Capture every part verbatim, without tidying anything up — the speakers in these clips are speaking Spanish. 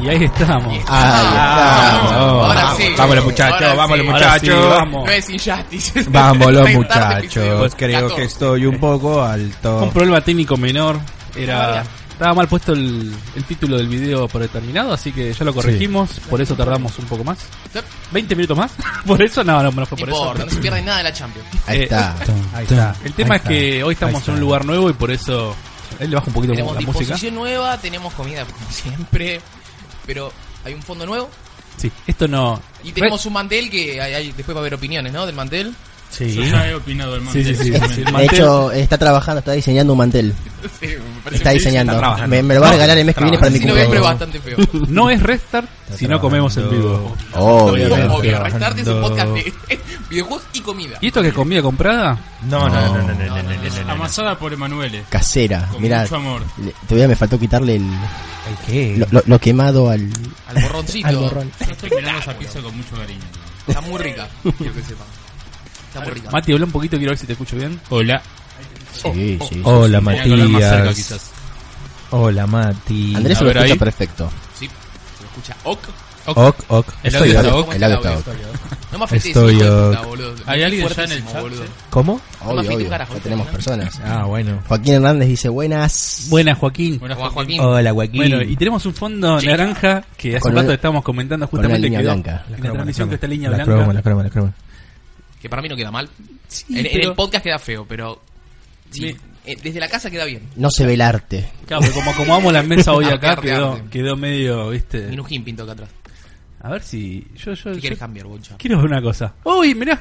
Y ahí estamos. Ahí estamos. Ah, Ahora sí. Vamos los muchachos, Ahora vamos sí. los muchachos. Ahora sí, vamos. No es Injustice. Vamos los Restart episodio muchachos. Creo catorce. que estoy un poco alto. Un problema técnico menor. Era Ah, Estaba mal puesto el, el título del video por determinado, así que ya lo corregimos. Por eso tardamos un poco más. ¿veinte minutos más? ¿Por eso? No, no, no fue No por importa, eso. no se pierde nada de la Champions. Ahí Eh, está. Ahí está. El tema Ahí es que está. hoy estamos Ahí en un está. lugar nuevo y por eso él le baja un poquito Tenemos la música. disposición nueva, tenemos comida como siempre, pero hay un fondo nuevo Sí, esto no. y tenemos un mantel que hay, hay- después va a haber opiniones, ¿no? Del mantel. Sí. Yo ya he opinado del Sí, mantel. sí, sí. seguramente. El De mantel- hecho, está trabajando, está diseñando un mantel. Sí, me parece Está que diseñando. está trabajando. Me, me lo va a regalar el mes que viene para mi sí, noviembre es cumpleaños. bastante feo. No es Restart si no comemos en vivo. Obviamente. Obvio, Restart es un trabajando. podcast de videojuegos y comida. ¿Y esto que es comida comprada? No, no, no, no, no, no, No, no, no, Es no, no. amasada por Emanuele. Casera. Con Mirá, mucho amor. le- todavía me faltó quitarle el, Ay, ¿qué? lo, lo- lo quemado al, Al borroncito. al borrón. Yo estoy mirando esa pizza con mucho cariño. Está muy rica, quiero que sepan. Está muy rica. Mati, habla un poquito, quiero ver si te escucho bien. Hola. Sí, sí. Hola, Tenía que hablar más cerca, Matías. quizás. Hola, Mati. Andrés A se lo ver escucha ahí. perfecto. Sí, se escucha ok. Ok, ok. El Estoy audio ok. está ok. El audio está ok. No me afectes, Estoy, hijo de ok. puta, boludo. ¿Hay alguien ya en el Fuertísimo, chat? boludo. ¿Cómo? No me Obvio, afecte un obvio. carajo, Ya tenemos ¿no? personas. Ah, bueno. Joaquín Hernández dice buenas. Buenas, Joaquín. Buenas, Juan Joaquín. Joaquín. Hola, Joaquín. Bueno, y tenemos un fondo Chica. naranja que hace Con un rato una- estábamos comentando con una justamente línea quedó blanca. en la transmisión que está línea la blanca. croma, la croma, la croma. Que para mí no queda mal. Sí, en, en pero- el podcast queda feo, pero sí, Me- eh, desde la casa queda bien. No se ve el arte. Claro, pero como acomodamos la mesa hoy Arte, acá, arte, quedó, arte. quedó medio, viste. Minujín pinto acá atrás. A ver si. Yo, yo, ¿Qué yo quieres cambiar, Boncha? quiero ver una cosa. ¡Uy, mirá!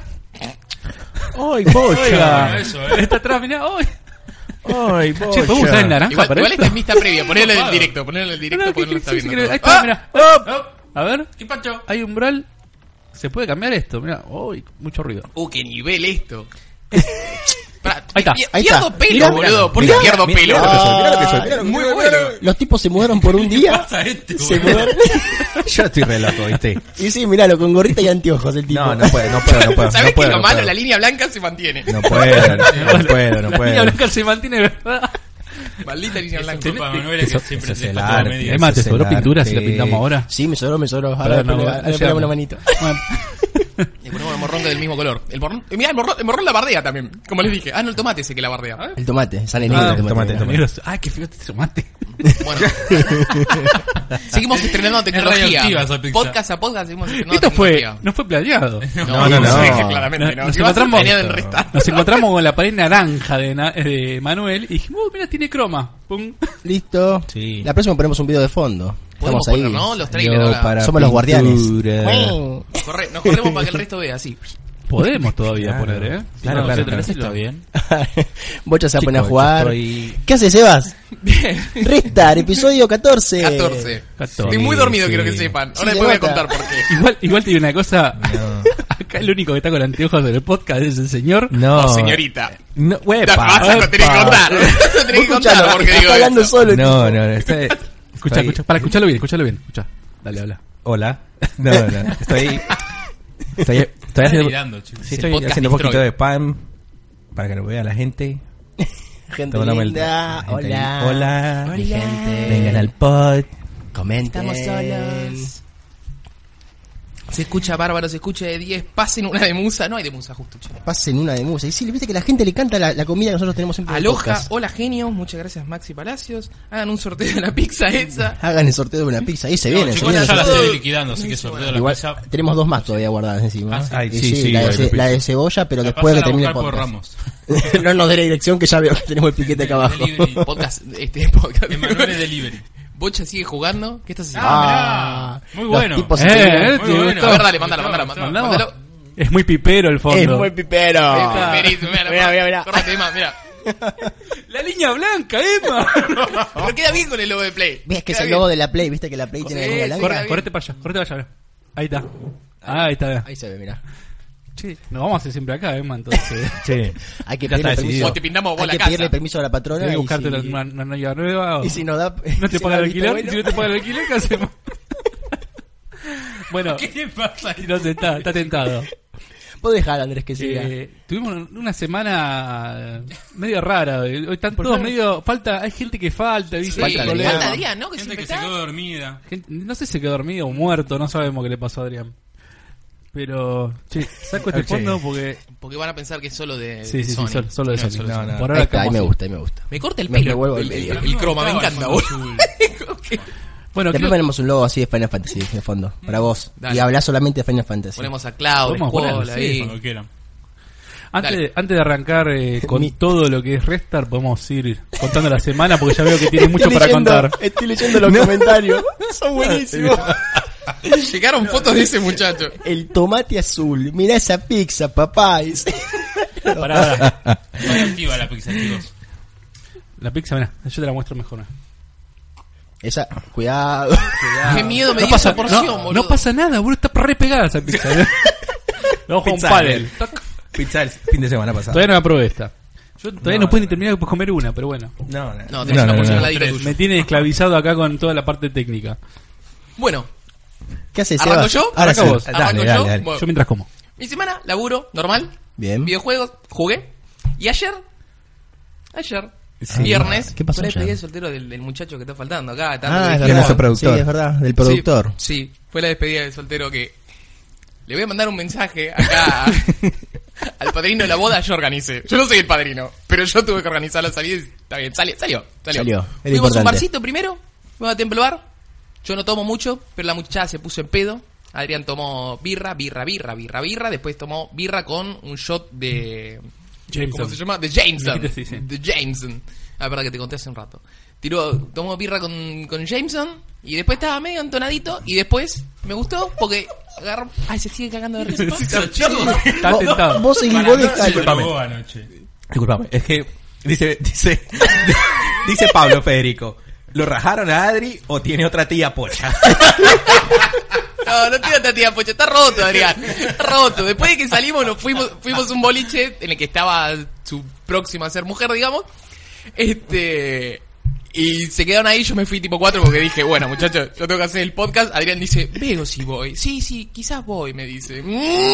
¡Ay, Oiga, bocha! eso, eh. está atrás, mirá. ¡Uy! ¡Ay, bocha! Che, ¿podemos usar el naranja Igual, para igual esto? esta es vista previa, ponelo en el directo, ponelo en el No, directo no, porque no lo que- está sí, sí, viendo. que- ahí todo. está, ¡Ah! mirá. Oh, A ver, ¿Qué pacho? hay umbral. ¿Se puede cambiar esto? Mirá. ¡Uy! Mucho ruido. ¡Uh, qué nivel esto! Pará, Ahí está, pi- ahí pierdo está. pelo, Mirá, boludo. ¿Por qué mirá, pierdo mirá, pelo? mirá lo que soy, mirá lo que soy, Ah, mirá lo que muy soy. bueno. Los tipos se mudaron por un día. pasa a este, Se boludo? mudaron. Yo estoy re loco, ¿viste? Y sí, miralo, con gorrita y anteojos el tipo. No, no puedo, no puedo, no puedo. ¿Sabés no puedo, que lo no malo? puedo. La línea blanca se mantiene. No puedo, no, no puedo, no La línea puedo. blanca se mantiene, ¿verdad? Maldita línea Eso blanca. es culpa de Manuel, que siempre eso es se el deja todo arte. medio. Es más, te Ese es sobró el pintura si la arte. pintamos ahora. Sí, me sobró, me sobró. Ahora Pará, le no, pongo- ya ahora le ponemos llegamos. una manito. Bueno, Le ponemos el morrón del mismo color. El morrón, eh, mirá, el morrón, el morrón la bardea también. Como les dije. Ah, no, el tomate ese que la bardea. El tomate, sale negro Ah, el tomate. tomate, tomate. negros. ¡Ay, qué feo este tomate! Bueno. Seguimos estrenando tecnología. radioactiva esa pizza. Podcast a podcast seguimos estrenando Esto fue. tecnología. No fue planeado. No, no, no. sí, claramente no. Nos Si vas a encontramos- planear en restar. Nos encontramos con la pared naranja de, Na- de Manuel y dijimos, uh, mira, tiene croma. Pum. Listo. Sí. La próxima ponemos un video de fondo. Podemos Estamos ahí. poner, ¿no? Los trailers Yo ahora. para Somos los guardianes. pintura. Corre, nos corremos para que el resto vea, sí. Podemos todavía Claro. poner, ¿eh? Claro, No, claro, ¿se claro. tenés esto bien? Bocha se va a poner a Chicos, jugar. yo estoy- ¿Qué haces, Sebas? Bien. Restar, episodio catorce. catorce. catorce. Estoy muy dormido, Sí. quiero que sepan. Sí, Ahora se les voy a nota. contar por qué. Igual, igual tiene una cosa. No. Acá el único que está con anteojos en el podcast es el señor. No, No, señorita. No, Da- huepa, Vas a tener que huepa. contar. Vas a tener que contar Escuchalo, porque está digo hablando eso. solo. el No, tipo. no, no. Estoy, Escucha, estoy- escucha, para escucharlo bien, escucharlo bien. Escucha. Dale, habla. Hola. No, no. Estoy. Estoy, estoy Estás haciendo, delirando, chicos. sí, Es el estoy podcast haciendo un poquito Destroy. de spam para que lo vea la gente. Gente Toda la linda. vuelta. Gente Hola. ahí. Hola. Mi gente. Vengan al pod. Comenten. Estamos solos. Se escucha bárbaro, se escucha de diez. Pasen una de musa. No hay de musa, justo, che. Pasen una de musa. Y sí, viste que la gente le canta la, la comida que nosotros tenemos siempre en el Aloha, podcast. hola genios, muchas gracias Maxi Palacios. Hagan un sorteo de la pizza esa. Hagan el sorteo de una pizza. Ahí se No, viene. se chicos, viene ya el la sorteo. estoy liquidando, así que sorteo de la Igual pizza. tenemos dos más todavía guardadas encima. Ah, sí. Ay, Y sí, sí, la, de, igual, ce- la la de cebolla, pero La después de que pasan a termine el buscar por podcast. Ramos. No nos dé la dirección que ya veo que tenemos el piquete acá abajo. Delivery. Podcast, este podcast. Emanuel es delivery. Bocha sigue jugando. ¿Qué estás haciendo? Ah, mirá. Muy los bueno. tipos se Eh, pelean. eh, Muy ¿te bueno. gustó? A ver, dale, mándalo, Gustavo, mándalo, Gustavo. mándalo. ¿Mandamos? mándalo. Es muy pipero el fondo. Es muy pipero. Eh, Peris, mira, Mira, mira, mira. Córrete más, mira. La línea blanca, Emma. Pero queda bien con el logo de Play. Ves que es Queda el bien. logo de la Play, viste que la Play tiene la Sí, línea sí. blanca. Corre, bien. correte para allá, correte para allá. Ahí está. Ah, ahí está. Ahí se ve, mira. Che, nos vamos a hacer siempre acá, Emma, entonces. Sí. Hay que Ya pedirle está permiso. decidido. O te pintamos vos Hay la que casa. pedirle permiso a la patrona. Tenés que y buscarte si- una, una novia nueva. O Y si no da. no te si paga el da visto alquiler. bueno. Si no te paga el alquiler, ¿qué hacemos? Bueno, ¿Qué le pasa? no, está, está tentado. Vos dejá a Andrés que siga. Eh, tuvimos una semana medio rara. Hoy están ¿Por todos qué? medio. Falta, hay gente que falta, ¿viste? Sí, Falta falta Adrián. Adrián, ¿no? Que Gente siempre que se está. quedó dormida. Gente- no sé si se quedó dormido o muerto, no sabemos qué le pasó a Adrián. Pero, che, saco este Ok. fondo porque. Porque van a pensar que es solo de, Sí, de sí, sí, Sony. solo, solo de No, Sony. solo de No, Sony. no. Por Ahí ahora está, ahí estamos me así. gusta, ahí me gusta. Me corta el Me- pelo. me vuelvo el, al el- medio. el croma, me gustaba encanta, el boludo. fondo azul. Bueno, Después quiero- ponemos un logo así de Final Fantasy de fondo, para vos. Dale. Y hablás solamente de Final Fantasy. Ponemos a Cloud, Podemos Squall ponerlo, sí, ahí. Cuando quieran. antes, dale. de, antes de arrancar eh, con Mi- todo lo que es Restar, podemos ir contando la semana porque ya veo que tiene mucho Estoy para leyendo- contar. Estoy leyendo los comentarios. Son buenísimos. Llegaron fotos de ese muchacho. El tomate azul. Mirá esa pizza, papá. Pará, pará. Muy activa la pizza, chicos. La pizza, mirá, yo te la muestro mejor. mirá. Esa, cuidado. Qué miedo me No dio pasa, esa porción, no, boludo. no pasa nada, boludo, está re pegada esa pizza. ¿eh? Vamos con un Pizza, pádel. eh. Pizza el fin de semana pasado. Todavía no la probé esta. Yo todavía no, No, puedo no, ni terminar de comer una, pero bueno. No, no, No, tenés una porción al ladito tuyo. Me tiene esclavizado acá con toda la parte técnica. Bueno, ¿Qué haces, ¿arranco Sebas? yo? Ahora Arranca sí. vos. Dale, ¿Arranco dale, yo? dale. Bueno, Yo mientras como. mi semana, laburo, normal. Bien. Videojuegos, jugué. Y ayer, ayer, Sí. viernes, ¿Qué pasó fue la ayer? despedida de soltero del, del muchacho que está faltando acá. tanto Ah, que es dijimos. ¿Quién es verdad. el productor? Sí, es verdad, del productor. Sí, sí, fue la despedida de soltero que... Le voy a mandar un mensaje acá a- al padrino de la boda. Yo organicé. Yo no soy el padrino, pero yo tuve que organizar la salida y está bien. Salió, salió. Salió. Salió, era Fuimos a un importante. barcito primero. Fuimos a Temple Bar. Yo no tomo mucho, pero la muchacha se puso en pedo. Adrián tomó birra, birra, birra, birra, birra. Después tomó birra con un shot de... Jameson. ¿Cómo se llama? De Jameson. Sí, sí. De Jameson. Ah, verdad que te conté hace un rato. Tiró, tomó birra con, con Jameson y después estaba medio entonadito y después me gustó porque agarró... Ay, se sigue cagando de risa. Está Vos- tentado. Vos seguís, Para vos no, dejalo. se drogó anoche. Disculpame, es que dice, dice, dice Pablo Federico, ¿lo rajaron a Adri o tiene otra tía pocha? No, no tiene otra tía pocha, está roto, Adrián. Está roto. Después de que salimos, nos fuimos, fuimos a un boliche en el que estaba su próxima a ser mujer, digamos. Este. Y se quedaron ahí, yo me fui tipo cuatro porque dije, bueno, muchachos, yo tengo que hacer el podcast. Adrián dice, veo si voy. Sí, sí, quizás voy, me dice.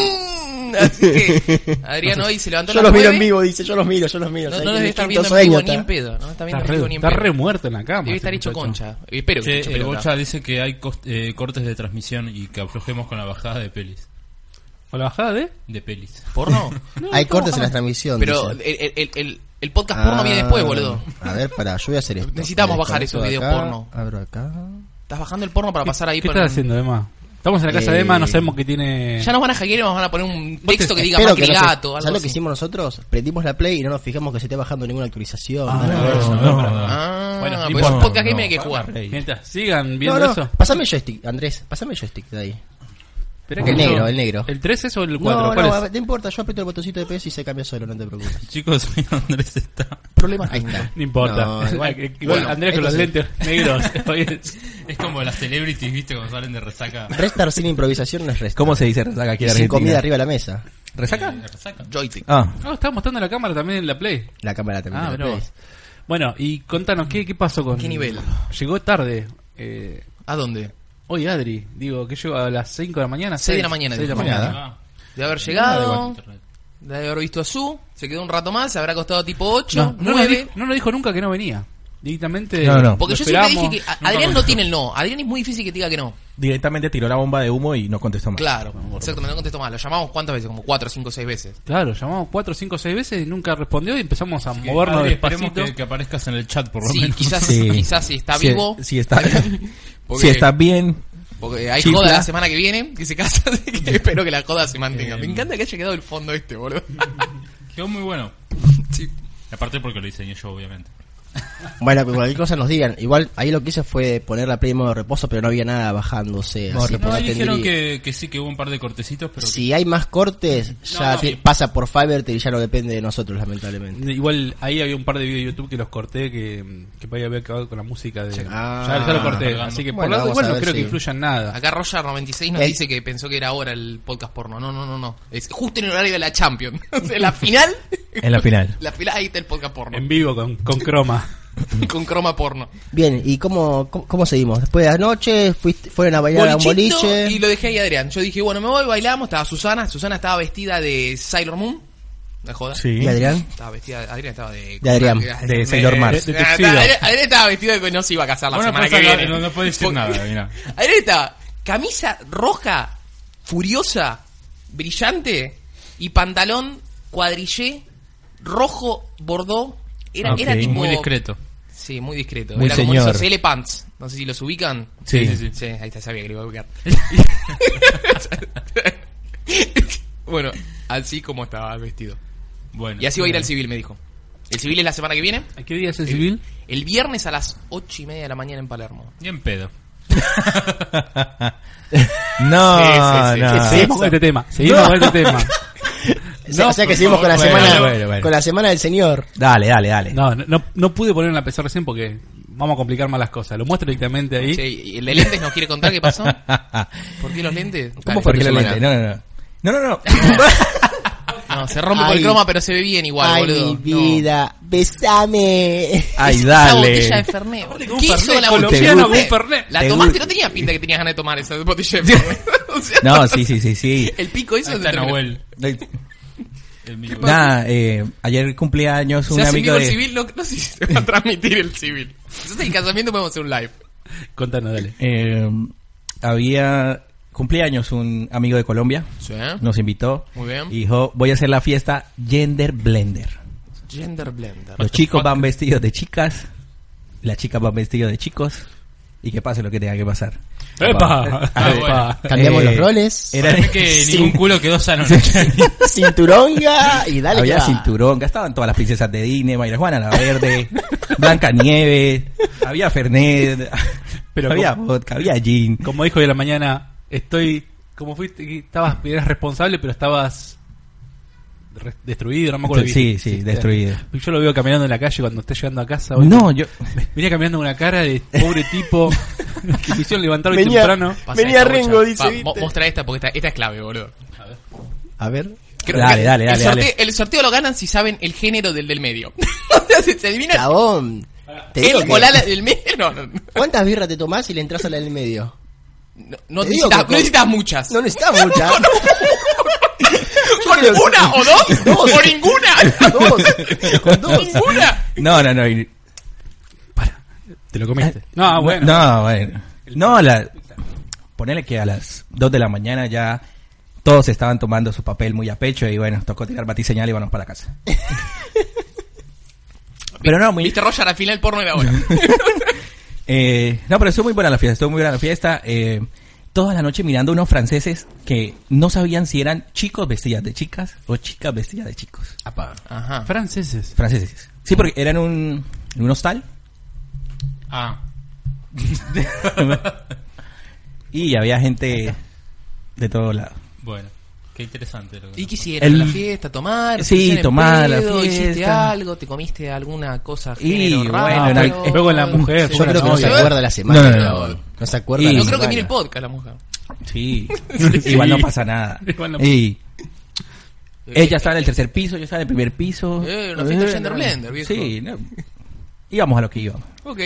Mm, así que Adrián hoy se levantó a Yo las los miro nueve. en vivo, dice, yo los miro, yo los miro. No, ¿sabes no qué? debe Mi estar quinto viendo en vivo sueño ni en está. pedo, ¿no? Está viendo Está en vivo re, ni en está pedo. re muerto en la cama. Debe ese estar hecho muchacho. concha. Espero que Che, esté el hecho Bocha pelota. dice que hay cost- eh, cortes de transmisión y que aflojemos con la bajada de pelis. ¿O la bajada de? De pelis. ¿Porno? Hay cortes en la transmisión. Pero dice. el, el, el, el podcast porno viene después, Ah, boludo. A ver, pará, yo voy a hacer esto. Necesitamos Me bajar esos desconecto videos acá, porno. Abro acá. Estás bajando el porno para pasar ahí ¿Qué por estás haciendo, Emma? Estamos en la casa Eh, de Emma, no sabemos que tiene... Ya nos van a hackear y nos van a poner un Vos texto te- que diga Espero Macri que no se- gato. Algo ¿Sabes lo que así. hicimos nosotros? Prendimos la play y no nos fijamos que se esté bajando ninguna actualización. Ah, nada de eso. no, no. Ah, Bueno, no pues importa. un podcast No, game hay que no, jugar. Ey. Mientras sigan No, viendo no, eso... pasame el joystick, Andrés, pasame el joystick de ahí. Espera El que negro, yo- el negro. ¿El tres es o el cuatro? No, ¿Cuál no, es? no importa, yo aprieto el botoncito de P S y se cambia solo, no te preocupes. Chicos, mi Andrés está. Problema, ahí está. No importa. No, igual, Igual bueno, Andrés con los esto sí. lentes negros. Oye, Es como las celebrities, ¿viste? Cuando salen de resaca. Restar sin improvisación no es restar. ¿Cómo se dice resaca aquí Y en sin Argentina? comida arriba de la mesa. ¿Resaca? De resaca. Joystick. Ah, no, estaba mostrando la cámara también en la Play. La cámara también. Ah, de la mirá Play. vos. Bueno, y contanos, ¿qué, qué pasó con...? ¿Qué nivel? Llegó tarde. Eh, ¿A dónde? hoy Adri, digo, que llegó a las cinco de la mañana. Seis de la mañana, seis de la dijo. mañana. Ah, De haber Nada, llegado, igual, internet. de haber visto a Su, se quedó un rato más, se habrá costado tipo ocho, No, no, nos nueve. dijo, no nos dijo nunca que no venía. Directamente. No, no. Porque lo yo siempre esperamos. dije que a- Nunca Adrián no contestó. tiene el no. Adrián es muy difícil que te diga que no. directamente tiró la bomba de humo y no contestó más. Claro, exactamente, no contestó más. Lo llamamos cuántas veces, como cuatro, cinco, seis veces. Claro, llamamos cuatro, cinco, seis veces y nunca respondió y empezamos a Que, movernos Adri, esperemos despacito. que, que aparezcas en el chat por lo Sí, menos. quizás, Sí. quizás si está Si- vivo. Si, está, porque- si está bien. Porque hay Chifla. joda la semana que viene, que se casa, así que espero que la joda se mantenga. Me encanta que haya quedado el fondo este, boludo. Quedó muy bueno. Sí. Aparte porque lo diseñé yo, obviamente. Bueno, que cualquier cosa nos digan. Igual ahí lo que hice fue poner la play en modo reposo, pero no había nada bajándose. Modo Así que reposo. No, no ahí dijeron tendría- que, que sí, que hubo un par de cortecitos, pero que- Si hay más cortes, ya no, te- sí. pasa por Fiverr y ya no depende de nosotros, lamentablemente. Igual ahí había un par de videos de YouTube que los corté que, que podía haber acabado con la música de... Ah. ya, ya lo corté, Cargando. así que Bueno, por lado vamos igual a no ver creo si- que influya en nada. Acá Roger noventa y seis nos Eh. dice que pensó que era ahora el podcast porno. No, no, no, no. Es justo en el horario de la Champions. O sea, la final. En la final. La final, ahí está el podcast porno. En vivo con, con croma. Con croma porno. Bien, ¿y cómo, cómo, cómo seguimos? Después de la noche, fuiste, fueron a bailar a un Bolichito, boliche. y lo dejé ahí a Adrián. Yo dije, bueno, me voy, bailamos. Estaba Susana. Susana estaba vestida de Sailor Moon. ¿De joda? Sí. ¿Y Adrián? Estaba vestida, Adrián estaba de... De Adrián. De Sailor Mars. De- de Ah, tuxedo. Adrián, Adrián estaba vestido de que no se iba a casar la Bueno, semana pasa, que no- viene. no- no puede decir Porque- nada, mira. Adrián estaba camisa roja, furiosa, brillante y pantalón cuadrillé, rojo, bordó. Era, Ok. era tipo... Muy discreto. Sí, muy discreto. Muy Era como señor. esos L pants. No sé si los ubican. Sí. Sí, sí, sí. Sí, ahí está, sabía que lo iba a ubicar. Bueno, así como estaba vestido. Bueno. Y así va a ir al civil, me dijo. El civil es la semana que viene. ¿A qué día es el civil? El viernes a las ocho y media de la mañana en Palermo. Bien pedo. No, Sí, sí, sí, no. sí, Seguimos con este tema. Seguimos con este tema. O sea, o sea que seguimos con la bueno, semana bueno, bueno. con la semana del señor. Dale, dale, dale. No, no, no pude poner en la P C recién porque vamos a complicar más las cosas. Lo muestro directamente ahí. Sí, ¿y el de lentes nos quiere contar qué pasó? ¿Por qué los lentes? ¿Cómo Dale. fue ¿Por qué tu la semana? lente? No, no, no. No, no, no. No, se rompe por el Ay. croma, pero se ve bien igual, Ay, boludo. mi vida, besame. Ay, Esa botella de dale. Fernet, boludo. Un ¿Qué hizo Fernet la colombiano botella? con un Fernet. La Te tomaste, gusta. no tenía pinta que tenías ganas de tomar esa botella de Fernet. O sea, No, sí, sí, sí, sí. el pico eso Ahí se está terminó. Nahuel. El mío. Nada, eh, ayer cumpleaños Se un hace amigo vivo el de... civil, no, no sé si se va a transmitir el civil. Entonces en casamiento podemos hacer un live. Contanos, dale. Eh, había cumpleaños un amigo de Colombia, Sí. nos invitó Muy bien. y dijo, voy a hacer la fiesta Gender Blender. Gender Blender. Los chicos van vestidos de chicas, las chicas van vestidos de chicos y que pase lo que tenga que pasar. ¡Epa! Ah, ¡Epa! Cambiamos Eh, los roles. Era Parece que Sí. ningún culo quedó sano. Cinturonga y dale había que va. cinturón, estaban todas las princesas de Disney, Mayra Juana la Verde, Blanca Nieves, había Fernet, Pero había como- vodka, había gin. Como dijo hoy a la mañana, estoy... Como fuiste, estabas, eras responsable, pero estabas re- destruido, no me acuerdo. Sí, qué sí, dijiste. destruido. Yo lo veo caminando en la calle cuando esté llegando a casa. hoy. No, yo... Venía caminando con una cara de pobre tipo que me hicieron levantar hoy Venía- temprano. Pasa Venía esta Rengo, bocha. dice, Va, ¿viste? mo- Mostra esta porque esta, esta es clave, boludo. A ver. Creo Dale, que dale, el dale, sorteo, dale. el sorteo lo ganan si saben el género del del medio. O sea, se, se adivina Chabón. Te digo el que- o la del medio. No, no, no, ¿Cuántas birras te tomás y le entras a la del medio? no Te digo necesitas, que con- no necesitas muchas. No necesitas muchas. ¿Con una o dos? Dos. ¿O ninguna? Dos. Con dos. ¿Ninguna? No, no, no. y- Te lo comiste. No, bueno. No, bueno. No, a la... Ponele que a las dos de la mañana ya todos estaban tomando su papel muy a pecho y bueno, tocó tirar batiseñal y vamos para casa. Pero no, muy... Viste Roger al final porno era ahora. Eh, no, pero estuvo muy buena la fiesta, estuvo muy buena la fiesta. Eh, toda la noche mirando unos franceses que no sabían si eran chicos vestidas de chicas o chicas vestidas de chicos. Ajá. Franceses. Franceses. Sí, porque eran un, en un hostal Ah. y había gente de todos lados. Bueno. Qué interesante. Lo que ¿Y nos quisieras El- la fiesta, tomar? Sí, pusieron en tomar la pedo, ¿Hiciste fiesta. algo? ¿Te comiste alguna cosa Y, género bueno, raro? en el- Fue con la mujer, Yo fue creo que no se novia. acuerda de la semana. No, no, no, pero no. no se acuerda Y- de la No creo que semana. mire el podcast la mujer. Sí, Sí. igual no pasa nada. Igual no- Y ella estaba en el tercer piso, yo estaba en el primer piso. Eh, una fiesta Eh, gender no, blender, viejo. Sí, no. Íbamos a lo que íbamos. Ok.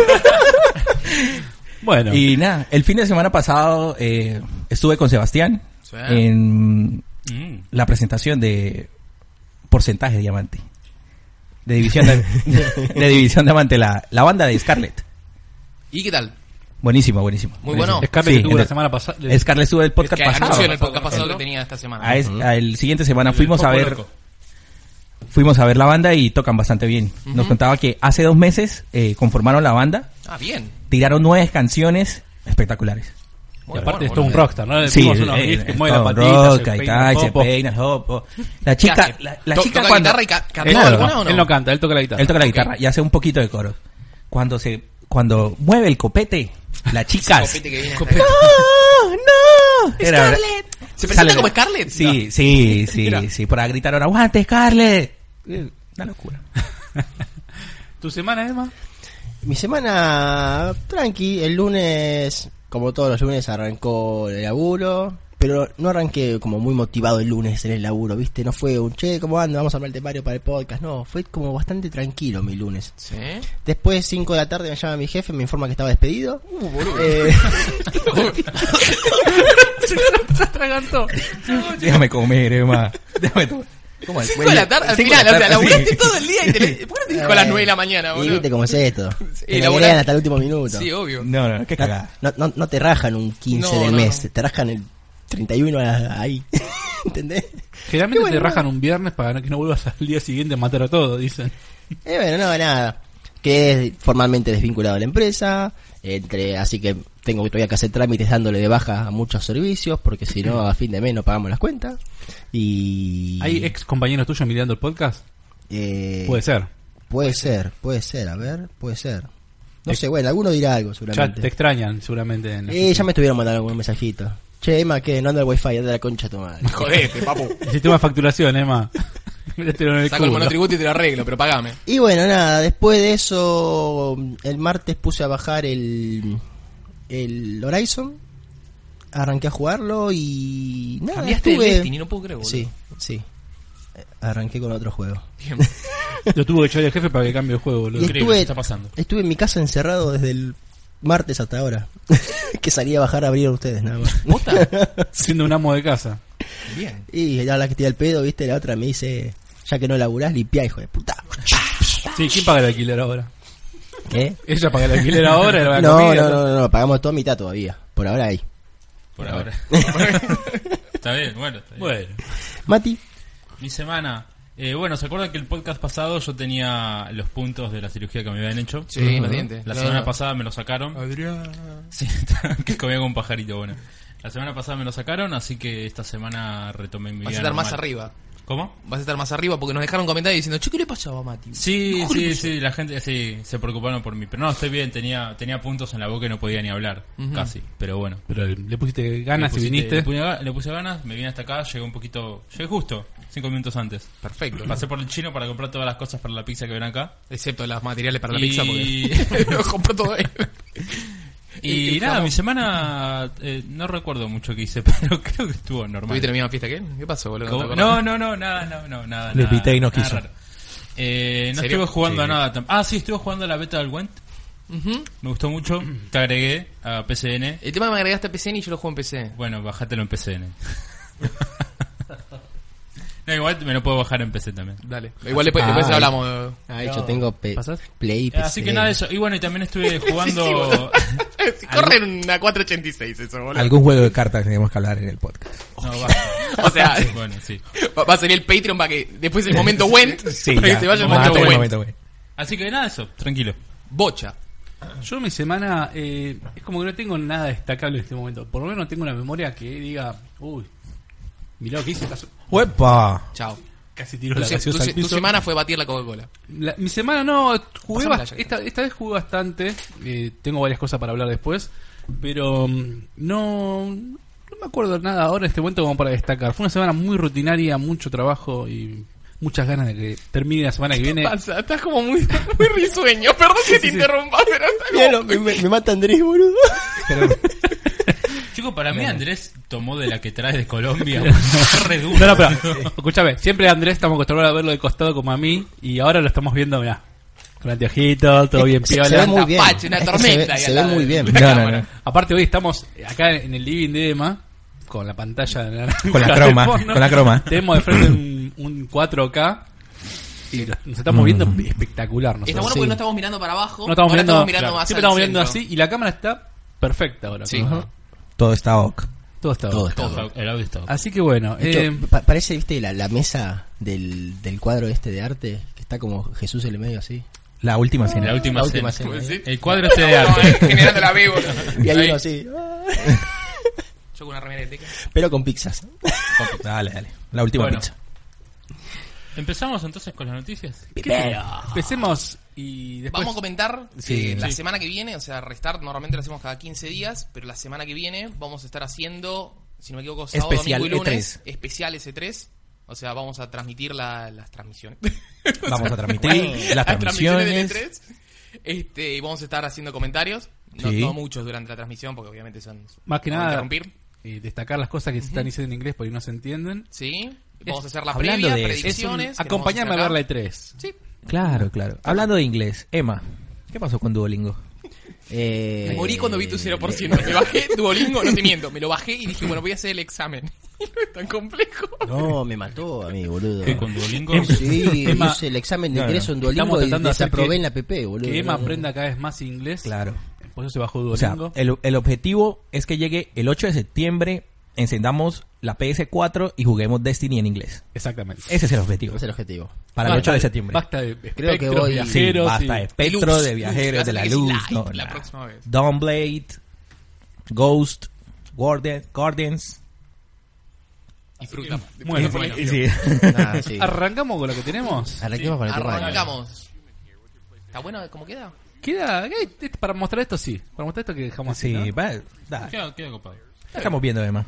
Bueno. Y nada, el fin de semana pasado eh, estuve con Sebastián Sí. en Mm. la presentación de Porcentaje Diamante. De División de, de División Diamante, la, la banda de Scarlett. ¿Y qué tal? Buenísimo, buenísimo. Muy buenísimo. bueno. Scarlett Sí, que tuvo la entonces, semana pasada. Scarlett estuvo el podcast que pasado. anunció en el podcast Pasado, pasado ¿no? que tenía esta semana. A, es- a el siguiente semana El fuimos a Poco ver Loco. fuimos a ver la banda y tocan bastante bien. Nos contaba que hace dos meses eh, conformaron la banda, Ah, bien. tiraron nueve canciones espectaculares. Y Muy aparte bueno, es todo un bueno. rockstar, ¿no? Sí, Vimos unos eh, gifs que eh, mueve la todo patita, rock, se y peina tal, un se poco. peina, el hopo. La ¿Qué chica, hace? la, la To- chica ¿Toca cuando guitarra y ca- cantó Claro, alguna o no? Él no canta, él toca la guitarra. él toca la Ok. guitarra y hace un poquito de coro. Cuando se cuando mueve el copete, la chica Copete que viene. ¡No! ¡No! Era- ¿Se presenta sale- como Scarlett? Sí, sí, sí, Mira. sí, por ahí gritaron ¡aguante, Scarlett! Eh, Una locura. ¿Tu semana, Emma? Mi semana tranqui, el lunes, como todos los lunes, arrancó el laburo. pero no arranqué como muy motivado el lunes en el laburo, ¿viste? No fue un, che, ¿cómo anda? Vamos a armar el temario para el podcast. No, fue como bastante tranquilo mi lunes. ¿Sí? Después, cinco de la tarde, me llama mi jefe, me informa que estaba despedido. Uh, boludo. Eh, Se atragantó. Déjame comer, Emma. Déjame tomar. ¿Cómo es? cinco de la tarde, al Cinco final, de la o sea, tarde, laburaste sí. todo el día y te le... ¿Por qué no te dijo a las nueve de la mañana, y boludo? viste cómo es esto. Sí, Te laburá- agregan hasta el último minuto. Sí, obvio. No, no, no, qué cagada. No, no, no te rajan un quince No, del no, mes, no. te rajan el treinta y uno ahí. ¿Entendés? Generalmente Qué bueno, te rajan un viernes para que no vuelvas al día siguiente a matar a todos, dicen. Eh, bueno, no, nada. Quedé formalmente desvinculado de la empresa, entre así que tengo todavía que hacer trámites dándole de baja a muchos servicios, porque si no, a fin de mes no pagamos las cuentas. Y... ¿Hay ex compañeros tuyos mirando el podcast? Eh, Puede ser. Puede ser, puede ser, a ver, puede ser. No sé, bueno, alguno dirá algo Ya seguramente. te extrañan, seguramente. En la Eh, ya me estuvieron mandando algunos mensajitos. Che, Emma, ¿qué? No anda el wifi, anda la concha tu madre. Jodete, papu. El sistema de facturación, Emma. Métetelo en el Saco el culo. monotributo y te lo arreglo, pero pagame. Y bueno, nada, después de eso, el martes puse a bajar el, el Horizon, arranqué a jugarlo y nada, Cambiaste estuve... el Destiny, no puedo creer, boludo. Sí, sí, Eh, arranqué con otro juego. Bien. Lo tuvo que echar el jefe para que cambie el juego, boludo. Y Increíble, estuve- ¿qué está pasando? Estuve en mi casa encerrado desde el martes hasta ahora, que salí a bajar a abrir a ustedes, nada más. ¿Posta? Siendo un amo de casa. Bien. Y era la que tira el pedo, viste, la otra me dice, ya que no laburás, limpiá, hijo de puta. Sí, ¿quién paga el alquiler ahora? ¿Qué? Ella paga el alquiler ahora. la No, comida, no, no, no, no, pagamos toda mitad todavía, por ahora hay. Por ahora. Está bien, bueno. Está bien. Bueno, Mati, Mi semana. Eh, bueno, ¿se acuerdan que el podcast pasado yo tenía los puntos de la cirugía que me habían hecho? Sí, los dientes. La No, semana no. pasada me lo sacaron. Adrián. Sí, que comía con un pajarito, bueno. La semana pasada me lo sacaron, así que esta semana retomé mi vida Vas a estar más normal. arriba. ¿Cómo? Vas a estar más arriba porque nos dejaron comentarios diciendo, che, ¿qué le pasaba a Mati? Sí, ¿Qué le sí, pasó? sí, la gente sí se preocuparon por mí. Pero no, estoy bien, tenía tenía puntos en la boca y no podía ni hablar, Ujú. casi. Pero bueno. pero le pusiste ganas Le y pusiste- viniste. Le, puse ga- le puse ganas, me vine hasta acá, llegué un poquito... Llegué justo, cinco minutos antes. Perfecto. Pasé por el chino para comprar todas las cosas para la pizza que ven acá. Excepto los materiales para la Y- pizza porque lo compró todo él. Y Y nada, jamón. mi semana eh, no recuerdo mucho que hice, pero creo que estuvo normal. ¿Tuviste la misma fiesta que él? ¿Qué pasó, boludo? ¿Cómo? ¿Te No, acordás? no, no, nada, no, no, nada. Le nada, invité y no nada quiso. raro. Eh, no ¿Serio? estuve jugando Sí. a nada. tam- Ah, sí, estuve jugando a la beta del Went. Ujú. Me gustó mucho. Te agregué a P C N. El tema que me agregaste a P C N y yo lo juego en P C. Bueno, bajátelo en P C N. No, igual me lo puedo bajar en P C también. Dale. Igual después, Ah, después ahí. hablamos. ah, yo tengo pe- ¿Pasás? Play y P C. Así que nada de eso. Y bueno, y también estuve jugando... Si corre en una cuatro ochenta y seis eso, boludo. Algún juego de cartas tenemos que hablar en el podcast. No, va. O sea, Bueno, sí. va va a salir el Patreon para que después el momento went, Sí, para que ya. se vaya el Mata momento el went. momento, güey. Así que nada de eso, tranquilo. Bocha. Yo mi semana eh, es como que no tengo nada destacable en este momento. Por lo menos no tengo una memoria que diga, uy, mirá lo que hice. Casi, ¡Uepa! Chao. casi tiro Tu, la se- tu, gaseosa se- al tu piso. semana fue batir la Coca-Cola. La- mi semana no, jugué Pásamela bast- ya que esta, esta vez jugué bastante. eh, tengo varias cosas para hablar después. Pero mm, no, no me acuerdo nada ahora en este momento como para destacar. Fue una semana muy rutinaria, mucho trabajo y muchas ganas de que termine la semana que viene. Pasa, estás como muy, muy risueño. Perdón que te interrumpa, pero está como... Míralo, me, me- me mata Andrés, boludo. Chicos, para mí Andrés tomó de la que trae de Colombia. Re duro. No, no, pero escúchame, siempre Andrés estamos acostumbrados a verlo de costado como a mí y ahora lo estamos viendo, mirá, con anteojitos, todo bien Se- se ve piola. muy bien. Tapache, una Es que tormenta Se ve, ahí se al ve lado muy de- bien. de la No, no, cámara. no. Aparte hoy estamos acá en el living de Emma con la pantalla naranja Con la de croma, fondo. con la croma. Tenemos de frente un, un cuatro K y lo- nos estamos viendo espectacular. Está nosotros. bueno Sí. porque no estamos mirando para abajo. No estamos ahora mirando, estamos mirando claro, más siempre al estamos mirando centro. así y la cámara está perfecta ahora. Sí. Ajá. Todo está ok. Todo está Todo bien. está Todo. El audio está. Así que bueno, De hecho, eh, pa- parece, viste, la, la mesa del, del cuadro este de arte, que está como Jesús en el medio así. La última La cena. última, La última cena. cena. Sí. El cuadro este de No, arte. eh, generando la vivo. Y hay Ahí. uno así. Yo con una remera de teca. Pero con pizzas. Dale, dale. La última Bueno. pizza. Empezamos entonces con las noticias. empecemos y después... Vamos a comentar Sí, que la sí. semana que viene, o sea, Restart normalmente lo hacemos cada quince días, pero la semana que viene vamos a estar haciendo, si no me equivoco, sábado, Especial domingo y lunes, E tres. especial S tres. O sea, vamos a transmitir la- las transmisiones. Vamos a transmitir las las transmisiones del E transmisiones. tres. Este, y vamos a estar haciendo comentarios. No, Sí. no muchos durante la transmisión, porque obviamente son... Más que vamos a nada, interrumpir. eh, destacar las cosas que se están diciendo en inglés porque no se entienden. Sí. Vamos a hacer la hablando previa, de- Es un, predicciones. que acompañame a vamos ver la hacer E tres. acá. Sí. Claro, claro. Hablando de inglés, Emma, ¿qué pasó con Duolingo? Eh, Me morí cuando vi tu cero por ciento. Me bajé Duolingo, no te miento. Me lo bajé y dije, bueno, voy a hacer el examen. Y no es tan complejo. No, me mató a mí, boludo. ¿Qué, con Duolingo? Sí, Emma, hice el examen de no, no. ingreso en Estamos Duolingo y tratando de hacer desaprobé que- en la P P, boludo. Que Emma No, no. aprenda cada vez más inglés. Claro. Por eso se bajó O sea, Duolingo. el, el objetivo es que llegue el ocho de septiembre, encendamos la P S cuatro y juguemos Destiny en inglés. Exactamente. Ese es el objetivo. Ese es el objetivo. Para el Basta ocho de septiembre. Basta de Creo que espectros, voy- Sí, viajeros. basta y- espectro Luz, de luz, viajeros vas de a la tener que luz. decir No, light la nada. próxima vez. Dawnblade, Ghost, Guardian, Guardians. Disfruta. Bueno, Disfruta. Y sí. Nada, sí. Arrancamos con lo que tenemos. Arranquemos con el tema de- Arrancamos. ¿Está bueno cómo queda? Queda, eh, para mostrar esto sí. Para mostrar esto que dejamos así, Sí, ¿no? va, da. Queda, queda copado. Estamos viendo, Emma.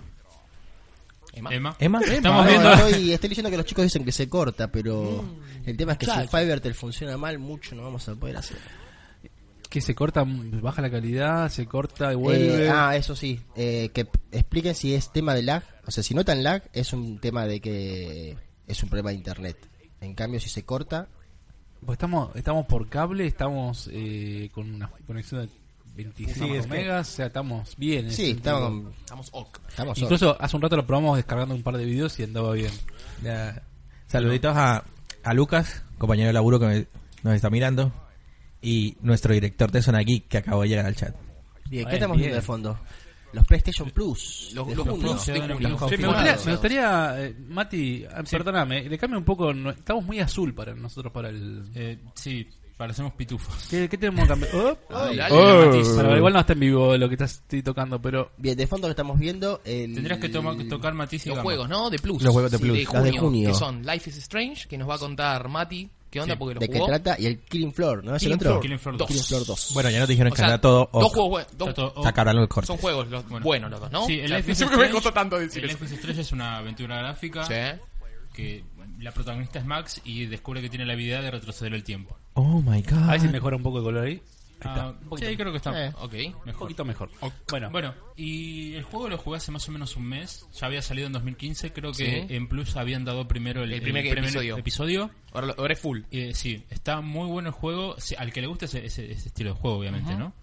Emma. Emma. Emma, Estamos No, viendo. estoy, estoy leyendo que los chicos dicen que se corta, pero el tema es que Claro. si Fivertel funciona mal, mucho no vamos a poder hacer. Que se corta, baja la calidad, se corta y vuelve. Eh, ah, eso sí, eh, que p- expliquen si es tema de lag, o sea, si notan lag es un tema de que es un problema de internet. En cambio, si se corta, Pues estamos, estamos por cable, estamos eh, con una conexión de veinticinco Sí, es que- megas, o sea, estamos bien. en ese sí, sentido. estamos, Estamos ok. estamos Incluso hace un rato lo probamos descargando un par de videos y andaba bien. ya. Saluditos a, a Lucas, compañero de laburo que me- nos está mirando. Y nuestro director de Zona Geek que acabó de llegar al chat. bien. ¿Qué Bien, estamos bien. viendo de fondo? Los PlayStation Plus. Los, de los junio. plus de Los junio. Che, me confirmados. gustaría, me gustaría eh, Mati, ah, perdóname, le cambio un poco, no- estamos muy azul para nosotros para el... Eh, sí, parecemos pitufos. ¿Qué, qué tenemos que cambiar? Oh, Dale, dale, oh. Matiz. Para- igual no está en vivo lo que estás estoy tocando, pero Bien, de fondo lo estamos viendo. El... Tendrías que toma- tocar Matiz y Los Gama. juegos, ¿no? De Plus. Los juegos de Sí, Plus. De Los junio, de junio. Que son Life is Strange, que nos va a contar Mati. ¿Qué onda? Sí. Porque lo ¿De qué jugó. trata? Y el Killing Floor, ¿no? ¿Es el Killing otro? Floor. Killing Floor dos. Killing Floor dos. Bueno, ya nos dijeron O que sea, era todo. dos ok. juegos buenos. dos- Está todo- Sacaron los cortes. Son juegos los, Bueno. buenos los dos, ¿no? Sí, el O sea, Life is siempre me Strange- costó tanto decir el eso. Life is Strange es una aventura gráfica Sí. que la protagonista es Max y descubre que tiene la habilidad de retroceder el tiempo. Oh my god. a ver si mejora un poco el color ahí. Ah, sí, ahí creo que está. Eh. Ok. Un Mejor. poquito mejor. Bueno, Bueno, y el juego lo jugué hace más o menos un mes. Ya había salido en dos mil quince. Creo que Sí. en Plus habían dado primero el, El primer episodio. episodio. Ahora, lo- ahora es full. Eh, sí, está muy bueno el juego. Sí, al que le guste ese, ese- ese estilo de juego, obviamente, ¿no?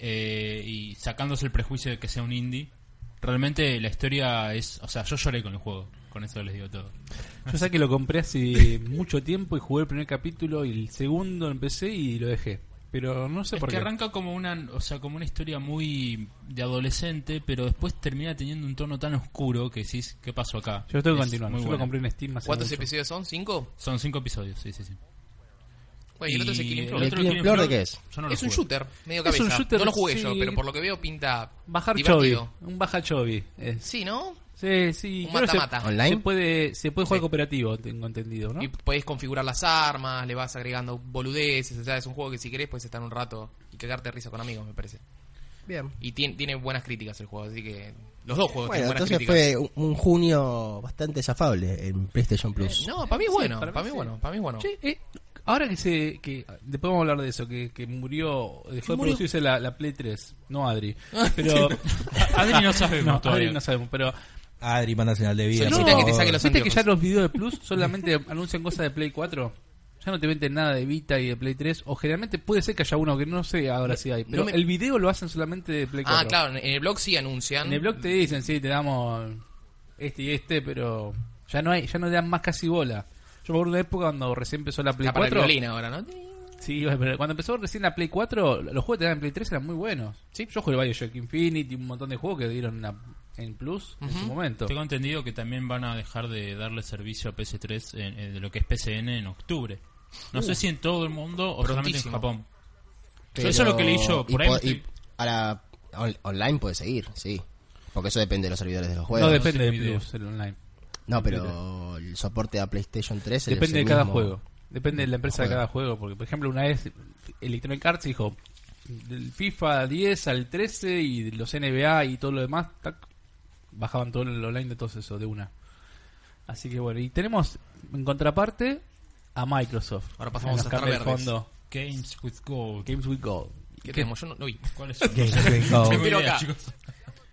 Eh, y sacándose el prejuicio de que sea un indie. Realmente la historia es... O sea, yo lloré con el juego. Con eso les digo todo. yo sé que lo compré hace mucho tiempo y jugué el primer capítulo y el segundo empecé y lo dejé. Pero no sé Es por que qué. arranca como una, o sea, como una historia muy de adolescente, pero después termina teniendo un tono tan oscuro que decís, ¿qué pasó acá? Yo estoy Es continuando. muy Yo lo bueno. compré en Steam hace ¿Cuántos mucho. episodios son? ¿Cinco? Son cinco episodios, sí, sí, sí. Bueno, y el otro es el Killing Floor. ¿El otro Killing Floor de qué es? Yo no lo Es un jugué. shooter, medio Es un cabeza. shooter, no lo jugué yo, sí. pero por lo que veo pinta Bajar Chovy. divertido. Un baja Chovy. Es- Sí, ¿no? Sí, sí. Un creo que se- mata-mata. ¿Online? Se puede, se puede jugar Sí. cooperativo, tengo entendido, ¿no? Y podés configurar las armas, le vas agregando boludeces. O sea, es un juego que si querés puedes estar un rato y cagarte de risa con amigos, me parece. Bien. Y tiene, tiene buenas críticas el juego, así que... Los dos juegos Bueno, tienen buenas entonces críticas. fue un, un junio bastante desafable en PlayStation Plus. No, para mí es bueno, para para, mí mí sí. bueno, para mí es bueno. Che, eh, ahora que se. Que, después vamos a hablar de eso, que, que murió. Dejó de murió? producirse la, la Play tres. No Adri. Pero. Adri no sabemos no, todavía. Adri no sabemos, pero. Adri manda señal de vida. Solicita por que te favor. saque los ¿Viste que ya anteojos. los videos de Plus solamente anuncian cosas de Play cuatro? Ya no te venden nada de Vita y de Play tres. O generalmente puede ser que haya uno que no sé ahora si hay. Pero no me- el video lo hacen solamente de Play cuatro. Ah, claro, en el blog sí anuncian. En el blog te dicen, sí, te damos este y este, pero ya no hay, ya no le dan más casi bola. Yo me acuerdo de una época cuando recién empezó la Play Está para el cuatro. violín ahora, ¿no? Sí, pero cuando empezó recién la Play cuatro, los juegos que te daban en Play tres eran muy buenos. Sí. Yo jugué Bioshock Infinity, un montón de juegos que dieron una- en Plus en su momento. Tengo entendido que también van a dejar de darle servicio a P S tres en, en- de lo que es P C N en octubre. No sé si en todo el mundo o solamente en Prontísimo. Japón. Pero- Eso es lo que leí yo. y Por ahí po- me estoy- y ahora on- online puede seguir, sí. Porque eso depende de los servidores de los juegos. No No, depende de video. Plus, el online. pero el soporte a PlayStation tres es Depende de el cada mismo. juego. Depende de la empresa de Juego. cada juego. Porque, por ejemplo, una vez Electronic Arts dijo del FIFA diez al trece y los N B A y todo lo demás, tac, bajaban todo el online de todo eso de una. Así que bueno, y tenemos en contraparte a Microsoft. Ahora pasamos En los a estar cambios de verdes. fondo. Games with Gold. Games with Gold. ¿Qué tenemos? Yo no, no vi. ¿Cuáles son? Games with Gold. Tengo Pero idea, acá. chicos.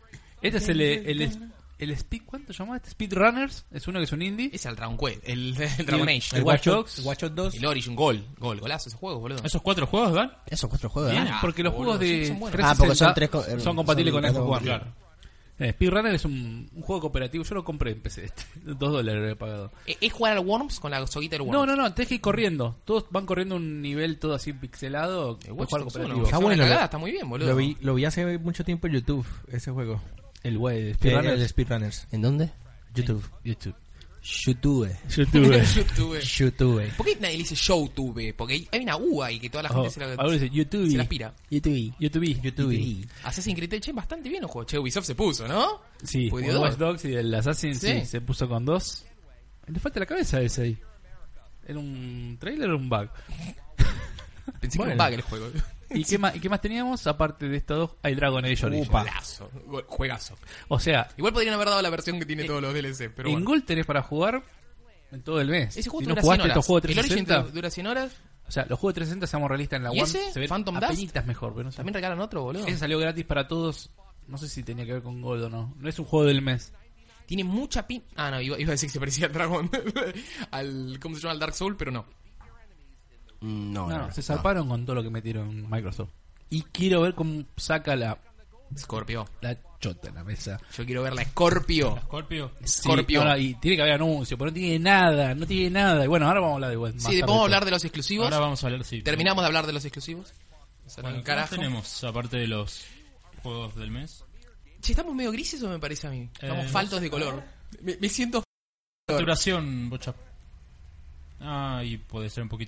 Este es el, el, el Speed, ¿cuánto se llama? Speedrunners, es uno que es un indie. Es el Dragon Quest, el, el Dragon Age. El Watch Dogs. Watch Dogs dos. El Origin, gol, gol, golazo esos juegos, boludo. ¿Esos cuatro juegos, Dan? Esos cuatro juegos. Bien, ¿eh? porque los boludo, juegos sí, de son buenos. trescientos Ah, porque son sesenta tres co- son compatibles son con Xbox compatibles. One. Claro. Eh, Speedrunner es un, un juego cooperativo. Yo lo compré en P C. Este. Dos dólares lo he pagado. ¿Es es jugar al Worms con la soguita del Worms? No, no, no. Tenés que ir corriendo. Todos van corriendo un nivel todo así pixelado. El Puedes Watch jugar Dogs cooperativo. uno, Está es una bueno, cagada, lo- está muy bien, boludo. Lo vi, lo vi hace mucho tiempo en YouTube, ese juego. El güey de El, Speedrunner. el Speedrunners. ¿En dónde? YouTube. YouTube. YouTube. YouTube. YouTube. YouTube. ¿Por qué nadie le dice Showtube? Porque hay una U ahí que toda la gente Oh, se, la, ahora dice YouTube. se la aspira. YouTube. YouTube. YouTube. Assassin's Creed, che, bastante bien los juegos. Che, Ubisoft se puso, ¿no? Sí, Pues el dio Watch dos. Dogs y el Assassin sí. Sí. se puso con dos. Le falta la cabeza a ese ahí. ¿Era un trailer o un bug? Pensé que Bueno. era un bug el juego. ¿Y qué, más, ¿Y qué más teníamos? Aparte de estos dos, hay Dragon Age Origins. Golazo, go- juegazo. O sea, Igual podrían haber dado la versión que tiene todos los D L C, pero en bueno. Gold tenés para jugar en todo el mes. Ese juego si dura no cien jugaste horas. estos juegos de El Origin trescientos sesenta, dura cien horas. o sea, los juegos de trescientos sesenta, seamos realistas, en la ¿Y One ese? se ven Phantom Dust? apenitas mejor, pero no sé. También regalan otro, boludo. Ese salió gratis para todos. No sé si tenía que ver con Gold o no. No es un juego del mes. Tiene mucha pin... Ah, no, iba, iba a decir que se parecía al Dragon. al ¿Cómo se llama? Al Dark Soul, pero no. Mm, No, No, no, no. se zarparon con todo lo que metieron Microsoft. Y quiero ver cómo saca la, Scorpio. la chota en la mesa. Yo quiero ver la Scorpio. Scorpio. Scorpio. Sí, no, no, y tiene que haber anuncio, pero no tiene nada, no tiene nada. Y bueno, ahora vamos a hablar de igual. Sí, podemos hablar de los exclusivos. Ahora vamos a hablar, sí. Terminamos de hablar de los exclusivos. Salen Bueno, un ¿qué más carajo. tenemos, aparte de los juegos del mes? Che, ¿estamos medio grises o me parece a mí? Estamos Eh, faltos de color. Me, me siento... Saturación, bocha. Ah, y puede ser un poquito...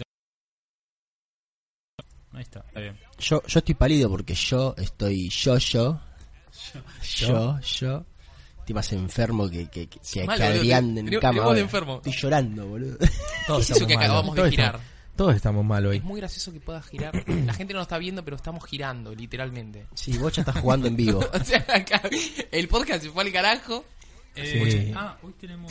Ahí está, está bien. Yo, yo estoy pálido porque yo estoy yo, yo. Yo, yo. Estoy más enfermo que, que, que, que, Mal, que boludo, Adrián te- en tenemos- cama. tenemos de ahora. enfermo. Estoy llorando, boludo. Todos ¿Qué es eso estamos que mal acabamos hoy. de Todos girar? estamos- Todos estamos mal hoy. Es muy gracioso que pueda girar. La gente no nos está viendo, pero estamos girando, literalmente. Sí, vos ya estás jugando en vivo. O sea, acá, el podcast se fue al carajo. Eh, Sí. Ah, hoy tenemos...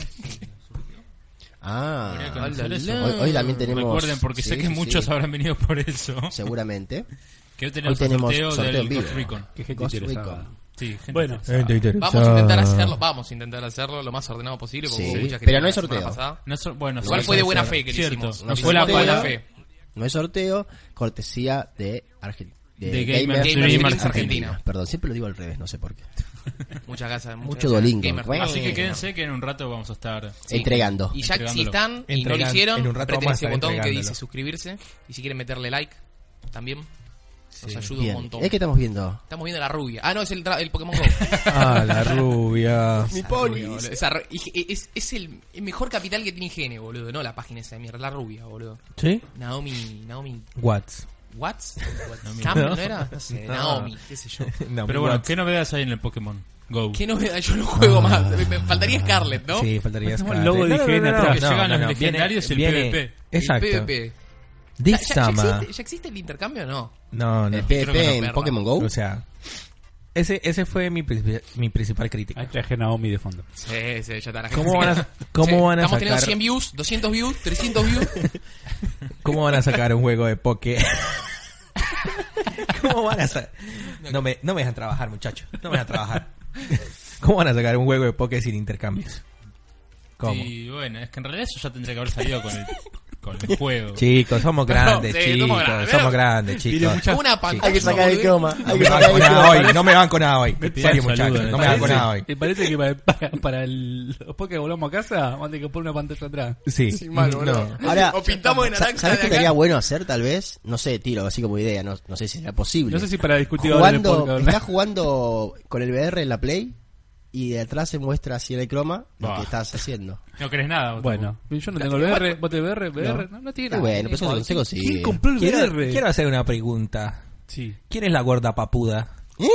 Ah, Habría que anunciar hola, eso. hola. hoy, hoy también tenemos. Recuerden, porque sí, sé que sí, muchos sí, habrán venido por eso. seguramente. Que hoy tenemos, Hoy tenemos el sorteo, sorteo en del vivo. Ghost Recon. Que gente Ghost interesada. Recon. Sí, gente Bueno. interesada. Vamos a intentar hacerlo, vamos a intentar hacerlo lo más ordenado posible. Porque Sí, hubo mucha pero crítica no hay la semana sorteo. pasada. No so- bueno, Igual sí, fue de puede buena ser. fe que lo Cierto. hicimos. No Lo fue hicimos la de buena pala- fe. No hay sorteo, cortesía de Argentina. De Gamers Gamers Dream Dream Argentina. Argentina. Perdón, siempre lo digo al revés, no sé por qué. Muchas gracias. muchas Mucho gracias. Duolingo. Gamers Bueno. Dream. Así que quédense que en un rato vamos a estar... Sí. Entregando. Y ya si Entregándolo. están y no lo Entregan- hicieron, en un rato aprieten vamos a ese estar botón que entregándolo. dice suscribirse. Y si quieren meterle like, también nos ayuda Bien. un montón. Es que estamos viendo. Estamos viendo la rubia. Ah, no, es el, dra- el Pokémon Go. Ah, la rubia. Mi pony. Esa ru- y- es, es el, el mejor capital que tiene I G N, boludo. No la página esa de mierda, la rubia, boludo. ¿Sí? Naomi. Naomi. Watts. ¿Watts? ¿Campbell no era? No sé, No. Naomi, qué sé yo. No, Pero bueno, Watts. ¿qué novedades hay en el Pokémon Go? ¿Qué novedad? Yo no juego más. Me, me faltaría Scarlet, ¿no? Sí, faltaría Tenemos Scarlet. el logo de I G N atrás. Que llegan los legendarios y el viene- PvP. Exacto. El PvP. ¿Ya, This ya- ya summer. existe, ¿Ya existe el intercambio o no? No, no. El creo que PvP no, en perra. Pokémon Go. O sea, ese ese fue mi, princip- mi principal crítica. Ahí traje a Naomi de fondo. Sí, sí, ya está la gente. ¿Cómo se van a- queda- cómo Sí, van a Estamos teniendo sacar- cien views, doscientos views, trescientos views. ¿Cómo van a sacar un juego de Poké? ¿Cómo van a sacar? No me, no me dejan trabajar, muchachos. No me dejan trabajar. ¿Cómo van a sacar un juego de Poké sin intercambios? ¿Cómo? Y bueno, es que en realidad eso ya tendría que haber salido con el, con el juego. Chicos, somos grandes, sí, chicos. somos Somos grandes. grandes, chicos. Una pantalla. Hay que sacar el boludo. croma. No Hay me que van sacar con el nada croma. hoy. No me van con nada hoy. Me En piden serio, saludos, muchachos. No me me van con nada hoy. Me parece que para, para, para el, después que volvamos a casa, vamos a tener que poner una pantalla atrás. Sí. Sí, mal, boludo. No. Ahora, O pintamos de sa- naranja ¿sabes de qué acá? estaría bueno hacer tal vez? No sé, tiro así como idea, no, no sé si será posible. No sé si para discutir ahora en el Jugando, podcast. estás jugando con el V R en la Play y de atrás se muestra así en el croma lo Bah. que estás haciendo. No querés nada. vos Bueno, yo no tengo el V R, vos tenés V R, V R, no, no tiene Y nada. bueno, pues eso se ¿Quién consigue. compró el Quiero, V R? quiero hacer una pregunta. Sí. ¿Quién es la gorda papuda? ¿Eh?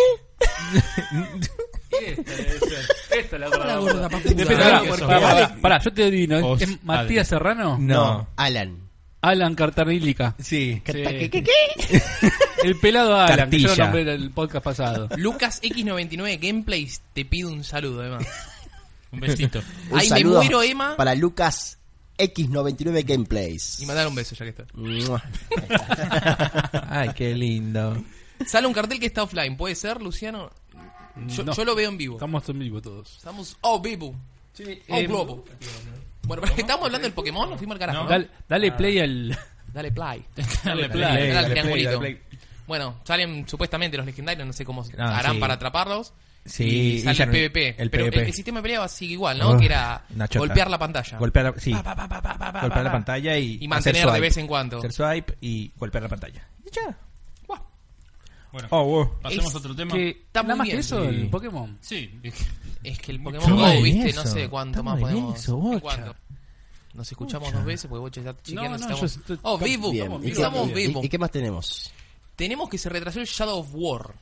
Esta debe ser. Esta es la gorda. la gorda papuda? Depende, Dale, pará, que pará, sos pará, pará, yo te adivino. ¿eh? Os- ¿Es Matías Adri. Serrano? No. Alan. Alan Cartarílica. Sí. Sí. ¿Qué, qué, qué? El pelado Alan, que yo lo Cartilla. nombré en el podcast pasado. Lucas X noventa y nueve Gameplays te pido un saludo, Emma. Un besito. Un Ay, me saludo muero, Emma. para Lucas X noventa y nueve Gameplays. Y mandar un beso ya que está. Mua. Ay, qué lindo. Sale un cartel que está offline. ¿Puede ser, Luciano? Yo, No. yo lo veo en vivo. Estamos en vivo todos. Estamos. Oh, vivo. Oh, eh, globo. Bueno, pero estamos hablando del Pokémon, nos fuimos al carajo. No. ¿no? Dale, dale play al... Dale play. Dale play. play, Dale al dale play, triangulito. dale play. Bueno, salen supuestamente los legendarios, no sé cómo Ah, harán sí. para atraparlos. Sí, y sale y ya el no- PvP. el pero PvP. el, el sistema de pelea sigue igual, ¿no? Oh, que era una chota. golpear la pantalla. Golpear la, sí, Pa, pa, pa, pa, pa, pa, pa, golpear la pa. pantalla y, Y mantener hacer de swipe. vez en cuando. Hacer swipe y golpear la pantalla. Y ya. Guau. Bueno, Oh, wow. pasemos Es a otro tema. Que, Está nada muy más bien. que eso, Sí. el Pokémon. Sí, Es que el Estamos Pokémon Go, en viste, eso, no sé cuánto estamos más en podemos. eso, ¿en bocha. cuánto? Nos escuchamos Bocha. dos veces porque Bocha está chequeando. no, estamos... yo estoy- Oh, vivo. Bien. Estamos ¿Y, qué, estamos y- vivo. y qué más tenemos? Tenemos que se retrasó el Shadow of War.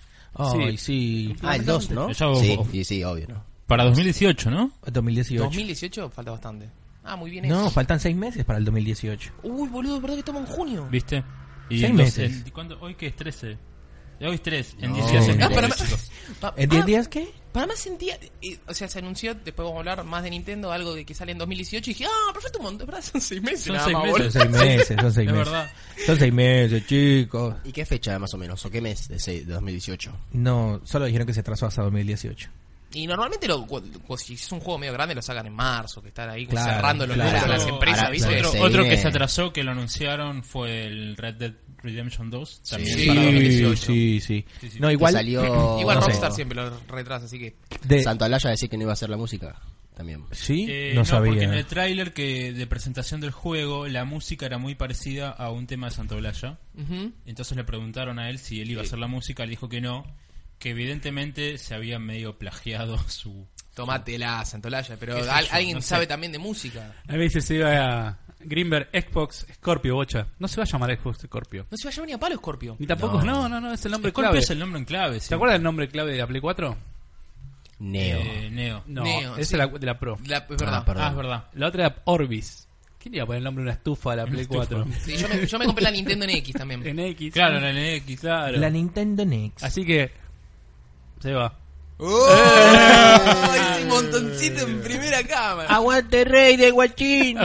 Ay, sí. Ah, el dos, ¿no? El Shadow Sí, of- sí, sí, obvio, ¿no? Para dos mil dieciocho, ¿no? dos mil dieciocho. dos mil dieciocho falta bastante. Ah, muy bien No, eso. faltan seis meses para el dos mil dieciocho. Uy, boludo, es verdad que estamos en junio. ¿Viste? Y Seis en dos- meses. en- ¿cuándo? ¿Hoy qué es? trece. Hoy es tres. En No. dieciocho. Ah, Ah, para, chicos. pa- ¿En diez ah, días qué? Para más sentía, eh, o sea, se anunció, después vamos a hablar más de Nintendo, algo de que sale en dos mil dieciocho y dije, ah, perfecto, un montón, ¿verdad? Son seis meses. Son nada seis más, meses. Son boludo. seis meses, son seis Es meses. verdad. Son seis meses, chicos. ¿Y qué fecha más o menos? ¿O qué mes de, ese- de dos mil dieciocho? No, solo dijeron que se atrasó hasta dos mil dieciocho. Y normalmente, lo, cu- cu- si es un juego medio grande, lo sacan en marzo, que están ahí Claro, cerrando los claro. números de las Otro- empresas, ahora, ¿viste? lo Otro, Se otro que viene- se atrasó, que lo anunciaron, fue el Red Dead Redemption dos. También Sí, para dos mil sí, dieciocho. sí, sí. Sí, sí. No, igual. Que salió- Igual no sé. Rockstar siempre lo retrasa, así que... de- Santolaya decía que no iba a hacer la música también. sí, Eh, no, no, sabía. porque en el tráiler que de presentación del juego, la música era muy parecida a un tema de Santaolalla. Ujú. Entonces le preguntaron a él si él iba a hacer la música, él dijo que no, que evidentemente se había medio plagiado su... Tómatela, Santolaya, pero ¿Qué sé al- yo? alguien No sé. sabe también de música. A mí dice se iba a Greenberg, Xbox, Scorpio, bocha. No se va a llamar Xbox Scorpio. No se va a llevar ni a palo Scorpio. Ni tampoco, no, no, no, es el nombre Scorpio clave. es el nombre en clave, sí. ¿Te acuerdas del nombre clave de la Play cuatro? Neo. Eh, Neo. No, Neo, esa sí. es la de la Pro. La- es verdad. Ah, perdón. Ah, es verdad. La otra era Orbis. ¿Quién iba a poner el nombre de una estufa de la Play estufa. cuatro? Sí, yo, me, yo me compré la Nintendo en X también. En X. Claro, en el X. Claro. La Nintendo Next. Así que se va. ¡Oh! Ese montoncito en primera cámara. Aguante rey de guachín.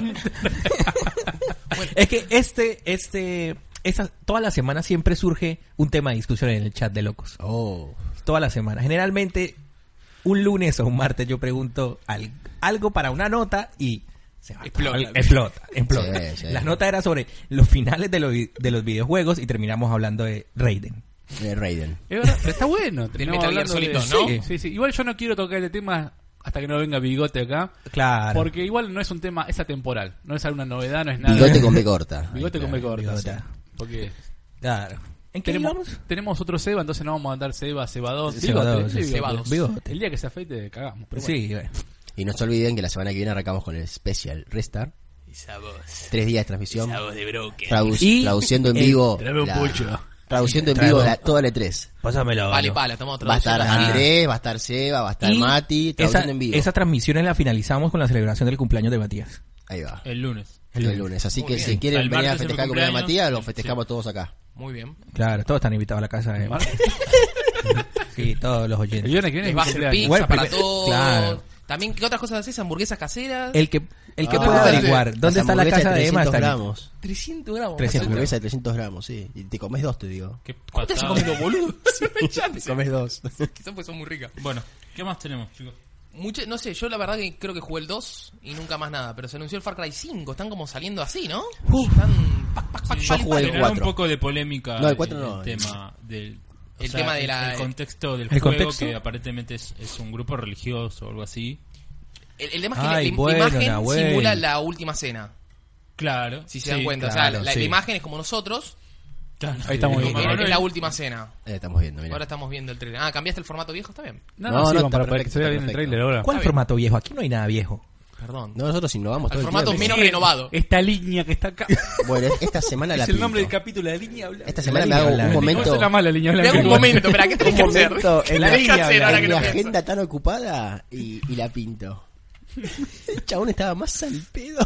Es que este, este, esa, toda la semana siempre surge un tema de discusión en el chat de locos. Oh. Toda la semana. Generalmente, un lunes o un martes yo pregunto al- algo para una nota y se va. Explota. Explota, explota. Sí, sí. La nota era sobre los finales de, los vi- de los videojuegos y terminamos hablando de Raiden. De Raiden. Es verdad, pero está bueno. terminamos Metal Gear hablando Solid de- dos, ¿no? Sí, sí, sí. Igual yo no quiero tocar el tema hasta que no venga Bigote acá. Claro. Porque igual no es un tema, es atemporal. No es alguna novedad, no es nada. Bigote con B corta. Bigote Ahí con B está. corta. Bigote. sí. Porque Claro. ¿En qué tenemos, íbamos? tenemos otro Seba, entonces no vamos a mandar Seba, Seba dos. Seba Bigote, dos, sí, sí. Bigote. Seba dos. Bigote. El día que se afeite, cagamos. Pero bueno. Sí, bueno. Y no se olviden que la semana que viene arrancamos con el Special Restart. Esa voz. Tres días de transmisión. Esa voz de broker. Tradu- Y- traduciendo en eh, vivo. tráeme un la- pucho. Traduciendo en Trae vivo dos. la- toda la E tres. Pásamelo. Vale, ¿no? pala, estamos Va a estar traduciendo así. Andrés, va a estar Seba, va a estar Y Mati. esa, Traduciendo en vivo. esa transmisión la finalizamos con la celebración del cumpleaños de Matías. Ahí va. El lunes. El, lunes. Así Muy que bien. si quieren El venir a martes es mi festejar el cumpleaños de cumpleaños. Matías, lo Sí, festejamos todos acá. Muy bien. Claro, todos están invitados a la casa de Mar- Sí, todos los El oyentes. viernes que viene Les es va a mi hacer cumpleaños. pizza Igual, para primer- todos. claro. También, ¿qué otras cosas haces? Hamburguesas caseras. El que, el que Ah, pueda sí. averiguar Las dónde está la hamburguesas casa de Emma trescientos está ahí. gramos. trescientos gramos. trescientos. Hamburguesa de trescientos gramos, sí. Y te comes dos, te digo. Qué ¿Cómo te has patada. comido, boludo? Si no hay chance. Te comes dos. Quizás pues son muy ricas. Bueno, ¿qué más tenemos, chicos? Mucho, no sé, yo la verdad que creo que jugué el dos y nunca más nada. Pero se anunció el Far Cry cinco. Están como saliendo así, ¿no? Están... pac, pac, pac, Yo pal, jugué el pal. Generó un cuatro. poco de polémica No, el cuatro el, no. tema del... o El sea, tema de el- la- el contexto del ¿El juego, contexto? que aparentemente es, es un grupo religioso o algo así. El, el tema es que la- Ay, la, bueno, imagen Nahuel. simula la última cena. Claro. Si se Sí, dan cuenta. o claro, sea, la, sí. la imagen es como nosotros. Ahí estamos eh, viendo. es, Manuel. es la última cena. Eh, estamos viendo, mira. Ahora estamos viendo el trailer. Ah, ¿cambiaste el formato viejo? Está bien. No, No, no, sí, no, vamos, está para, para que perfecto, se vea está bien el perfecto. trailer ahora. ¿Cuál Está bien. formato viejo? Aquí no hay nada viejo. Perdón. No, nosotros innovamos Al todo el formato tiempo. menos Sí, renovado. Esta línea que está acá. Bueno, esta semana la es el nombre del pinto. capítulo, la línea blanca. Esta semana me línea hago un blanca. ¿Cómo momento. se llama la línea Me blanca? hago un igual? momento, espera, ¿qué tenés que hacer? momento ¿Qué en la tenés que línea hacer ahora En que mi lo pienso? agenda tan ocupada y, y la pinto. El chabón estaba más al pedo.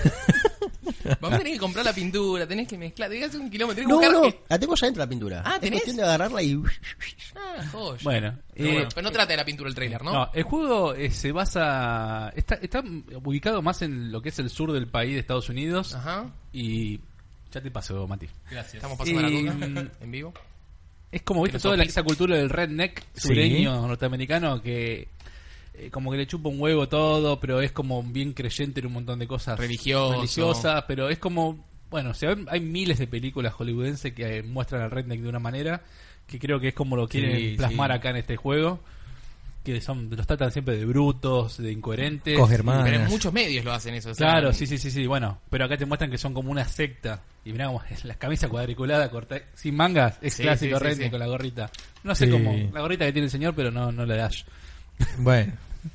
Vamos a tener que comprar la pintura, tenés que mezclar, tenés que hacer un kilómetro, tenés que No, buscar... no, que- la tengo ya dentro de la pintura. Ah, Es ¿tenés? cuestión de agarrarla y... Ah, joya. Bueno, Pero, eh, bueno, pero no trata de la pintura el trailer, ¿no? no, el juego eh, se basa. Está, está ubicado más en lo que es el sur del país de Estados Unidos. Ajá. Y. Ya te pasó, Mati. Gracias. Estamos pasando Y, la mm, duda en vivo. es como, viste, Los toda la, ojos. esa cultura del redneck sureño norteamericano que eh, como que le chupa un huevo todo, pero es como bien creyente en un montón de cosas Religioso. religiosas, pero es como, bueno, se ven, hay miles de películas hollywoodenses que eh, muestran al redneck de una manera que creo que es como lo quieren Sí, plasmar sí. acá en este juego, que son los tratan siempre de brutos, de incoherentes. Coge Pero en hermanas. muchos medios lo hacen eso. o sea, Claro, sí, sí, sí, sí, bueno, pero acá te muestran que son como una secta. Y mirá como es la camisa cuadriculada, corta, sin mangas, es Sí, clásico sí, sí, redneck sí. con la gorrita. No sé Sí. cómo, la gorrita que tiene el señor, pero no, no la de Ash. Bueno,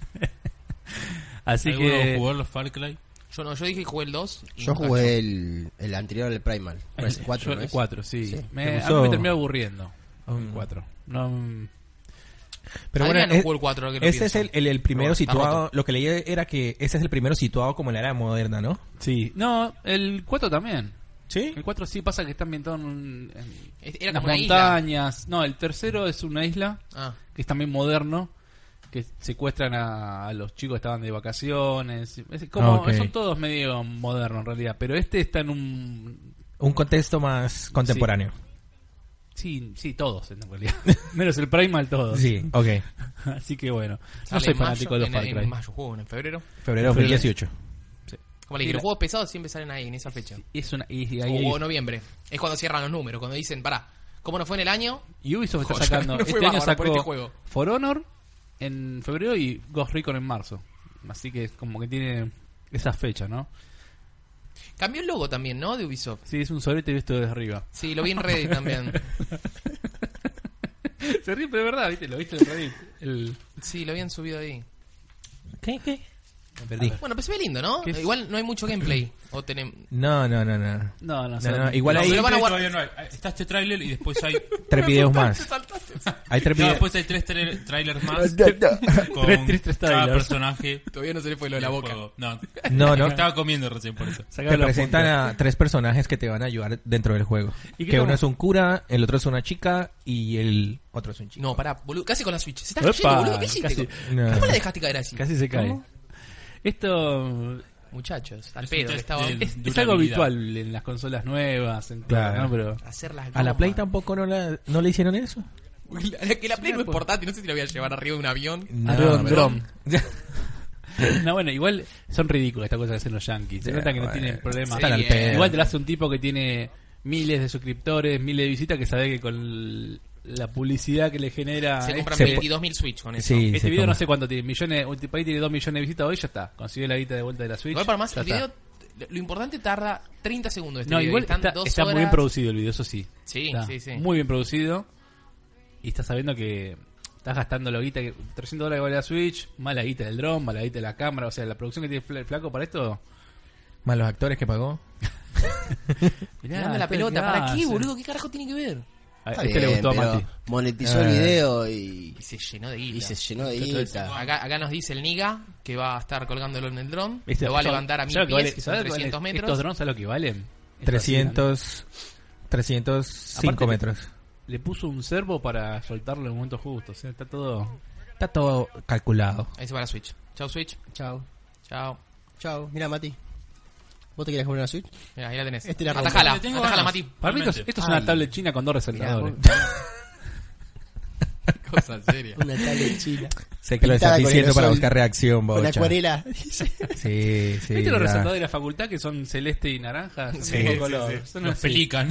Así ¿Alguno que jugó los Far Cry? Yo no, yo dije que jugué el dos. y Yo nunca jugué el, el anterior, el Primal. El cuatro, yo- ¿no el es? cuatro, sí. Sí. Me, ¿Te a gustó? mí me terminó aburriendo. El Mm. cuatro. No, mm, pero Adrián bueno, no es- jugó el cuatro, ahora que lo ese es pienso. el, el, el primero Está situado. roto. Lo que leí era que ese es el primero situado como en la era moderna, ¿no? sí. No, el cuatro también. Sí. El cuatro sí pasa que está ambientado en, en Era unas como una isla. montañas. No, el tercero es una isla Ah, que es también moderno, que secuestran a, a los chicos que estaban de vacaciones. Es como, Ah, ok. son todos medio modernos en realidad, pero este está en un... Un contexto más contemporáneo. Sí, sí, todos en realidad. Menos el Primal, todos. Sí, ok. Así que bueno, no sale soy en fanático mayo, de los en- Far En Cry. mayo juego, en febrero. Febrero dos mil dieciocho. Como le dije, los juegos pesados siempre salen ahí, en esa fecha. Es una, y, y ahí- O, o noviembre. Es cuando cierran los números. Cuando dicen, pará, ¿cómo no fue en el año? y Ubisoft está Joder, sacando... no fue este año bárbaro por sacó este juego. For Honor en febrero y Ghost Recon en marzo. Así que es como que tiene esas fechas, ¿no? Cambió el logo también, ¿no? De Ubisoft. Sí, es un sobrete visto desde arriba. Sí, lo vi en Reddit también. Se ríe, pero es verdad, ¿viste? Lo viste en Reddit. El... Sí, lo habían subido ahí. ¿Qué? ¿Qué? Me perdí. Bueno, pero se ve lindo, ¿no? ¿Qué es? Igual no hay mucho gameplay. O tenemos... No, no, no, no. No, no, No, sé. no, igual No, hay pero van a Todavía guardar- no hay. Está este tráiler y después hay... tres videos más. saltaste. Hay tres No, videos. después hay tres tra- trailers más con Tres tristes cada trailers. personaje Todavía no se le fue lo de la del boca. juego. No, No, no. Estaba comiendo recién por eso. Sacaron Te los presentan puntos. a tres personajes que te van a ayudar dentro del juego. ¿Y qué Que uno como? es un cura, el otro es una chica y el otro es un chico. No, pará, boludo. Casi con la Switch. Se está Epa, cayendo, boludo. ¿Qué hiciste? casi- No. ¿Cómo la dejaste caer así? Casi se cae. ¿Cómo? Esto Muchachos, al Es un pedo que test estaba. de- es, es algo durabilidad. habitual en las consolas nuevas, en todo, Claro. ¿no? Pero Hacer las A la gomas. Play tampoco no, la, no le hicieron eso. Que la Play no es portátil, no sé si la voy a llevar arriba de un avión. Arriba de un pero- dron. No, bueno, igual son ridículas estas cosas que hacen los yankees. Se Sí, nota que no bueno. tienen problemas. Están al bien. pedo. Igual te lo hace un tipo que tiene miles de suscriptores, miles de visitas, que sabe que con la publicidad que le genera Se compran este, veintidós mil Switch con eso. Sí, este se video toma. no sé cuánto tiene, millones, un tipo ahí tiene dos millones de visitas hoy, ya está, consiguió la guita de vuelta de la Switch. Igual para más, ya el está. video, lo importante tarda treinta segundos. Este No, video, igual y están está, dos está muy horas. bien producido el video, eso sí. Sí, Está sí, sí. Muy bien producido. Y estás sabiendo que estás gastando la guita, que trescientos dólares vale la Switch, más la guita del dron, más la guita de la cámara. O sea, la producción que tiene Fla- Flaco para esto. Más los actores que pagó. Mirá, Dame la esto pelota, es ¿para qué, gas, boludo? ¿Qué carajo tiene que ver? A Está este le bien, gustó a pero Mati. monetizó Eh. el video y, Y se llenó de guita. y se llenó de guita. Acá, acá nos dice el Niga que va a estar colgándolo en el dron. Este- Lo va a esto- levantar a mil ¿sabes lo pies, que vale- que son ¿sabes lo que vale trescientos metros. Estos drones, ¿sabes lo que valen? Esto trescientos, trescientos cinco Aparte, metros. Le puso un servo para soltarlo en el momento justo. O sea, está todo. Está todo calculado. Ahí se va la Switch. Chao, Switch. Chao. Chao. Chao. Mira, Mati. ¿Vos te querés comprar una Switch? Mira, ahí la tenés. Este la rompe. Atajala, Le tengo atajala, ganas. Mati. Para mí, esto, es- Realmente. esto es Ay. una tablet china con dos resaltadores. Cosa seria. Una tablet china. Sé que lo Pintada estás con diciendo aerosol, para buscar reacción, Con bocha. acuarela. Sí, sí. ¿Viste los ya. resaltadores de la facultad que son celeste y naranja? Son Sí, mismo sí, color. Son Los así. pelican.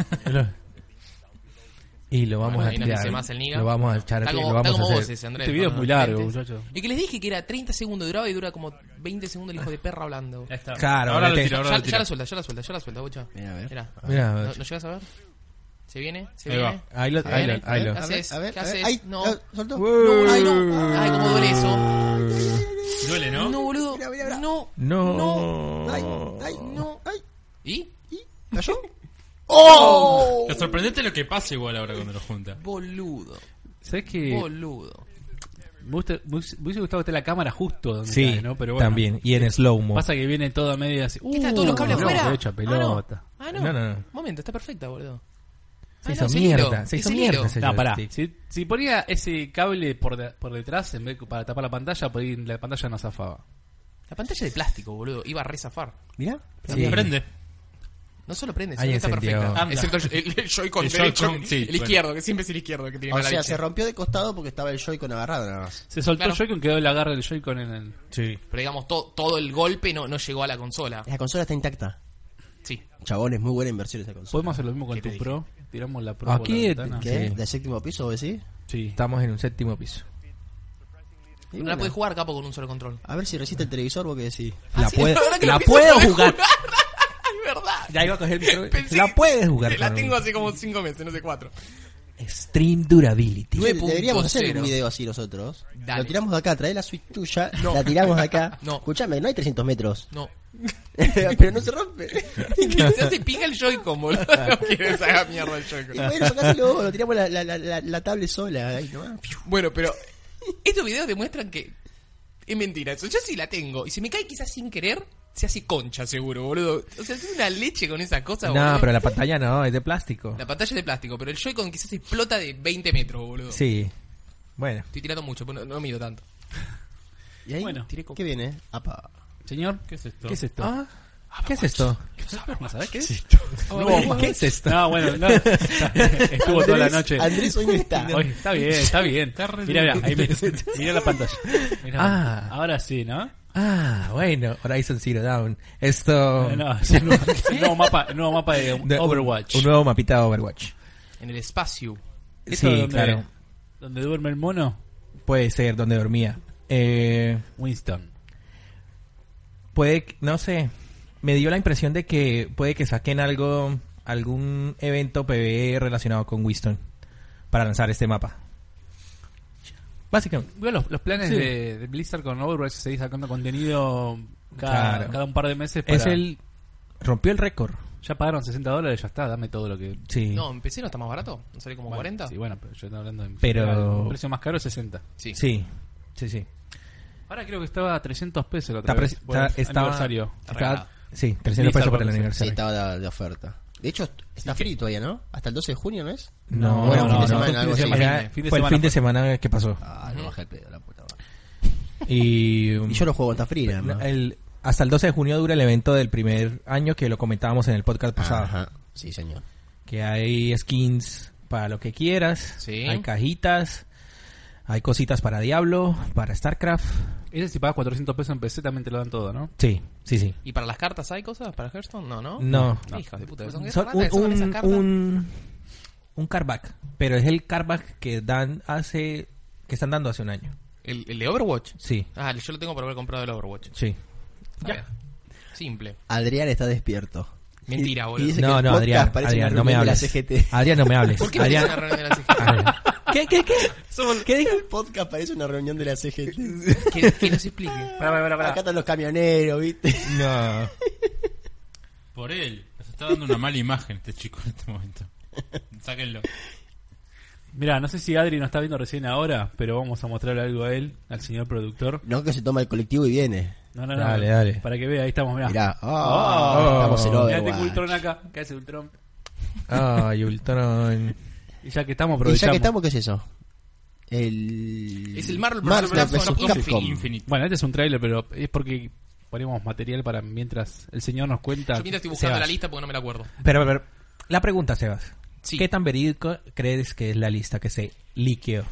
Y lo vamos Bueno, a ahí nos tirar. dice más el Niga. Lo vamos a echar Está aquí, como, lo está vamos a como hacer. vos ese, Andrés. Este video es con muy los largo, lentes. muchachos. Y que les dije que era treinta segundos duraba y dura como veinte segundos el hijo de perra hablando. Ya está. Claro, ahora lo vete. tiro, ahora Ya, lo ya tiro. la suelta, ya la suelta, ya la suelta, bocha. Mira, a ver. Mira. Mira, a ¿No, ver. ¿No llegas a ver? ¿Se viene? ¿Se Ahí viene? Ahí lo, ¿Se ahí lo, viene? ahí lo. ¿Qué A ver, haces? a ver, ¿Qué a ver. haces? Ay, No. ah, ¿soltó? No, ay, no. Ay, cómo duele eso. Duele, ¿no? No, boludo. Mira, mira, mira. No. No. No. Ay, ay, No. ay. ¿Y? ¿Cayó? ¡Oh! Lo sorprendente es lo que pasa igual ahora cuando lo junta. Boludo. ¿Sabes qué? Boludo. Me, gusta, me hubiese me hubiese gustado que esté la cámara justo donde Sí, cae, ¿no? Pero bueno, también. Y en slow-mo. pasa que viene todo medio así. ¿Qué está todos los cables no, afuera? se echa pelota. Ah, no. No, Ah, no, no. no. Momento, está perfecta, boludo. Se Ah, hizo no, es el hilo. mierda. Se Es hizo el mierda hilo. ese No, pará. joystick. Si, si ponía ese cable por, de- por detrás en vez de para tapar la pantalla, por ahí la pantalla no zafaba. La pantalla de plástico, boludo. Iba a rezafar. Mira. Sí. Prende. No solo prende, Ahí sino que está encendió. perfecta. Anda. Excepto el, el, el Joy-Con El derecho, Joy-Con, sí, el bueno. izquierdo, que siempre es el izquierdo que tiene O mala sea, leche. se rompió de costado porque estaba el Joy-Con agarrado nada más. Se soltó Claro. el Joy-Con, quedó el agarre del Joy-Con en el... Sí. Pero digamos, to- todo el golpe no, no llegó a la consola. La consola está intacta. Sí. Chabón, es muy buena inversión esa consola. Podemos hacer lo mismo con ¿Qué te tu dije? Pro. Tiramos la Pro Aquí, por la ventana. ¿Qué? Sí. ¿Del séptimo piso, vos decís? Sí. Estamos en un séptimo piso. Y No la bueno, puedes jugar, capo, con un solo control. a ver si resiste el televisor, vos qué decís. La, Ah, sí, puede- la verdad que la lo pienso puedo poder jugar. Es verdad. Ya iba a coger el micrófono. Pensé La que- puedes jugar. La con tengo un- hace como cinco meses, no sé, cuatro. Extreme Durability. nueve punto Deberíamos hacer cero. un video así nosotros. Dale. Lo tiramos de acá, trae la Switch tuya, No. la tiramos de acá. No. Escuchame, no hay trescientos metros. No. Pero no se rompe. Que se hace pija el Joy-Con, boludo. No quiero que haga mierda el Y Joy-Con. bueno, sacáselo, lo tiramos la, la, la, la, la tablet sola. Ahí nomás. Bueno, pero estos videos demuestran que es mentira eso. Yo sí la tengo. Y si me cae quizás sin querer, se hace concha seguro, boludo. O sea, es una leche con esa cosa, No, boludo. pero la pantalla no, es de plástico. La pantalla es de plástico, pero el Joy-Con quizás explota de veinte metros, boludo. Sí. Bueno. Estoy tirando mucho, pero no, no mido tanto. Y ahí, Bueno. Tiré coco. ¿qué viene? Apa. Señor, ¿Qué es esto? ¿qué es esto? Ah, ¿qué es esto? ¿No sabés qué es? No, ¿qué es esto? No, bueno, no. Estuvo toda la noche. Andrés hoy no está. Oye, está bien, está bien. Mira, mira, ahí me, mira la pantalla. Mirá, Ah. ahora sí, ¿no? Ah, bueno, Horizon Zero Dawn. Esto... Eh, No, es el nuevo, es el nuevo mapa, el nuevo mapa de de- Overwatch. Un, un nuevo mapita de Overwatch. En el espacio. ¿Esto Sí, donde- claro. ¿Donde duerme el mono? Puede ser donde dormía. Eh, Winston. puede, que- no sé, me dio la impresión de que puede que saquen algo, algún evento P V E relacionado con Winston para lanzar este mapa. Básicamente. Veo los, los planes Sí. de, de Blizzard con Overwatch, seguir sacando contenido cada, Claro. cada un par de meses. Para, Es el... Rompió el récord. Ya pagaron sesenta dólares, ya está, dame todo lo que... Sí. No, en P C no está más barato. ¿No sale como Bueno, cuarenta? Sí, bueno, pero yo estoy hablando de... Pero- El precio más caro es sesenta. Sí. Sí, sí, sí. Ahora creo que estaba a trescientos pesos la otra Está vez. pre- por el está- estaba- aniversario. Está Está, regalado. sí, trescientos pesos por el Blizzard, Sí, aniversario. estaba de, de oferta. De hecho, está free todavía, ¿no? Hasta el doce de junio, ¿no es? No, Bueno, no, fin de no, semana, no, algo fin de así. semana, Fin- fin de fue el semana fin de fue. semana que pasó. Ah, no bajé el pedo, la puta madre. Y, um, Y yo lo juego, está free, nada más. el, hasta el doce de junio dura el evento del primer año que lo comentábamos en el podcast pasado. Ajá, sí, señor. Que hay skins para lo que quieras, Sí. hay cajitas, hay cositas para Diablo, para StarCraft. Ese si pagas cuatrocientos pesos en P C también te lo dan todo, ¿no? Sí, sí, sí. ¿Y para las cartas hay cosas? ¿Para Hearthstone? No, ¿no? No. No. Hijas de puta. ¿Son, Son ratas un, que sacan esas un, cartas? un, un cardback, pero es el cardback que dan hace, que están dando hace un año. ¿El, ¿El de Overwatch? Sí, Ah, yo lo tengo por haber comprado el Overwatch. sí. Está bien. Simple. Adrián está despierto. Mentira, Y- boludo. Y dice que No, el no, podcast Adrián, parece Adrián, una no me reunión de la hables. C G T. Adrián, no me hables. ¿Por qué Adrián, me una reunión de la C G T? Adrián. ¿Qué, qué, qué? ¿Qué dijo? El podcast parece una reunión de la C G T. Que, que nos explique. Acá están los camioneros, ¿viste? No. Por él. Nos está dando una mala imagen este chico en este momento. Sáquenlo. Mira, no sé si Adri nos está viendo recién ahora, pero vamos a mostrarle algo a él, al señor productor. No, que se toma el colectivo y viene. No, no, no. Dale, dale. Para que vea, ahí estamos, mirá. Mirá, oh, Oh. estamos en Mirá, Overwatch. tengo Ultron acá. ¿Qué hace Ultron? Ay, Ultron. Y ya que estamos, Y ya aprovechamos. que estamos, ¿qué es eso? El... Es el Marvel Marvel versus versus Capcom Capcom. Infinite. Bueno, este es un tráiler, pero es porque ponemos material para mientras el señor nos cuenta. Yo mientras estoy buscando Sebas. la lista porque no me la acuerdo. Pero, pero, la pregunta, Sebas. Sí. ¿Qué tan verídico crees que es la lista que se liqueó?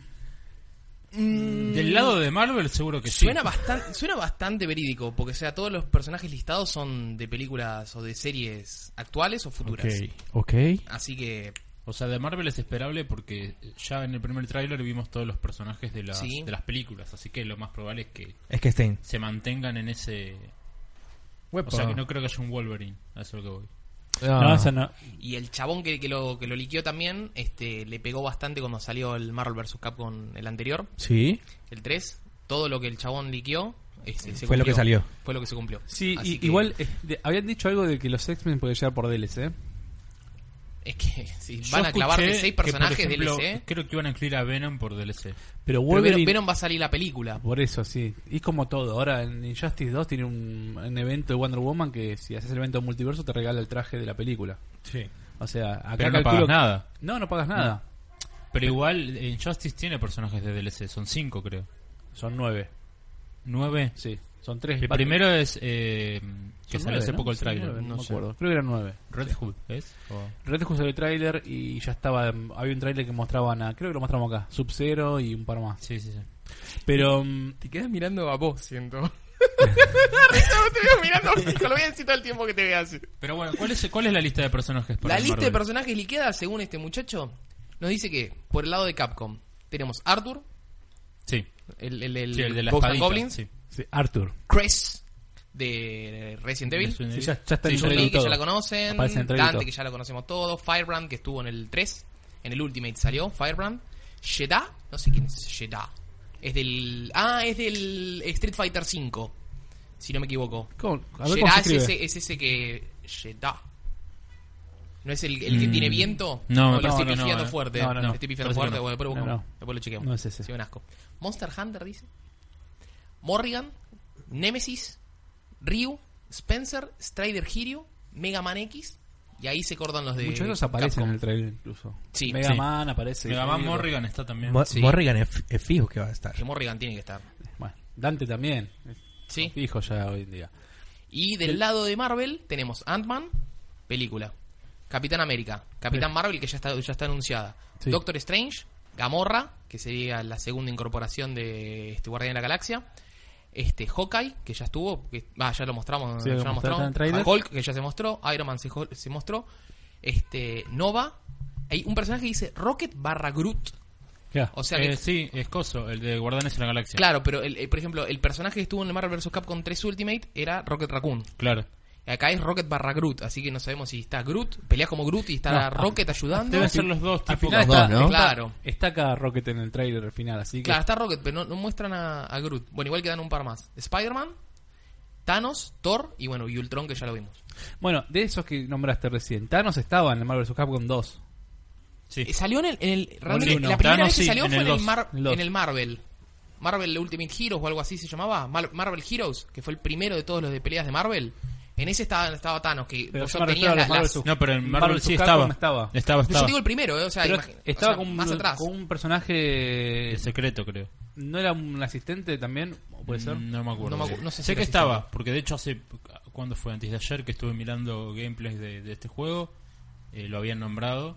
Del lado de Marvel seguro que sí. Suena bastante, suena bastante verídico, porque o sea, todos los personajes listados son de películas o de series actuales o futuras. ok. Así que O sea, de Marvel es esperable porque ya en el primer tráiler vimos todos los personajes de las, Sí. de las películas. Así que lo más probable es que Es que estén. se mantengan en ese... O sea, que no creo que haya un Wolverine. A eso es lo que voy. No, eso no. y el chabón que, que lo que lo liqueó también, este, le pegó bastante cuando salió el Marvel versus. Capcom el anterior, Sí. el tres. Todo lo que el chabón liqueó este, se Fue lo cumplió. que salió. Fue lo que se cumplió. Sí, Así y- que igual eh, de- habían dicho algo de que los X-Men podían llegar por D L C. es que si Yo van a clavarte escuché seis que, por personajes ejemplo, D L C, creo que iban a incluir a Venom por D L C. Pero pero Wolverine. Venom, Venom va a salir la película. Por eso, sí. Y es como todo. Ahora en Injustice dos tiene un, un evento de Wonder Woman que si haces el evento de multiverso te regala el traje de la película. Sí. O sea, acá Pero no calculo- pagas nada. No, no pagas nada. Pero igual Injustice tiene personajes de D L C. Son cinco, creo. Son nueve. ¿Nueve? Sí. Son tres. El partes. primero es eh, que Son salió hace nueve, poco ¿no? el Sí, tráiler. nueve, no, No me sé. acuerdo. Creo que eran nueve. Red Hood, ¿es? O- Red Hood salió el tráiler y ya estaba. Había un tráiler que mostraban a. Creo que lo mostramos acá. Sub-Zero y un par más. Sí, sí, sí. Pero. mm, Te quedas mirando a vos, siento. Te veo mirando, te lo voy a decir todo el tiempo que te veas. Pero bueno, ¿cuál es, cuál es la lista de personajes para La el lista de Marvel? personajes liqueada, según este muchacho, nos dice que por el lado de Capcom tenemos Arthur, Sí, el, el, el, sí, el de la Ghosts and espadita. Goblins, Sí. sí, Arthur. Crest de Resident Evil, Resident Sí, Evil. ya, ya está Sí, en yo el Chun-Li, trailer y que todo. ya la conocen, Aparece en el trailer y Dante, todo. que ya la conocemos todos, Firebrand, que estuvo en el tres, en el Ultimate salió, Firebrand, Jeddah, no sé quién es Jeddah, es del... Ah, es del Street Fighter cinco, si no me equivoco. ¿Cómo? A ver cómo Jeddah se es escribe. ese, es ese que... Jeddah. ¿No es el, el que Mm. tiene viento? No, ¿O no, lo estoy no, pifiando no, fuerte? no, no, ¿Lo no. estoy pifiando Parece que fuerte? no. Bueno, después lo buscamos. No, no. Después lo chequeamos. No es ese. Sí, un asco. Monster Hunter dice. Morrigan, Nemesis, Ryu, Spencer, Strider Hero, Mega Man X. Y ahí se cortan los de Muchos de esos aparecen Capcom. en el trailer incluso. Sí. Mega Sí. Man aparece. Mega Man Sí, Morrigan está también. Mo- Sí. Morrigan es, es fijo que va a estar. Que Morrigan tiene que estar. Bueno, Dante también. Sí. Fijo ya hoy en día. Y del lado de Marvel tenemos Ant-Man, película. Capitán América, Capitán Sí. Marvel, que ya está, ya está anunciada. Sí. Doctor Strange, Gamorra, que sería la segunda incorporación de este Guardián de la Galaxia. Este Hawkeye, que ya estuvo, que, ah, ya lo mostramos, Sí, ya lo lo mostraron en el mostramos. tráiler. Hulk, que ya se mostró. Iron Man se, se mostró. Este Nova. Hay un personaje que dice Rocket barra Groot. Ya. O sea que Eh, sí, es Coso, el de Guardianes de la Galaxia. claro, pero el, el- por ejemplo, el personaje que estuvo en el Marvel versus. Capcom tres Ultimate era Rocket Raccoon. Claro. Y acá es Rocket barra Groot, así que no sabemos si está Groot, pelea como Groot y está No, Rocket ayudando. Deben ser los dos, Al tipo final los está, dos, ¿no? está- Claro. está acá Rocket en el trailer al final, así que Claro, está Rocket, pero no, no muestran a, a Groot. Bueno, igual quedan un par más. Spider-Man, Thanos, Thor y bueno, y Ultron, que ya lo vimos. bueno, de esos que nombraste recién, Thanos estaba en el Marvel versus. Capcom dos. Sí. Eh, Salió en el... En el realmente, uno. la primera Thanos vez que sí, salió en fue el en el, dos. Mar- El dos. en el Marvel. Marvel Ultimate Heroes o algo así se llamaba. Mar- Marvel Heroes, que fue el primero de todos los de peleas de Marvel. En ese estaba, estaba Thanos, que Pero vos yo me tenías refiero a la- los Marvel las... versus. No, pero en Marvel, Marvel sí versus. estaba. Capcom estaba. Estaba, Yo estaba. digo el primero, eh, o sea, Pero imagi- estaba o sea, con, un, más atrás. con un personaje. El secreto, creo. ¿No era un asistente también? ¿O puede ser? Mm, No me acuerdo. No me acu- no sé si sé era que así estaba, también. porque de hecho hace... ¿Cuándo fue? Antes de ayer que estuve mirando gameplays de, de este juego. eh, lo habían nombrado.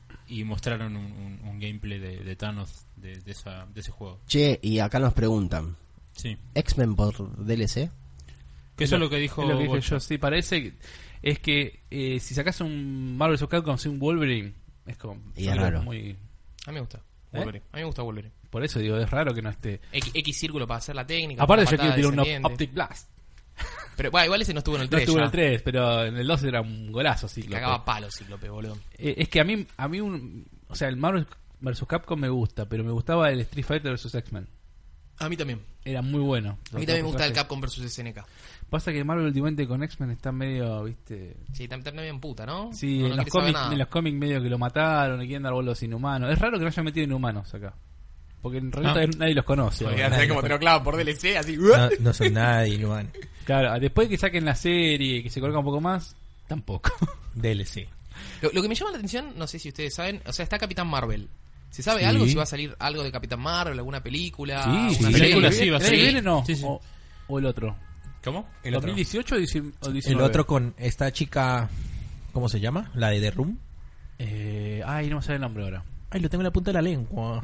Y mostraron un, un- un gameplay de, de Thanos de, de, esa, de ese juego. Che, y acá nos preguntan, Sí. ¿X-Men por D L C? Que eso es lo que dijo Es lo que dije Bocha. yo, sí, parece que- es que eh, si sacas un Marvel versus. Capcom sin un Wolverine, es como. Y es algo raro. muy- A mí me gusta. ¿Eh? Wolverine. A mí me gusta Wolverine. por eso digo, es raro que no esté. X, X círculo para hacer la técnica. Aparte, para yo quiero patada tirar un op- descendiente. Optic Blast. Pero bueno, igual ese no estuvo en el No tres. estuvo en ya. el tres, pero en el dos era un golazo, sí. Que cagaba palo, Cíclope, boludo. Eh, es que a mí, a mí un, o sea, el Marvel versus. Capcom me gusta, pero me gustaba el Street Fighter versus. X-Men. A mí también. Era muy bueno. A mí también me gusta el Capcom versus S N K. Pasa que el Marvel Ultimate con X-Men está medio, viste... Sí, también medio puta, ¿no? Sí, no, en, no los quiere saber cómics, nada. en los cómics medio que lo mataron y quieren dar bolos inhumanos. Es raro que no hayan metido inhumanos acá. Porque en realidad nadie los conoce. Porque ahora. ya sabés cómo te lo clavan por D L C, así. No, no son nadie, no van. Claro, después que saquen la serie y que se coloca un poco más, tampoco. D L C. Lo, lo que me llama la atención, no sé si ustedes saben, o sea, está Capitán Marvel. ¿Se sabe Sí. algo? Si va a salir algo de Capitán Marvel, alguna película, Sí, una sí. serie? película sí va a ¿El ser. que viene no? Sí, sí. O, o el otro. ¿Cómo? El otro. ¿dos mil dieciocho o dieci- o El diecinueve? otro con esta chica, ¿cómo se llama? La de The Room. Eh, ay, no me sale el nombre ahora. Ay, lo tengo en la punta de la lengua.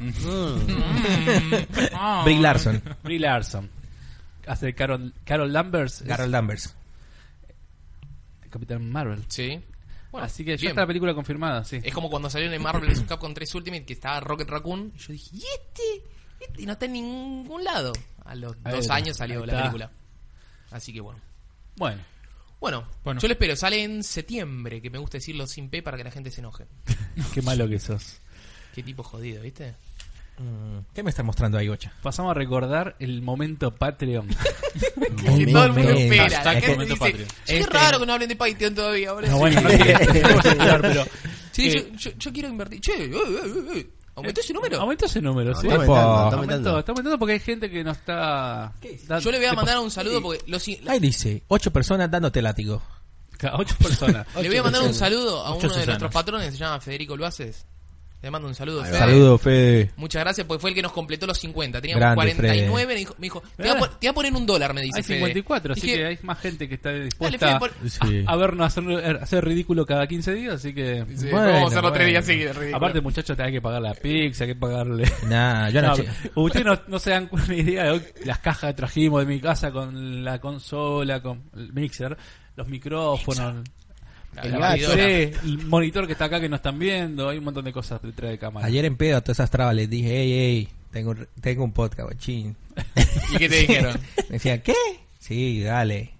Ah. Brie Larson. Brie Larson. Hace de Carol, Carol Danvers. es Carol Danvers. Capitán Marvel. Sí. Bueno, Así que ya bien. está la película confirmada, sí. Es como cuando salió en el Marvel versus. Capcom tres Ultimate que estaba Rocket Raccoon. Y yo dije, ¿y este? Este y no está en ningún lado. A los Ahí dos está. años salió Ahí la está. película. Así que bueno. Bueno, Bueno, Bueno. yo lo espero. Sale en septiembre, que me gusta decirlo sin P para que la gente se enoje. qué malo que sos. Qué tipo jodido, ¿viste? Mm, ¿Qué me está mostrando ahí, Gocha? Pasamos a recordar el momento Patreon. Que todo el mundo Momento. espera. Hashtag La gente momento dice, Patreon. "Che, qué Este- raro que no hablen de Patreon todavía. Ahora No, sí". bueno, no tiene- tenemos que hablar, pero Sí, eh, yo, yo, yo quiero invertir. Che, eh, eh, eh, ¿aumentó ese número? aumentó ese número, sí. Está Epa. aumentando, está Aumentó, aumentando. está aumentando porque hay gente que no está... da- Yo le voy a de mandar pos- un saludo porque los, in- Ahí dice, ocho personas dándote látigo. A ocho personas. le voy a mandar un saludo a Ocho uno de Susanas. nuestros patrones, se llama Federico Luaces. Le mando un saludo, Fede. Saludos, Fede. Muchas gracias, porque fue el que nos completó los cincuenta. Teníamos Grande, cuarenta y nueve. Fede. Me dijo, me dijo te, voy a, pon- te voy a poner un dólar, me dice Hay Fede. cincuenta y cuatro, así Dije, que hay más gente que está Dale, dispuesta Fede, pon- Sí. a, a vernos hacer, hacer ridículo cada quince días, así que... Sí, Bueno, vamos a hacerlo tres bueno. días seguidos. ridículo. Aparte, muchachos, hay que pagar la pizza, hay que pagarle... Nah, yo no, No, che- ustedes no, no se dan una idea de hoy, las cajas que trajimos de mi casa con la consola, con el mixer, los micrófonos, La- El la gato. batidora. sí, el monitor que está acá que no están viendo, hay un montón de cosas detrás de cámara. Ayer en pedo a todas esas trabas les dije, hey, hey, tengo, un- tengo un podcast, guachín. ¿Y qué te dijeron? Me decían, ¿qué? Sí, dale.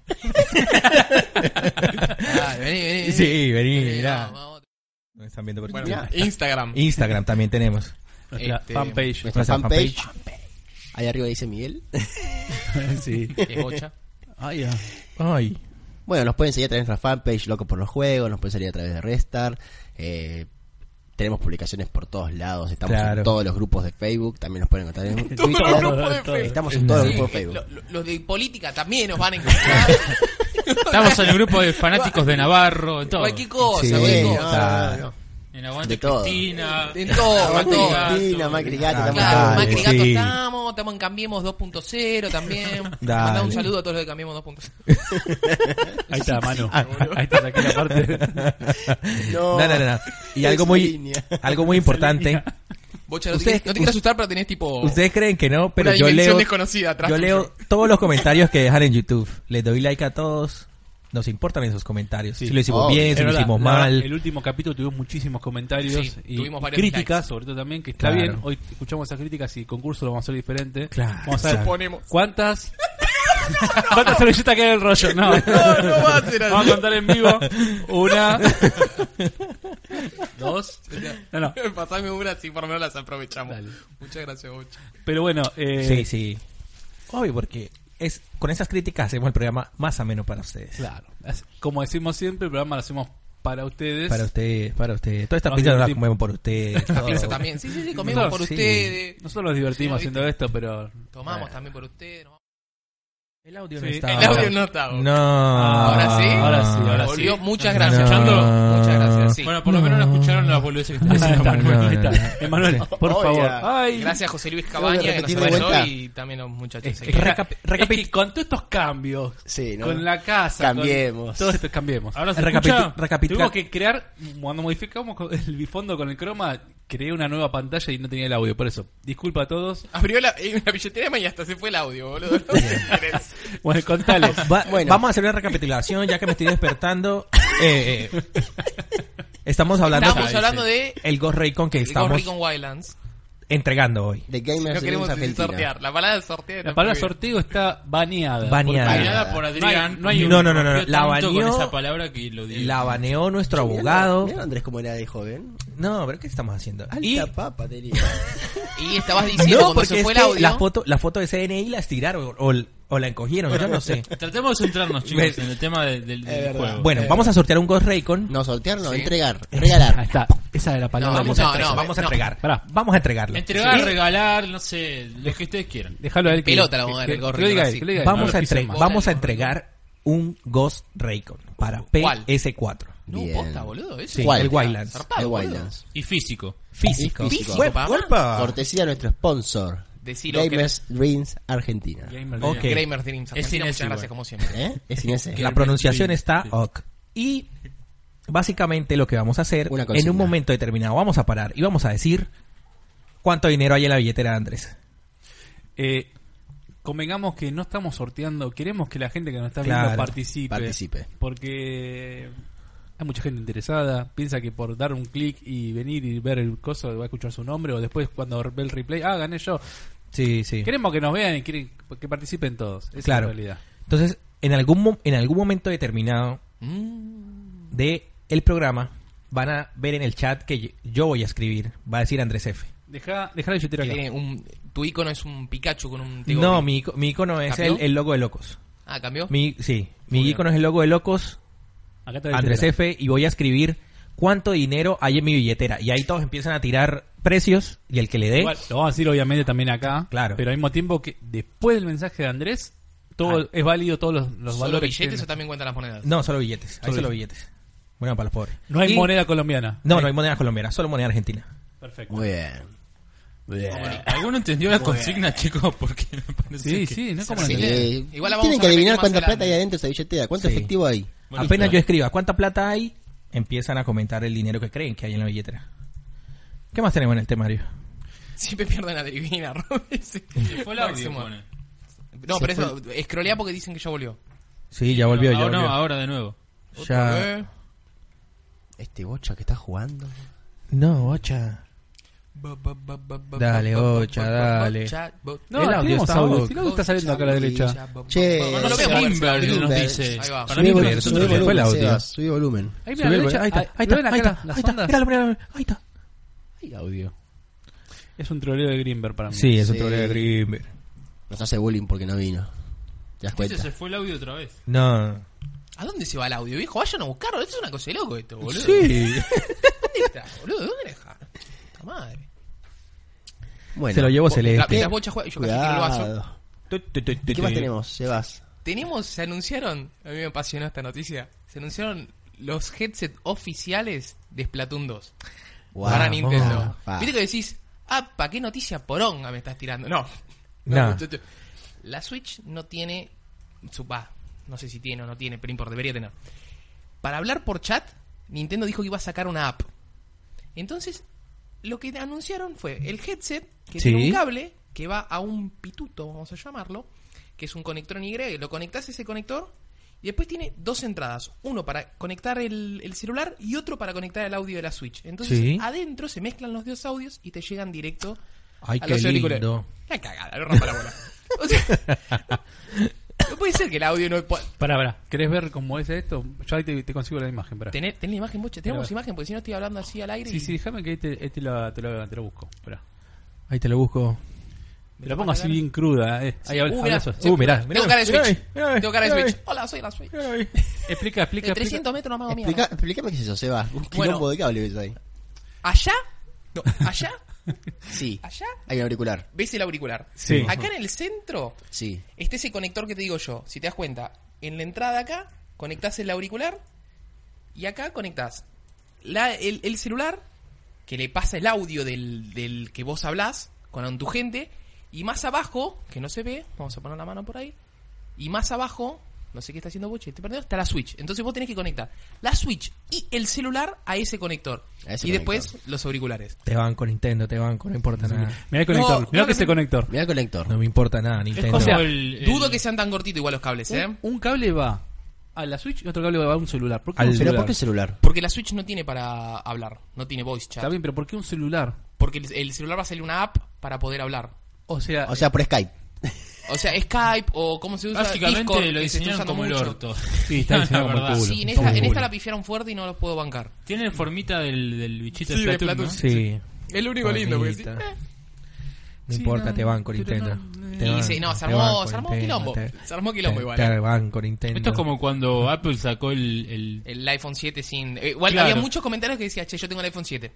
Dale, vení, vení, vení. Sí, vení, Vení, mirá. vamos, vamos. Nos están viendo por Bueno, YouTube. Instagram. Instagram también tenemos. Nuestra este, fanpage. Nuestra Nuestra fanpage. Ahí arriba dice Miguel. Sí. Es bocha. Ay, ya. Ay, Bueno, nos pueden seguir a través de nuestra fanpage, Loco por los Juegos, nos pueden seguir a través de Restar. Eh, tenemos publicaciones por todos lados, estamos Claro. en todos los grupos de Facebook, también nos pueden encontrar en Todos Twitter. los grupos de Facebook. Estamos en todos los Sí, grupos de eh, Facebook. lo- lo- los de política también nos van a encontrar. Estamos en el grupo de fanáticos de Navarro, en todo. Cualquier cosa, Sí, cualquier no, cosa. no, no. En Aguante De todo. Cristina. En todo, en Aguante todo. Cristina, Macri Gato, Claro, estamos Claro, todos. Macri sí. Gato estamos, estamos en Cambiemos dos punto cero también. Dale. Mandá un saludo a todos los de Cambiemos dos punto cero. Ahí está, Manu. Ahí está, saqué la parte. No, no, no, no. Y algo esa muy, línea. algo muy importante. Bocha, no te, Ustedes- quieres- no te quiero asustar, pero tenés tipo Ustedes creen que no, pero una yo dimensión leo, desconocida atrás. yo tuyo. leo todos los comentarios que dejan en YouTube. Les doy like a todos. Nos importan esos comentarios. Sí. Si lo hicimos Oh, bien, Es si lo verdad, hicimos la- mal. El último capítulo tuvimos muchísimos comentarios Sí, y tuvimos varios críticas, dislikes. sobre todo también, que está Claro. bien. Hoy escuchamos esas críticas y el concurso lo vamos a hacer diferente. Claro, Vamos a ver suponemos. cuántas cuántas servilletas queda en el rollo. No, No, no va a ser así. vamos a contar en vivo. Una, dos, no, no. Pasame una, así por lo menos las aprovechamos. Dale. Muchas gracias, Bocha. Pero bueno, eh, Sí, sí. Obvio, porque es con esas críticas hacemos el programa más ameno para ustedes. claro. Es- Como decimos siempre, el programa lo hacemos para ustedes. Para ustedes, para ustedes. Toda esta Nos pizza la divertimos. comemos por ustedes. La todo. pizza también. Sí, sí, sí, comemos Nosotros, por sí. ustedes. Nosotros nos divertimos Sí, ¿no? haciendo esto, pero Tomamos también por ustedes. ¿no? El audio Sí. no está. El audio no está. No. Ahora sí. Ahora sí, ahora Volvió. sí. Muchas ¿Nos gracias. están escuchando? Muchas gracias. Sí. Bueno, por lo menos no escucharon las boludeces que está Ahí diciendo está, Manuel. no, ahí no. está. Emanuel, por Oiga. favor. Ay, Gracias, José Luis Tengo Cabaña, que que nos repetir de apoyó, vuelta. y también los muchachos. Es, sí. es que- Recapi- es que recapi- con todos estos cambios, Sí, ¿no? con la casa, Cambiemos. con todo esto cambiemos. Ahora se Recapitu- escucha. recapitula- Tuvimos que crear, cuando modificamos con el bifondo con el croma, creé una nueva pantalla y no tenía el audio, por eso. Disculpa a todos. Abrió la, eh, la billetera y hasta se fue el audio, boludo. No sé si querés. Bueno, contales. Va- Bueno. Vamos a hacer una recapitulación ya que me estoy despertando. Eh, eh, estamos hablando Estábamos sí, hablando sí. de el Ghost Recon que el Ghost estamos Recon Wildlands. entregando hoy. De Gamers No queremos Games Argentina. sortear. La palabra sortear. La palabra sorteo está baneada. Baneada. Porque- Baneada por Adrián. No hay- no hay un- No, no, no, no, rompió la tanto con baneó- esa palabra que lo dio. La baneó nuestro Mirá, abogado. mirá Andrés cómo era de joven. No, pero ¿qué estamos haciendo? Alta Y papa tenía. Y estabas diciendo no, cuando porque se es fue el que audio. la foto, la foto de C N I la estiraron o, o la encogieron, yo no sé. Tratemos de centrarnos, chicos, en el tema de- del, del verdad. juego. Bueno, vamos a sortear un Ghost Recon. No, sortear, no, Sí. entregar, Ahí regalar. está. Esa era la palabra. No, Vamos que- a no, entregar, no, vamos a no. entregar. Pará. Vamos a entregarlo. Entregar, Sí. regalar, no sé, lo que ustedes quieran. Déjalo a él. que- Pelota la vamos a dar, que- el Ghost que lo diga Recon él, que lo diga él. Vamos, No a lo entre- pisen más. vamos a Ghost entregar un Ghost Recon para ¿Cuál? P S cuatro. No, Bien. posta, boludo. Eso. Sí, ¿Cuál? el Wildlands. Zarpado, El boludo. Wildlands. Y físico. Físico. Físico. Hue- papá. huepa. Cortesía de nuestro sponsor. Decilo que Gamers Dreams Argentina. Gamer Ok. Dream. Gamer Dreams. Es sin Argentina, ese muchas gracias, igual. como siempre. ¿Eh? Es sin ese. La pronunciación está Sí. ok. Y básicamente lo que vamos a hacer, Una en consigna. un momento determinado, vamos a parar y vamos a decir cuánto dinero hay en la billetera de Andrés. Eh, convengamos que no estamos sorteando, queremos que la gente que nos está Claro, viendo participe. participe. Porque hay mucha gente interesada, piensa que por dar un clic y venir y ver el coso va a escuchar su nombre, o después cuando ve el replay, ah, gané yo. Sí, sí. Queremos que nos vean y quieren que participen todos. Esa Claro. es la realidad. Entonces, en algún, mo- en algún momento determinado Mm. de el programa, van a ver en el chat que yo- yo voy a escribir. Va a decir Andrés F. Deja, deja la billetera Que acá. tiene un, tu icono es un Pikachu con un... No, mi, ico- mi icono es ¿Cambió? el, el logo de Locos. Ah, ¿cambió? Mi, sí, mi Muy bien. icono es el logo de Locos, Acá está la Andrés billetera. F, y voy a escribir cuánto dinero hay en mi billetera. Y ahí todos empiezan a tirar precios y el que le dé... Igual, lo vamos a decir obviamente también acá. Claro. Pero al mismo tiempo que después del mensaje de Andrés, todo Ah. es válido, todos los, los ¿Solo valores. billetes que- o también cuentan las monedas? No, solo billetes. Hay Solo solo billetes. Bueno, para los pobres. No hay Y- moneda colombiana. No, no hay moneda colombiana, solo moneda argentina. Perfecto. Muy bien. Bien. ¿Alguno entendió la consigna, chicos? Porque me parece Sí, que... sí, no es como Sí. la Eh, Igual la vamos tienen a que adivinar repetir cuánta más plata hay adelante. adentro de esa billetera. ¿Cuánto Sí. efectivo hay? Bueno, Apenas claro. yo escriba cuánta plata hay, empiezan a comentar el dinero que creen que hay en la billetera. ¿Qué más tenemos en el temario? Siempre pierden adivina, Se fue el audio, Máximo. pone. No, pero eso, escrolea porque dicen que ya volvió. Sí, ya volvió, No, ya no, volvió. ahora de nuevo. Otra Ya. vez. Este bocha que está jugando. No, bocha. Ba, ba, ba, ba, ba, Dale, ba, ba, Ocha, ba, ba, ba, dale. chat, bo- No, El audio tenemos está audio. out. El audio está saliendo acá a la derecha. Che, No, no lo veo. Greenberg nos Greenberg. dice. Ahí va. Para Subí mí, volumen, pero subí se fue el volumen, audio. Sebas, subí volumen. Ahí, Subí mira, a la el- derecha. ahí está, ahí- ahí está, ¿ven acá ahí está, las- las ahí está. ondas? Míralo, míralo, ahí está. Hay audio. Es un troleo de Greenberg para mí. Sí, es un Sí. troleo de Grimberg. Nos hace bullying porque no vino. ¿Te das Ese cuenta? se fue el audio otra vez. No. ¿A dónde se va el audio, viejo? Vayan a buscarlo. Esto es una cosa de loco esto, boludo. Sí. ¿Dónde está, boludo? ¿Dónde lo dejaron? Puta madre. Bueno, Se lo llevo La, Celeste. la bocha juega y yo casi tiro el vaso. cuidado. ¿Qué más tenemos, Sebas? Tenemos, se anunciaron, a mí me apasionó esta noticia, se anunciaron los headset oficiales de Splatoon dos Wow. para Nintendo. Ah. Viste que decís, ah, ¿para qué noticia poronga me estás tirando? No. Nah. muchacho. La Switch no tiene, su, va, no sé si tiene o no tiene, pero importa, debería tener. Para hablar por chat, Nintendo dijo que iba a sacar una app. Entonces, lo que anunciaron fue el headset que Sí. tiene un cable que va a un pituto, vamos a llamarlo, que es un conector en Y, lo conectás a ese conector y después tiene dos entradas, uno para conectar el, el celular y otro para conectar el audio de la Switch. Entonces, Sí. adentro se mezclan los dos audios y te llegan directo Ay, a qué los auriculares. lindo. La cagada, no rompa la bola. O sea, no puede ser que el audio no... po- Pará, pará. ¿Querés ver cómo es esto? Yo ahí te, te consigo la imagen, pará. ¿Tenés, tenés la imagen, Bocha? Tenemos Pero- imagen porque si no estoy hablando así al aire Sí, y... sí, déjame que ahí te, ahí te, lo, te, lo, te lo busco. Pará. Ahí te lo busco. Te lo pongo así bien cruda. Eh. Ahí habla, Uh, habla mirá, eso. sí, Uh, mirá, tengo mirá, cara de mirá Switch. ahí, mirá ahí, Tengo cara de mirá Switch. ahí. Hola, soy la Switch. Mira ahí. Explica, explica, De explica. trescientos metros no me hago Explica, mierda. explícame qué es eso, Sebas. Un Bueno. quilombo de cable ves ahí. Allá, no, allá, Sí. allá, Hay un auricular. ves el auricular. Sí. Acá en el centro Sí. está ese conector que te digo yo. Si te das cuenta, en la entrada acá, conectás el auricular y acá conectás la, el, el celular que le pasa el audio del, del que vos hablás con tu gente y más abajo, que no se ve, vamos a poner la mano por ahí, y más abajo, no sé qué está haciendo Boche, estoy perdido, está la Switch. Entonces vos tenés que conectar la Switch y el celular a ese conector. A ese y conector. después los auriculares. Te van con Nintendo, te van con, no importa nada. Mirá el conector. No, Mirá no, que ese no. conector. Mira el conector. No me importa nada, Nintendo. O sea, el, el- Dudo que sean tan cortitos igual los cables, ¿eh? Un, un cable va a la Switch y otro cable va a un celular. ¿Por qué Al- un ¿Pero celular? por qué celular? Porque la Switch no tiene para hablar, no tiene voice chat. Está bien, pero ¿por qué un celular? Porque el, el celular va a salir una app para poder hablar. O sea, O sea, por Skype. O sea, Skype o cómo se usa Básicamente Discord, lo que se está diseñaron usando como el mucho. orto. sí, está diseñado La como el verdad. culo. Sí, en Como esta, el en culo. esta la pifiaron fuerte y no los puedo bancar. Tiene formita del, del bichito Sí, de de Splatoon, ¿no? Splatoon. Sí. Es lo único lindo, porque sí. Bonita. eh. No Sí, importa, no, te van con pero Nintendo. no, Te Y van- sí, no, se te armó- van con se armó Nintendo, quilombo. te- Se armó quilombo te- igual, Te eh. van con Nintendo. Esto es como cuando Apple sacó el... el- El iPhone siete sin... eh, igual Claro. había muchos comentarios que decían, che, yo tengo el iPhone siete.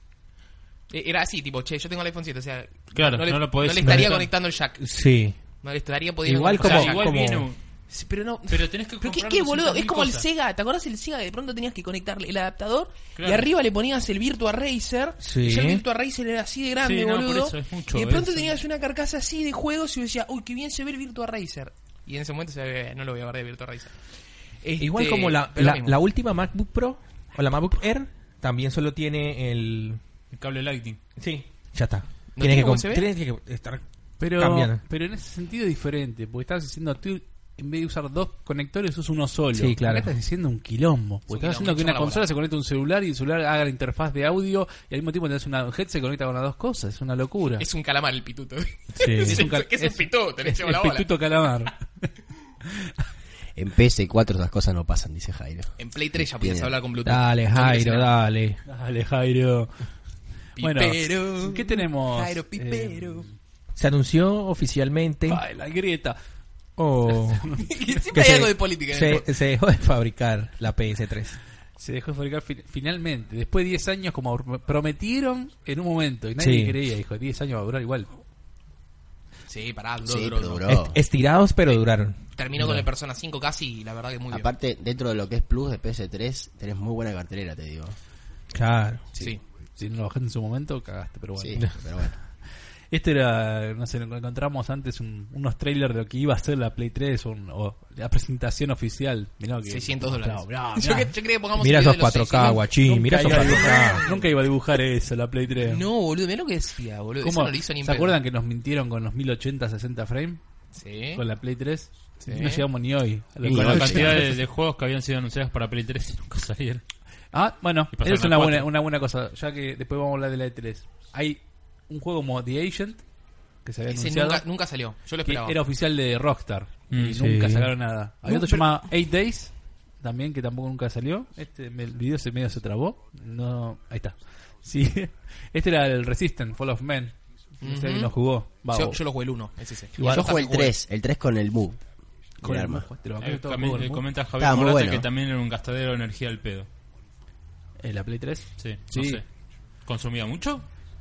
Eh, Era así, tipo, che, yo tengo el iPhone siete. O sea, Claro, no, le, no lo podés no le estaría conectar. conectando el jack. Sí. No le estaría pudiendo Igual conectar o como- sea, el jack. igual como- viene un- Sí, pero no... Pero tenés que Pero qué, comprar qué doscientas boludo, mil es como el cosas. Sega, ¿te acuerdas el Sega que de pronto tenías que conectarle el adaptador Claro. y arriba le ponías el Virtua Racer? Sí. Y ya el Virtua Racer era así de grande, Sí, no, por boludo. eso es mucho y de pronto eso. tenías una carcasa así de juegos y decías, uy, qué bien se ve el Virtua Racer. Y en ese momento se ve, no lo voy a ver de Virtua Racer. Este, Igual como la, pero la, lo mismo. la última MacBook Pro o la MacBook Air también solo tiene el... el cable Lightning. Sí. Ya está. ¿No Tienes tiene que, com- U S B? tienes que estar Pero, cambiando. pero en ese sentido es diferente, porque estás diciendo tú, en vez de usar dos conectores, usas uno solo. Sí, claro. Acá estás diciendo un quilombo, porque un estás haciendo quilombo, que una echame la consola bola. se conecte a un celular y el celular haga la interfaz de audio y al mismo tiempo tenés una headset se conecta con las dos cosas. Es una locura. Es un calamar el pituto. Sí. es, Es un, un cal- es un es- pituto, le es echamos el la bola. pituto calamar. En P S cuatro esas cosas no pasan, dice Jairo. En Play tres ya podías Bien. hablar con Bluetooth. Dale, Jairo, No, dale. Dale, Jairo. Bueno, Pipero. ¿qué tenemos? Jairo Pipero. Se anunció oficialmente... Ay, la grieta. o Siempre que hay se- algo de política en el se, juego. se dejó de fabricar la P S tres. Se dejó de fabricar fin- finalmente, después de diez años, como prometieron en un momento, y nadie Sí. creía, dijo, diez años va a durar igual. Sí, pará, duró, Sí, duró, pero duró. duró. Est- Estirados, pero duraron. Terminó con el Persona cinco casi y la verdad que muy bien. Aparte, dentro de lo que es Plus de P S tres, tenés muy buena cartelera, te digo. Claro. Sí. si no lo bajaste en su momento, cagaste, pero bueno. Sí, pero bueno. Este era, no sé, lo encontramos antes un- unos trailers de lo que iba a ser la Play tres o, un- o la presentación oficial. Mirá que, seiscientos dólares. No, mirá, Yo, mirá. que, yo creía que pongamos Mira un video esos de los cuatro K, seiscientos. guachín. Mira Nunca esos iba a cuatro K. dibujar- Nunca iba a dibujar eso, la Play tres. No, boludo, mirá lo que decía, boludo. Eso ¿Cómo? no lo hizo ni en ¿Se pedo. acuerdan que nos mintieron con los mil ochenta sesenta frames? Sí. Con la Play tres. Sí. No llegamos ni hoy. a lo Ni que- Con la hoy. cantidad de, de juegos que habían sido anunciados para Play tres y nunca salieron. Ah, bueno, Y pasaron es a una cuatro. buena, una buena cosa. Ya que después vamos a hablar de la E tres. Hay un juego como The Agent que se había Ese anunciado. nunca, nunca salió. Yo lo que esperaba. era oficial de Rockstar. Mm, y sí. nunca sacaron nada. Había No, otro pero- llamado Eight Days. También, que tampoco nunca salió. Este, me- el video se medio se trabó. No, ahí está. Sí. Este era el Resistance, Fall of Men. No sé Ujú. quién lo jugó. Va, Yo, o- yo lo jugué el uno, es ese. Igual- Yo Yo jugué el también tres, el tres con el Move. con el el arma. Mojo, te lo Eh, banqué todo el también, juego, eh, el Mojo. comenta Javier Estaba muy Morata bueno. que también era un gastadero de energía al pedo. ¿En la Play tres? Sí, Sí. no sé. ¿Consumía mucho?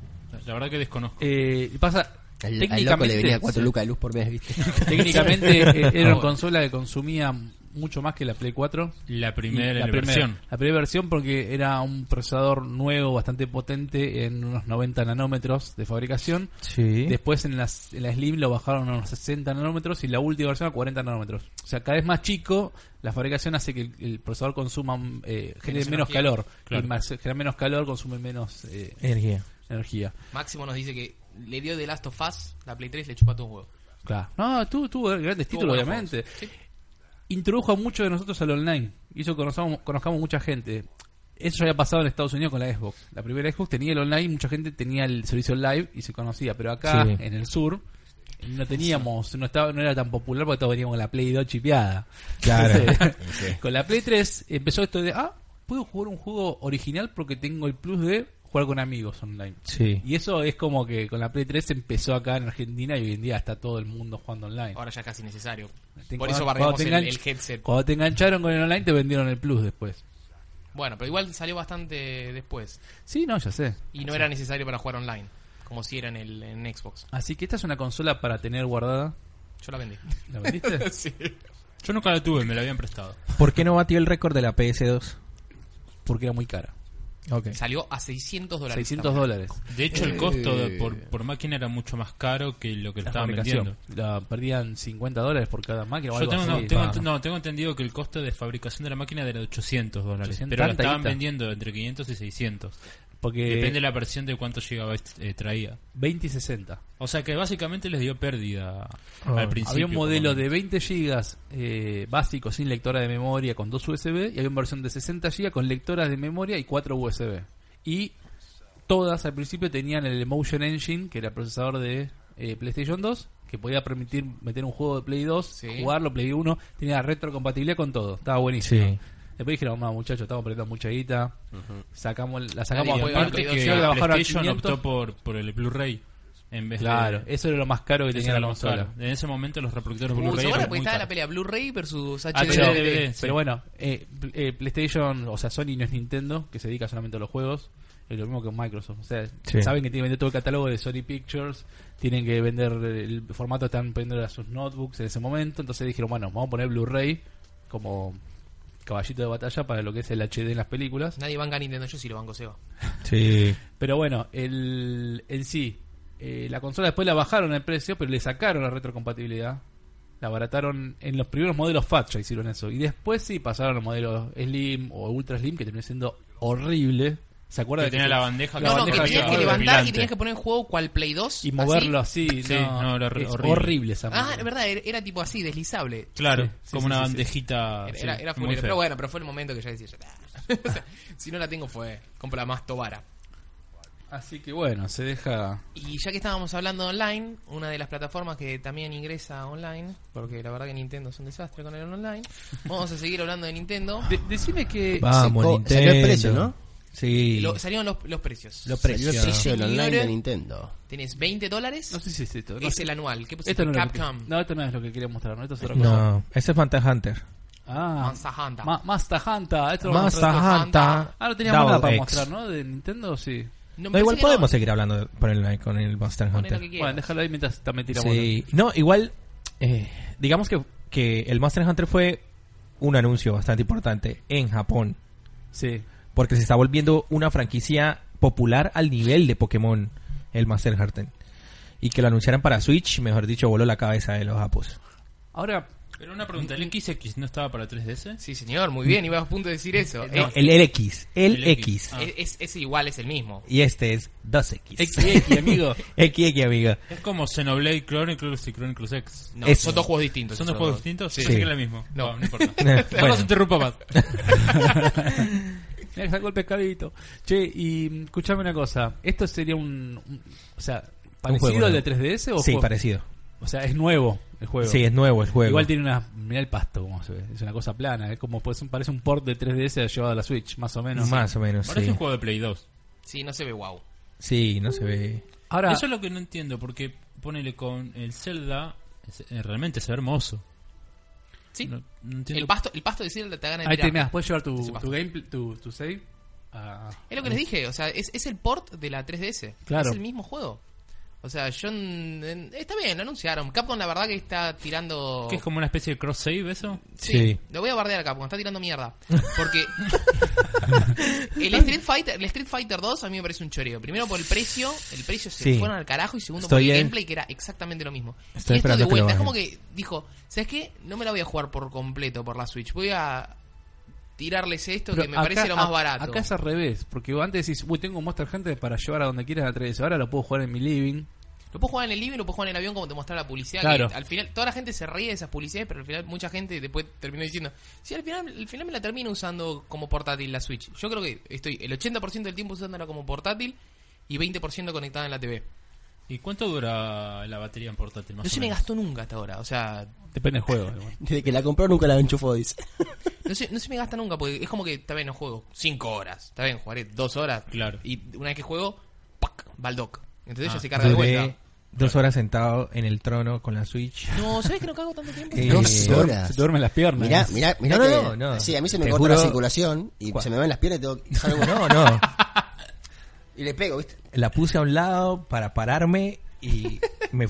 La verdad que desconozco. Eh, pasa... Al, al loco le técnicamente, venía cuatro sí. lucas de luz por mes, ¿viste? técnicamente eh, era una consola que consumía mucho más que la Play cuatro. La Y primera la versión. La primera versión porque era un procesador nuevo, bastante potente, en unos noventa nanómetros de fabricación. Sí. Después en, las, en la Slim lo bajaron a unos sesenta nanómetros y la última versión a cuarenta nanómetros. O sea, cada vez más chico, la fabricación hace que el, el procesador consuma, eh, genere Menos menos energía. calor. Claro. Y más, genera menos calor, consume menos eh, Energía. energía. Máximo nos dice que le dio The Last of Us, la Play tres le chupa todo un huevo. Claro. No, tuvo, tuvo grandes Tuvo títulos, buenos obviamente. juegos. Sí. Introdujo a muchos de nosotros al online. Hizo que conozcamos, conozcamos mucha gente. Eso ya había pasado en Estados Unidos con la Xbox. La primera Xbox tenía el online, mucha gente tenía el servicio live y se conocía. Pero acá, Sí. en el sur, no teníamos, no estaba, no era tan popular porque todos veníamos con la Play dos chipeada. Claro. Entonces, con la Play tres empezó esto de, ah, puedo jugar un juego original porque tengo el plus de jugar con amigos online. Sí. Y eso es como que con la Play tres empezó acá en Argentina y hoy en día está todo el mundo jugando online. Ahora ya es casi necesario. Te- Por cuando- eso cuando bardeamos te el, enganch- el headset. Cuando te engancharon con el online te vendieron el plus después. Bueno, pero igual salió bastante después. Sí, no, ya sé. Y no era necesario para jugar online, como si era en, el, en Xbox. Así que esta es una consola para tener guardada. Yo la vendí. ¿La vendiste? Sí. Yo nunca la tuve, me la habían prestado. ¿Por qué no batió el récord de la P S dos? Porque era muy cara. Ok. Salió a seiscientos dólares. seiscientos dólares. De hecho, el Eh. costo de- por, por máquina era mucho más caro que lo que La estaban fabricación. vendiendo. La perdían cincuenta dólares por cada máquina o Yo algo tengo, así. no, tengo, Va. ent- no, tengo entendido que el costo de fabricación de la máquina era de ochocientos dólares, ochocientos, pero la tanta estaban guita. vendiendo entre quinientos y seiscientos. Porque Depende de la versión de cuántos gigabytes eh, traía. veinte y sesenta. O sea que básicamente les dio pérdida Oh. al principio. Había un por lo modelo de menos. veinte gigas eh, básico sin lectora de memoria con dos U S B y había una versión de sesenta gigas con lectoras de memoria y cuatro U S B. Y todas al principio tenían el Emotion Engine, que era el procesador de eh, PlayStation dos, que podía permitir meter un juego de Play dos, Sí. jugarlo, Play uno, tenía retrocompatibilidad con todo, estaba buenísimo. Sí. Después dijeron, más muchachos, estamos perdiendo mucha guita, sacamos, la sacamos Nadie a juega aparte Play dos que ya. la bajaron a PlayStation quinientos. optó por, por el Blu-ray en vez Claro, de... eso era lo más caro que ese tenía era la lo más consola. caro. En ese momento los reproductores Uh, Blu-ray ¿se acuerdan? eran Porque muy estaba la caros. pelea Blu-ray versus H H D. D, D V D, sí. Pero bueno, eh, pl- eh, PlayStation, o sea, Sony no es Nintendo, que se dedica solamente a los juegos. Es lo mismo que Microsoft. O sea, Sí. saben que tienen que vender todo el catálogo de Sony Pictures, tienen que vender el formato, están poniendo a sus notebooks en ese momento. Entonces dijeron, bueno, vamos a poner Blu-ray como caballito de batalla para lo que es el H D en las películas. Nadie banca a Nintendo, yo sí lo banco Seba. Sí. Pero bueno, el, en sí, eh, la consola después la bajaron el precio, pero le sacaron la retrocompatibilidad. La abarataron en los primeros modelos Fat, ya hicieron eso. Y después sí pasaron a los modelos Slim o Ultra Slim, que terminó siendo horrible. ¿Se acuerdan Que de tenía la bandeja La No, no, que bandeja tenías que de levantar y depilante. tenías que poner en juego cual Play dos. y moverlo así? Sí, no, no, era es horrible. horrible esa Ah, máquina. es verdad, era, era tipo así, deslizable. Claro, Sí, sí, como sí, una sí, sí. bandejita. Era, sí, era, era muy fulero. feo. Pero bueno, pero fue el momento que ya decía, ya está. O sea, si no la tengo fue, compro la más tobara. Así que bueno, se deja... Y ya que estábamos hablando de online, una de las plataformas que también ingresa online, porque la verdad que Nintendo es un desastre con el online, vamos a seguir hablando de Nintendo. De- decime que... Vamos, Sacó- Nintendo. salió el precio, ¿no? Sí. Lo- salieron los, los precios. Los Salió el precios. precio del online de Señores. Nintendo. Tenés veinte dólares, No sé si es esto. No es sé. el anual. ¿Qué pusiste? Esto no, es lo que- Capcom. no, esto no es lo que quería mostrar, ¿no? Esto es otra cosa. No, ese es Hunter x Hunter. Ah, Monster Hunter. Ma- Master Hunter. Esto lo vamos a Master mostrar. Hunter. Ah, no teníamos Double nada para X. mostrar, ¿no? De Nintendo, sí. No, me No, igual parece que podemos no. seguir hablando de- por el, con el Monster Poné Hunter. lo que quieras. Bueno, déjalo ahí mientras también tiramos. Sí. No, igual, eh, digamos que, que el Monster Hunter fue un anuncio bastante importante en Japón. Sí. Porque se está volviendo una franquicia popular al nivel de Pokémon, el Master Hearten. Y que lo anunciaran para Switch, mejor dicho, voló la cabeza de los japos. Ahora, Pero una pregunta, ¿el X X no estaba para tres D S? Sí, señor, muy bien, iba a punto de decir eso. No, Es- el L X, el, El X. X. Ah. es, es- es igual, es el mismo. Y este es dos X. X X, amigo. X X, amigo. Es como Xenoblade Chronicles y Chronicles X. No, Eso. son dos juegos distintos. ¿Son dos esos juegos dos. distintos? Sí. Pensé que era el mismo. No. No, no importa. Bueno. No nos interrumpa más. Me sacó el pescadito. Che, y mm, escuchame una cosa. ¿Esto sería un, un- o sea, parecido juego al nuevo. de tres D S o Sí, juego- parecido. O sea, es nuevo el juego. Sí, es nuevo el juego. Igual tiene una, mirá el pasto como se ve, es una cosa plana, es como pues, parece un port de tres D S llevado a la Switch, más o menos. Más o menos, Parece sí. un juego de Play dos. Sí, no se ve wow. Sí, no se ve. Ahora, Eso es lo que no entiendo, porque ponele con el Zelda, es- eh, realmente se ve hermoso. Sí. No, no entiendo. El pasto, el pasto de Zelda te gana de ahí te tirar. mirá, puedes llevar tu, Ese pasto. tu gameplay, tu, tu save. a- Es lo que les dije, o sea, es, es el port de la tres D S. Claro. Es el mismo juego. O sea, yo... en- en- está bien, lo anunciaron. Capcom la verdad que está tirando... ¿Qué es como una especie de cross-save eso? Sí, Sí. lo voy a bardear a Capcom, está tirando mierda. Porque el Street Fighter, el Street Fighter dos a mí me parece un choreo. Primero por el precio, el precio se Sí. fueron al carajo, y segundo Estoy por el en- gameplay que era exactamente lo mismo. Estoy y esto de esperando que lo vuelta, es bajen. como que dijo, ¿sabes qué? No me la voy a jugar por completo por la Switch. Voy a tirarles esto Pero que me acá- parece lo más a- barato. Acá es al revés, porque antes decís, uy, tengo un Monster Hunter para llevar a donde quieras a tres D S, ahora lo puedo jugar en mi living. Lo puedo jugar en el living, lo puedo jugar en el avión, como te mostraba la publicidad. Claro. Que al final, toda la gente se ríe de esas publicidades, pero al final mucha gente después terminó diciendo, sí, al final, al final me la termino usando como portátil la Switch. Yo creo que estoy el ochenta por ciento del tiempo usándola como portátil y veinte por ciento conectada en la T V. ¿Y cuánto dura la batería en portátil más No o se me menos? gastó nunca hasta ahora, o sea, Depende del juego. igual. Desde que la compró nunca la enchufó, dice. no se, no se me gasta nunca, porque es como que, está bien, no juego cinco horas, está bien, jugaré dos horas. Claro. Y una vez que juego, ¡pac! Va al dock. Entonces Ah, ya se carga de Duré vuelta. dos horas sentado en el trono con la Switch. No, ¿sabes que no cago tanto tiempo? Eh, Dos Se duerme- horas. Se te duermen las piernas. Mirá, mirá, mirá No, que... no, no, no. Sí, a mí se me Te corta juro- la circulación y ¿Cuál? se me van las piernas y tengo que dejar algo- No, no. Y le pego, ¿viste? La puse a un lado para pararme y me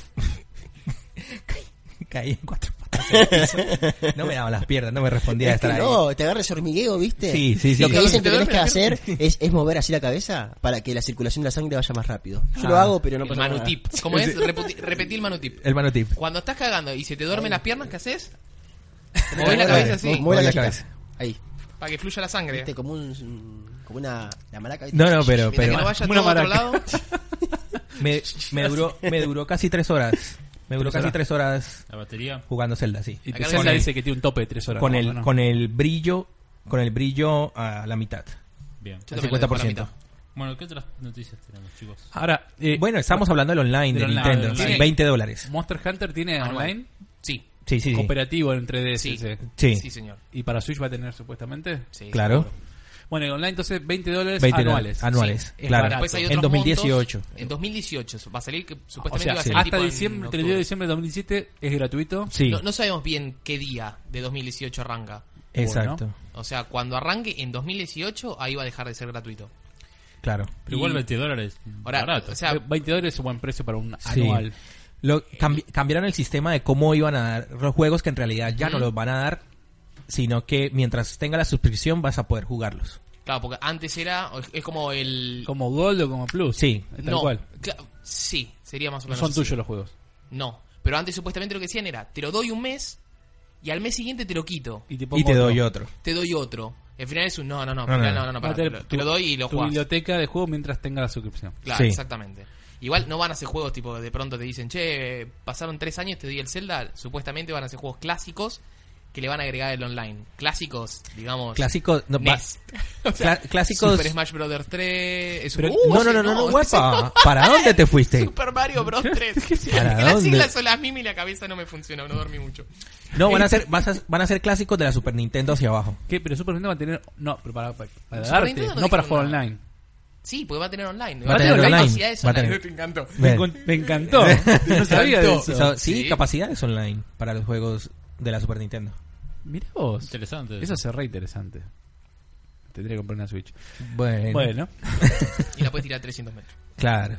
caí, caí en cuatro patas en el piso. No me daban las piernas, no me respondía de Es que estar ahí. no, te agarra ese hormigueo, ¿viste? Sí, sí, sí. Lo que Sí, dicen te que tenés duerme que la hacer es, es mover así la cabeza para que la circulación de la sangre vaya más rápido. Yo Ah. lo hago, pero no El pasa nada. manutip. ¿Cómo es? Reputi- repetí el manutip. El manotip. Cuando estás cagando y se te duermen las piernas, ¿qué haces? Mueve Movés la cabeza así, Mueve Mueve la la cabeza. cabeza. Ahí. para que fluya la sangre. ¿Viste? Como un... Como una... La maraca, ¿viste? No, no, pero, Mientras pero que no vaya Una todo a otro maraca. lado. me, me duró, me duró casi tres horas. Me duró ¿Tres casi horas? tres horas La batería. jugando Zelda, sí. Y Acá Zelda dice- dice que tiene un tope de tres horas. Con ¿no? el, ¿no? con el brillo, con el brillo a la mitad. Bien. Yo Al también lo dejo a la cincuenta por mitad. ciento. Bueno, ¿qué otras noticias tenemos, chicos? Ahora, eh, Bueno, estamos hablando del online del de online, Nintendo. del sí, online. veinte dólares. Monster Hunter tiene Anual. online, Sí, Sí, sí, sí. cooperativo en tres D S. Sí. sí. Sí, sí, señor. Y para Switch va a tener supuestamente. Sí, claro. seguro. Bueno, el online entonces veinte dólares veinte anuales. anuales, Sí, es claro. barato. Después hay En otros dos mil dieciocho. montos. En dos mil dieciocho va a salir, que O supuestamente sea, iba a sí, salir hasta tipo en diciembre, octubre. treinta y uno de diciembre de dos mil diecisiete es gratuito. Sí, No, no sabemos bien qué día de dos mil dieciocho arranca. exacto. Bueno. O sea, cuando arranque en dos mil dieciocho, ahí va a dejar de ser gratuito. Claro. Pero igual Y- veinte dólares. Ahora, barato. o sea, Eh, veinte dólares es un buen precio para un Sí. anual. Lo, cambi- cambiaron el sistema de cómo iban a dar los juegos que en realidad ya no Ujú. los van a dar, sino que mientras tenga la suscripción vas a poder jugarlos. claro, porque antes era, es como el... Como Gold o como Plus. Sí. Tal no, cual. cla- sí, sería más o No menos son así. tuyos los juegos. No, pero antes supuestamente lo que decían era, te lo doy un mes y al mes siguiente te lo quito. Y te, Y pongo te otro. doy otro. Te doy otro. Al final es un no, no, no, No, al no, final no. no, no, no, Va a pará, te, tener lo, te lo doy y lo tu jugás. biblioteca de juegos mientras tenga la suscripción. Claro, Sí. exactamente. Igual no van a ser juegos tipo, de pronto te dicen, che, pasaron tres años, te doy el Zelda. Supuestamente van a ser juegos clásicos que le van a agregar el online. Clásicos, digamos. Clásicos, no, N va- E S. O sea, cla- clásicos. Super Smash Bros. tres. Es un- Pero- Uh, no, no, sí, no, no, no, ese guapa. ¿Para dónde te fuiste? Super Mario Bros. tres. ¿Para Que las dónde? siglas son las mismas y la cabeza no me funciona, no dormí mucho. No, van a ser, vas a- van a ser clásicos de la Super Nintendo hacia abajo. ¿Qué? Pero Super Nintendo va a tener. No, pero para, para, para Super darte, Nintendo no no para dijeron jugar nada. online. Sí, porque va a tener online. Va a tener online. capacidades Va a online. tener. Te encantó. Me, Ven. encon- me encantó. No sabía de eso. So- sí, Sí. capacidades online para los juegos de la Super Nintendo. Mirá vos. Interesante. Eso es re interesante. Tendría que comprar una Switch. Bueno, Bueno. Y la puedes tirar a trescientos metros. claro.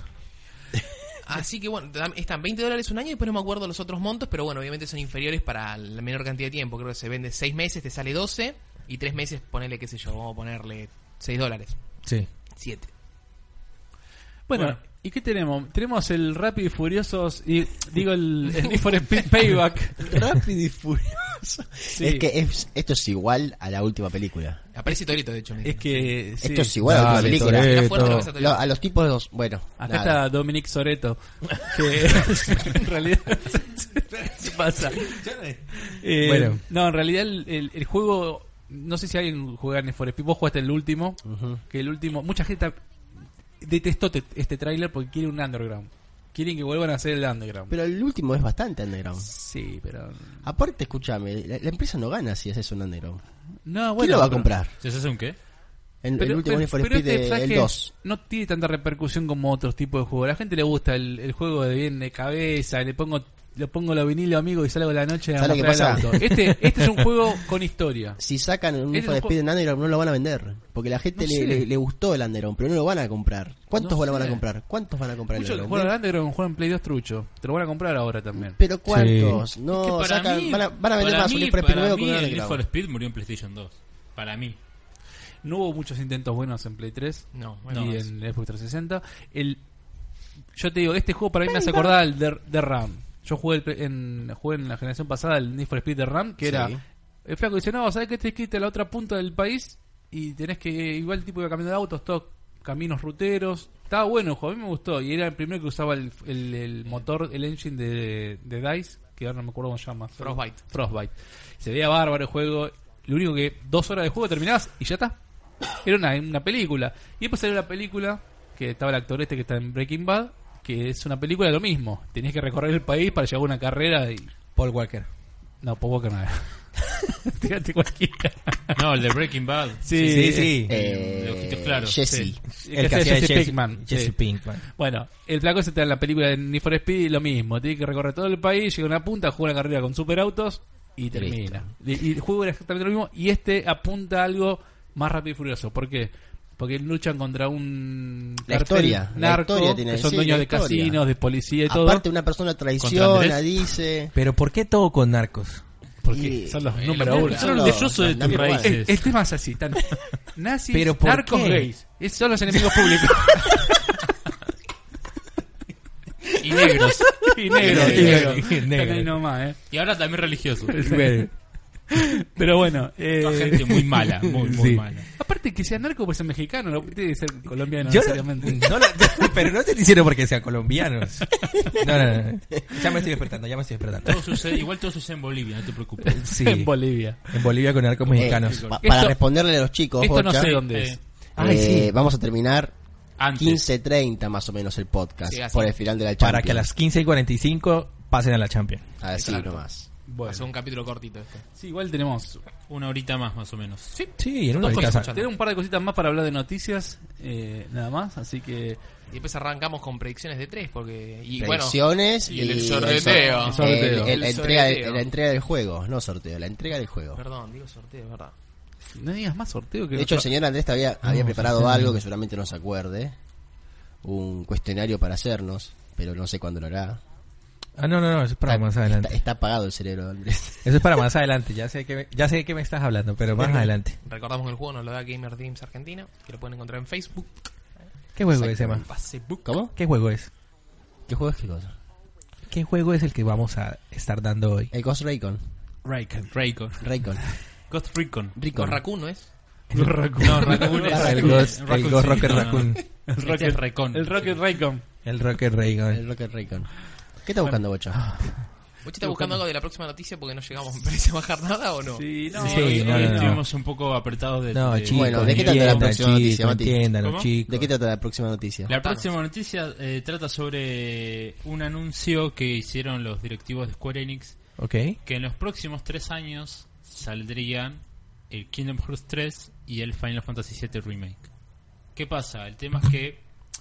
Así que bueno, dan- están veinte dólares un año y después no me acuerdo los otros montos, pero bueno, obviamente son inferiores para la menor cantidad de tiempo. Creo que se vende seis meses, te sale doce y tres meses ponele, qué sé yo, vamos a ponerle seis dólares. Sí. siete. Bueno, Bueno. ¿y qué tenemos? Tenemos el Rápido y Furiosos, y digo el, el Need for Speed Payback. Rápido y furioso. Sí. Es que es, esto es igual a la última película. Aparece Torito, de hecho. Es que sí. Esto es igual a la última Dale, película. Toretto. Era fuerte lo que se Lo- a los tipos de dos, bueno, Acá nada. está Dominic Soreto, que en realidad se pasa. Eh, Bueno. No, en realidad el, el- el juego, no sé si alguien juega en Need for Speed, vos jugaste el último, Ujú. que el último, mucha gente detestó te- este tráiler porque quiere un underground. Quieren que vuelvan a hacer el underground. Pero el último es bastante underground. Sí, pero... Aparte, escúchame, la, la empresa no gana si haces un underground. No, ¿Quién bueno, lo va a pero- comprar? ¿Se hace un qué? El, Pero, el último pero- Need for pero Speed, este, eh, ¿sabes el qué? dos. No tiene tanta repercusión como otros tipos de juegos. A la gente le gusta el, el juego de bien de cabeza, le pongo le pongo los vinilos, amigo, y salgo a la noche a ¿Sabes lo que mostrar el pasa? auto. Este, este es un juego con historia. Si sacan un Need Este for es un Speed en underground no lo van a vender. Porque la gente No le, sé. le, le gustó el underground, pero no lo van a comprar. ¿Cuántos No lo van a sé. comprar? ¿Cuántos van a comprar el Muchos que underground? juegan al Underground juegan en Play dos trucho. Te lo van a comprar ahora también. Pero ¿cuántos? No, Es que para sacan, mí- van, a, van a vender para más un mí- Need for Speed para nuevo mí con un el Need for underground. Speed murió en PlayStation dos. Para mí. No hubo muchos intentos buenos en Play tres No, y bueno, es- en Xbox trescientos sesenta. El, yo te digo, este juego para mí me hace acordar al de, de RAM. Yo jugué, el, pre- en, jugué en la generación pasada el Need for Speed de RAM, que Sí. era... El flaco dice, no, ¿sabes que te escribiste a la otra punta del país? Y tenés que... Igual el tipo iba caminando de autos, todos caminos ruteros. Estaba bueno el juego, a mí me gustó. Y era el primero que usaba el, el, el motor, el engine de, de DICE, que ahora no me acuerdo cómo se llama. Frostbite. Frostbite. Se veía bárbaro el juego. Lo único que dos horas de juego terminabas y ya está. Era una, una película. Y después salió la película, que estaba el actor este que está en Breaking Bad, que es una película de lo mismo. Tenías que recorrer el país para llevar una carrera y... Paul Walker. No, Paul Walker no era. Tírate cualquiera. No, el de Breaking Bad. Sí, sí, sí. Eh, de ojitos claros, Jesse. Sí. El que hacía de Jesse Jesse Pinkman. Jesse Sí. Pinkman. Bueno, el flaco ese está en la película de Need for Speed y lo mismo. Tiene que recorrer todo el país, llega a una punta, juega una carrera con superautos y termina. Y, y el juego era exactamente lo mismo. Y este apunta a algo más rápido y furioso. ¿Por qué? Porque luchan contra un La cartel historia, la narco, historia tiene- que son sí, dueños la de historia. casinos, de policía y todo. Aparte una persona ¿Contra traiciona, Andrés? dice... Pero ¿por qué todo con narcos? Porque y- son los eh, número los uno. números Son uno. los- orgulloso de Number tus one. raíces. el, el tema es así, tan nazis, ¿Pero por narcos, qué? gays. Es- son los enemigos públicos. Y negros. y negros, Y y negros. negros. Y negros. Acá hay nomás, eh. Y ahora también religiosos. Pero bueno, eh, Toda gente muy mala, muy, muy Sí. mala. aparte que sea narco puede ser mexicano, no tiene que ser colombiano Yo necesariamente. no, lo- pero no estoy diciendo porque sean colombianos. No, no, no. Ya me estoy despertando, ya me estoy despertando. Todo sucede, igual todo sucede en Bolivia, no te preocupes. Sí, En Bolivia. en Bolivia con narcos Eh, mexicanos. pa- Esto- para responderle a los chicos, Esto no Bocha, sé dónde Eh, es. Ay, eh, sí. vamos a terminar Antes. quince treinta más o menos el podcast Sí, así. por el final de la Para Champions. que a las quince y cuarenta y cinco pasen a la Champions. Así Exacto. nomás. Bueno, Hace un capítulo cortito este. sí, igual tenemos Una horita más, más o menos. sí, Sí, en una Dos horita cosas, sa- tenemos un par de cositas más para hablar de noticias, eh, nada más, así que Y después arrancamos con predicciones de tres, porque... Y bueno, Predicciones y el y sorteo. sor- El sorteo. el- el- la, El entrega de- sorteo. la entrega del juego, no sorteo, la entrega del juego. Perdón, digo sorteo, verdad. no digas más sorteo que De hecho, el señor Andrés había, había No, preparado sorteo. algo que seguramente no se acuerde. Un cuestionario para hacernos, pero no sé cuándo lo hará. Ah, no, no, no, eso es para Está, más adelante. está- está apagado el cerebro de Andrés. Eso es para más adelante. Ya sé que me, ya sé de qué me estás hablando, pero más adelante. Recordamos que el juego nos lo da Gamer Dreams Argentina, que lo pueden encontrar en Facebook. ¿Qué juego es, Emma? Facebook. ¿Cómo? ¿Qué juego es? ¿Qué juego es qué cosa? ¿Qué juego es el que vamos a estar dando hoy? El Ghost Raycon. Raycon. Raycon. Raycon. Ghost Recon. Con Raycon. Raccoon, ¿no es? No, Raccoon es El Ghost, el Raccoon, Ghost sí, Rocket no, no. Raccoon. El Este Rocket, es Raycon. el Rocket Raycon. El Rocket Raycon. El Rocket Raycon. ¿Qué está buscando, Bocha? ¿Vos estás buscando algo de la próxima noticia porque no llegamos me parece a bajar nada o no? Sí, no, Sí, hoy- no, hoy no, no. Estuvimos un poco apretados de... No, de- chicos, Bueno, ¿de qué trata la entiendan, próxima noticia, chicos, Mati? entiendan, ¿Cómo? chicos. ¿De qué trata la próxima noticia? La próxima noticia eh, trata sobre un anuncio que hicieron los directivos de Square Enix, Ok. que en los próximos tres años saldrían el Kingdom Hearts tres y el Final Fantasy siete Remake. ¿Qué pasa? El tema es que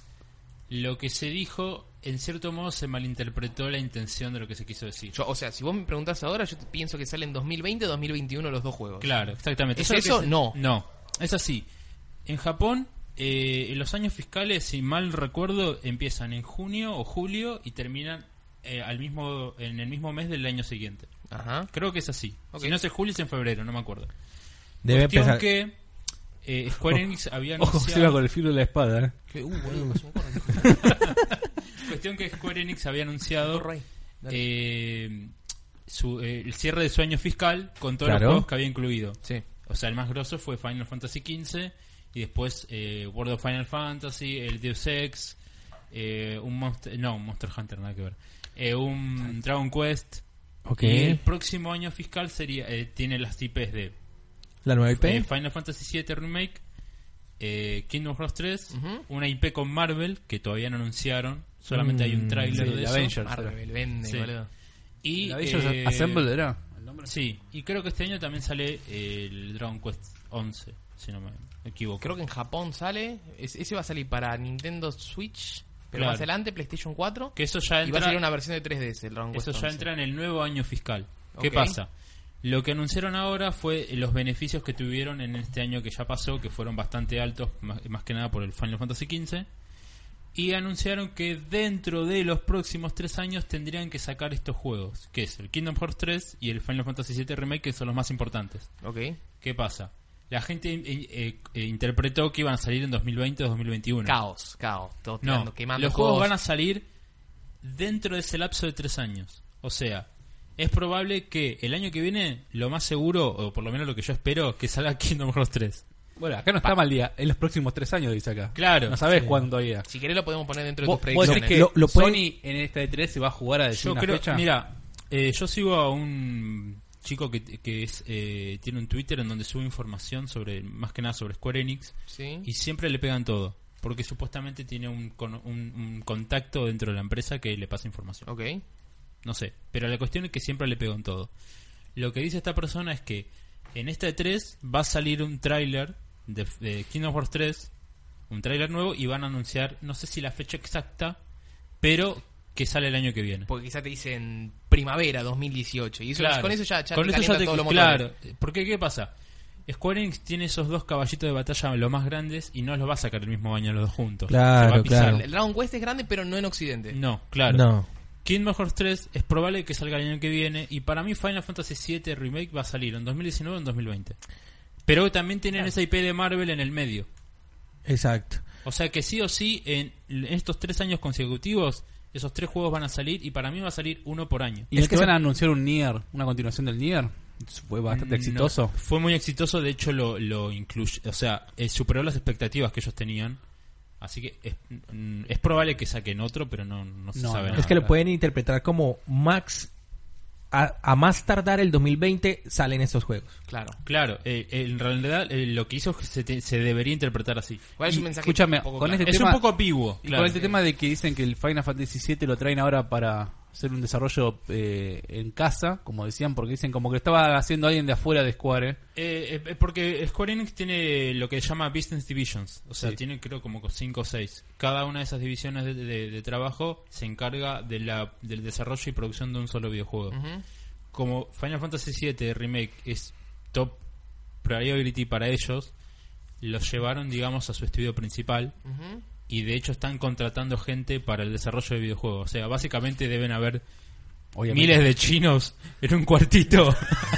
lo que se dijo, en cierto modo, se malinterpretó la intención de lo que se quiso decir. Yo, o sea, si vos me preguntás ahora, yo te pienso que salen dos mil veinte o dos mil veintiuno los dos juegos. Claro, exactamente. ¿Es lo que eso? se- No. No, es así. En Japón, eh, en los años fiscales, si mal recuerdo, empiezan en junio o julio y terminan eh, al mismo en el mismo mes del año siguiente. Ajá. Creo que es así. Ok. Si no es en julio, es en febrero, no me acuerdo. Debe Cuestión empezar. que eh, Square Enix había Ojo, anunciado... se iba con el filo de la espada, ¿eh? Que, uh, boludo, se me acuerda. Cuestión que Square Enix había anunciado Rey. Dale. eh, su, eh, el cierre de su año fiscal con todos Claro. los juegos que había incluido. Sí. O sea, el más grosso fue Final Fantasy quince y después eh, World of Final Fantasy, el Deus Ex, eh, un Monster, no, un Monster Hunter, nada que ver, eh, un Dragon Quest. Ok. Y el próximo año fiscal sería eh, tiene las I Pes de La nueva I P. eh, Final Fantasy siete Remake, eh, Kingdom Hearts tres, Ujú. una I P con Marvel que todavía no anunciaron, solamente Mm, hay un tráiler sí, de de eso. Avengers. Marvel, vende, Sí. boludo. Y ¿La Avengers eh, Assemble era? ¿El nombre? sí, y creo que este año también sale el Dragon Quest once, si no me equivoco. Creo que en Japón sale. es- ese va a salir para Nintendo Switch. Pero Claro. más adelante, PlayStation cuatro. Que eso ya Y va a entra, salir una versión de tres D ese, el Dragon eso Quest ya once. entra en el nuevo año fiscal. ¿Qué Ok. pasa? Lo que anunciaron ahora fue los beneficios que tuvieron en este año que ya pasó, que fueron bastante altos, más, más que nada por el Final Fantasy quince. Y anunciaron que dentro de los próximos tres años tendrían que sacar estos juegos, que es el Kingdom Hearts tres y el Final Fantasy siete Remake, que son los más importantes. Ok. ¿Qué pasa? La gente eh, eh, eh, interpretó que iban a salir en dos mil veinte o dos mil veintiuno. Caos, caos. Todo No, tirando, quemando los juegos cosas. van a salir dentro de ese lapso de tres años. O sea, es probable que el año que viene, lo más seguro, o por lo menos lo que yo espero, que salga Kingdom Hearts tres. Bueno, acá no está mal día. En los próximos tres años, dice acá. Claro. No sabes cuándo todavía. Si querés lo podemos poner dentro de ¿Vos, tus vos decís predicciones. que Lo- lo pueden- Sony en esta E tres se va a jugar a decir Yo una creo, fecha? mira, eh, yo sigo a un chico que, que es eh, tiene un Twitter en donde sube información sobre, más que nada sobre Square Enix, Sí. y siempre le pegan todo, porque supuestamente tiene un, con- un, un contacto dentro de la empresa que le pasa información. Ok. No sé, pero la cuestión es que siempre le pegan todo. Lo que dice esta persona es que en esta E tres va a salir un tráiler de, de Kingdom Hearts tres, un tráiler nuevo, y van a anunciar, no sé si la fecha exacta, pero que sale el año que viene. Porque quizá te dicen primavera dos mil dieciocho. Y eso, Claro. con eso ya, ya Con te eso ya calientan te- todos los motores. claro, porque ¿qué pasa? Square Enix tiene esos dos caballitos de batalla los más grandes y no los va a sacar el mismo año los dos juntos. Claro, Se va a pisar. claro. El Dragon Quest es grande, pero no en Occidente. No, claro. No. Kingdom Hearts tres es probable que salga el año que viene, y para mí Final Fantasy siete Remake va a salir en dos mil diecinueve o en dos mil veinte. Pero también tienen esa I P de Marvel en el medio. Exacto. O sea que sí o sí, en estos tres años consecutivos, esos tres juegos van a salir, y para mí va a salir uno por año. ¿Y Es es que que van se- a anunciar un Nier, una continuación del Nier? Fue bastante No, exitoso. fue muy exitoso, de hecho lo, lo incluye, o sea, eh, superó las expectativas que ellos tenían. Así que es, mm, es probable que saquen otro, pero no, no se No, sabe no. nada. Es que lo pueden interpretar como max. A, a más tardar el dos mil veinte salen estos juegos. Claro. Claro, eh, en realidad eh, lo que hizo es que se, te- se debería interpretar así. ¿Cuál es Y, un mensaje? escúchame, un poco con claro? este Es tema- un poco ambiguo. Y claro. con este tema de que dicen que el Final Fantasy siete lo traen ahora para hacer un desarrollo eh, en casa, como decían, porque dicen como que estaba haciendo alguien de afuera de Square. Eh, eh, porque Square Enix tiene lo que se llama Business Divisions, o sea, Sí. tiene creo como cinco o seis. Cada una de esas divisiones de, de- de trabajo se encarga de la, del desarrollo y producción de un solo videojuego. Ujú. Como Final Fantasy siete Remake es top priority para ellos, los llevaron, digamos, a su estudio principal, Ujú. y de hecho están contratando gente para el desarrollo de videojuegos. O sea, básicamente deben haber Obviamente. miles de chinos en un cuartito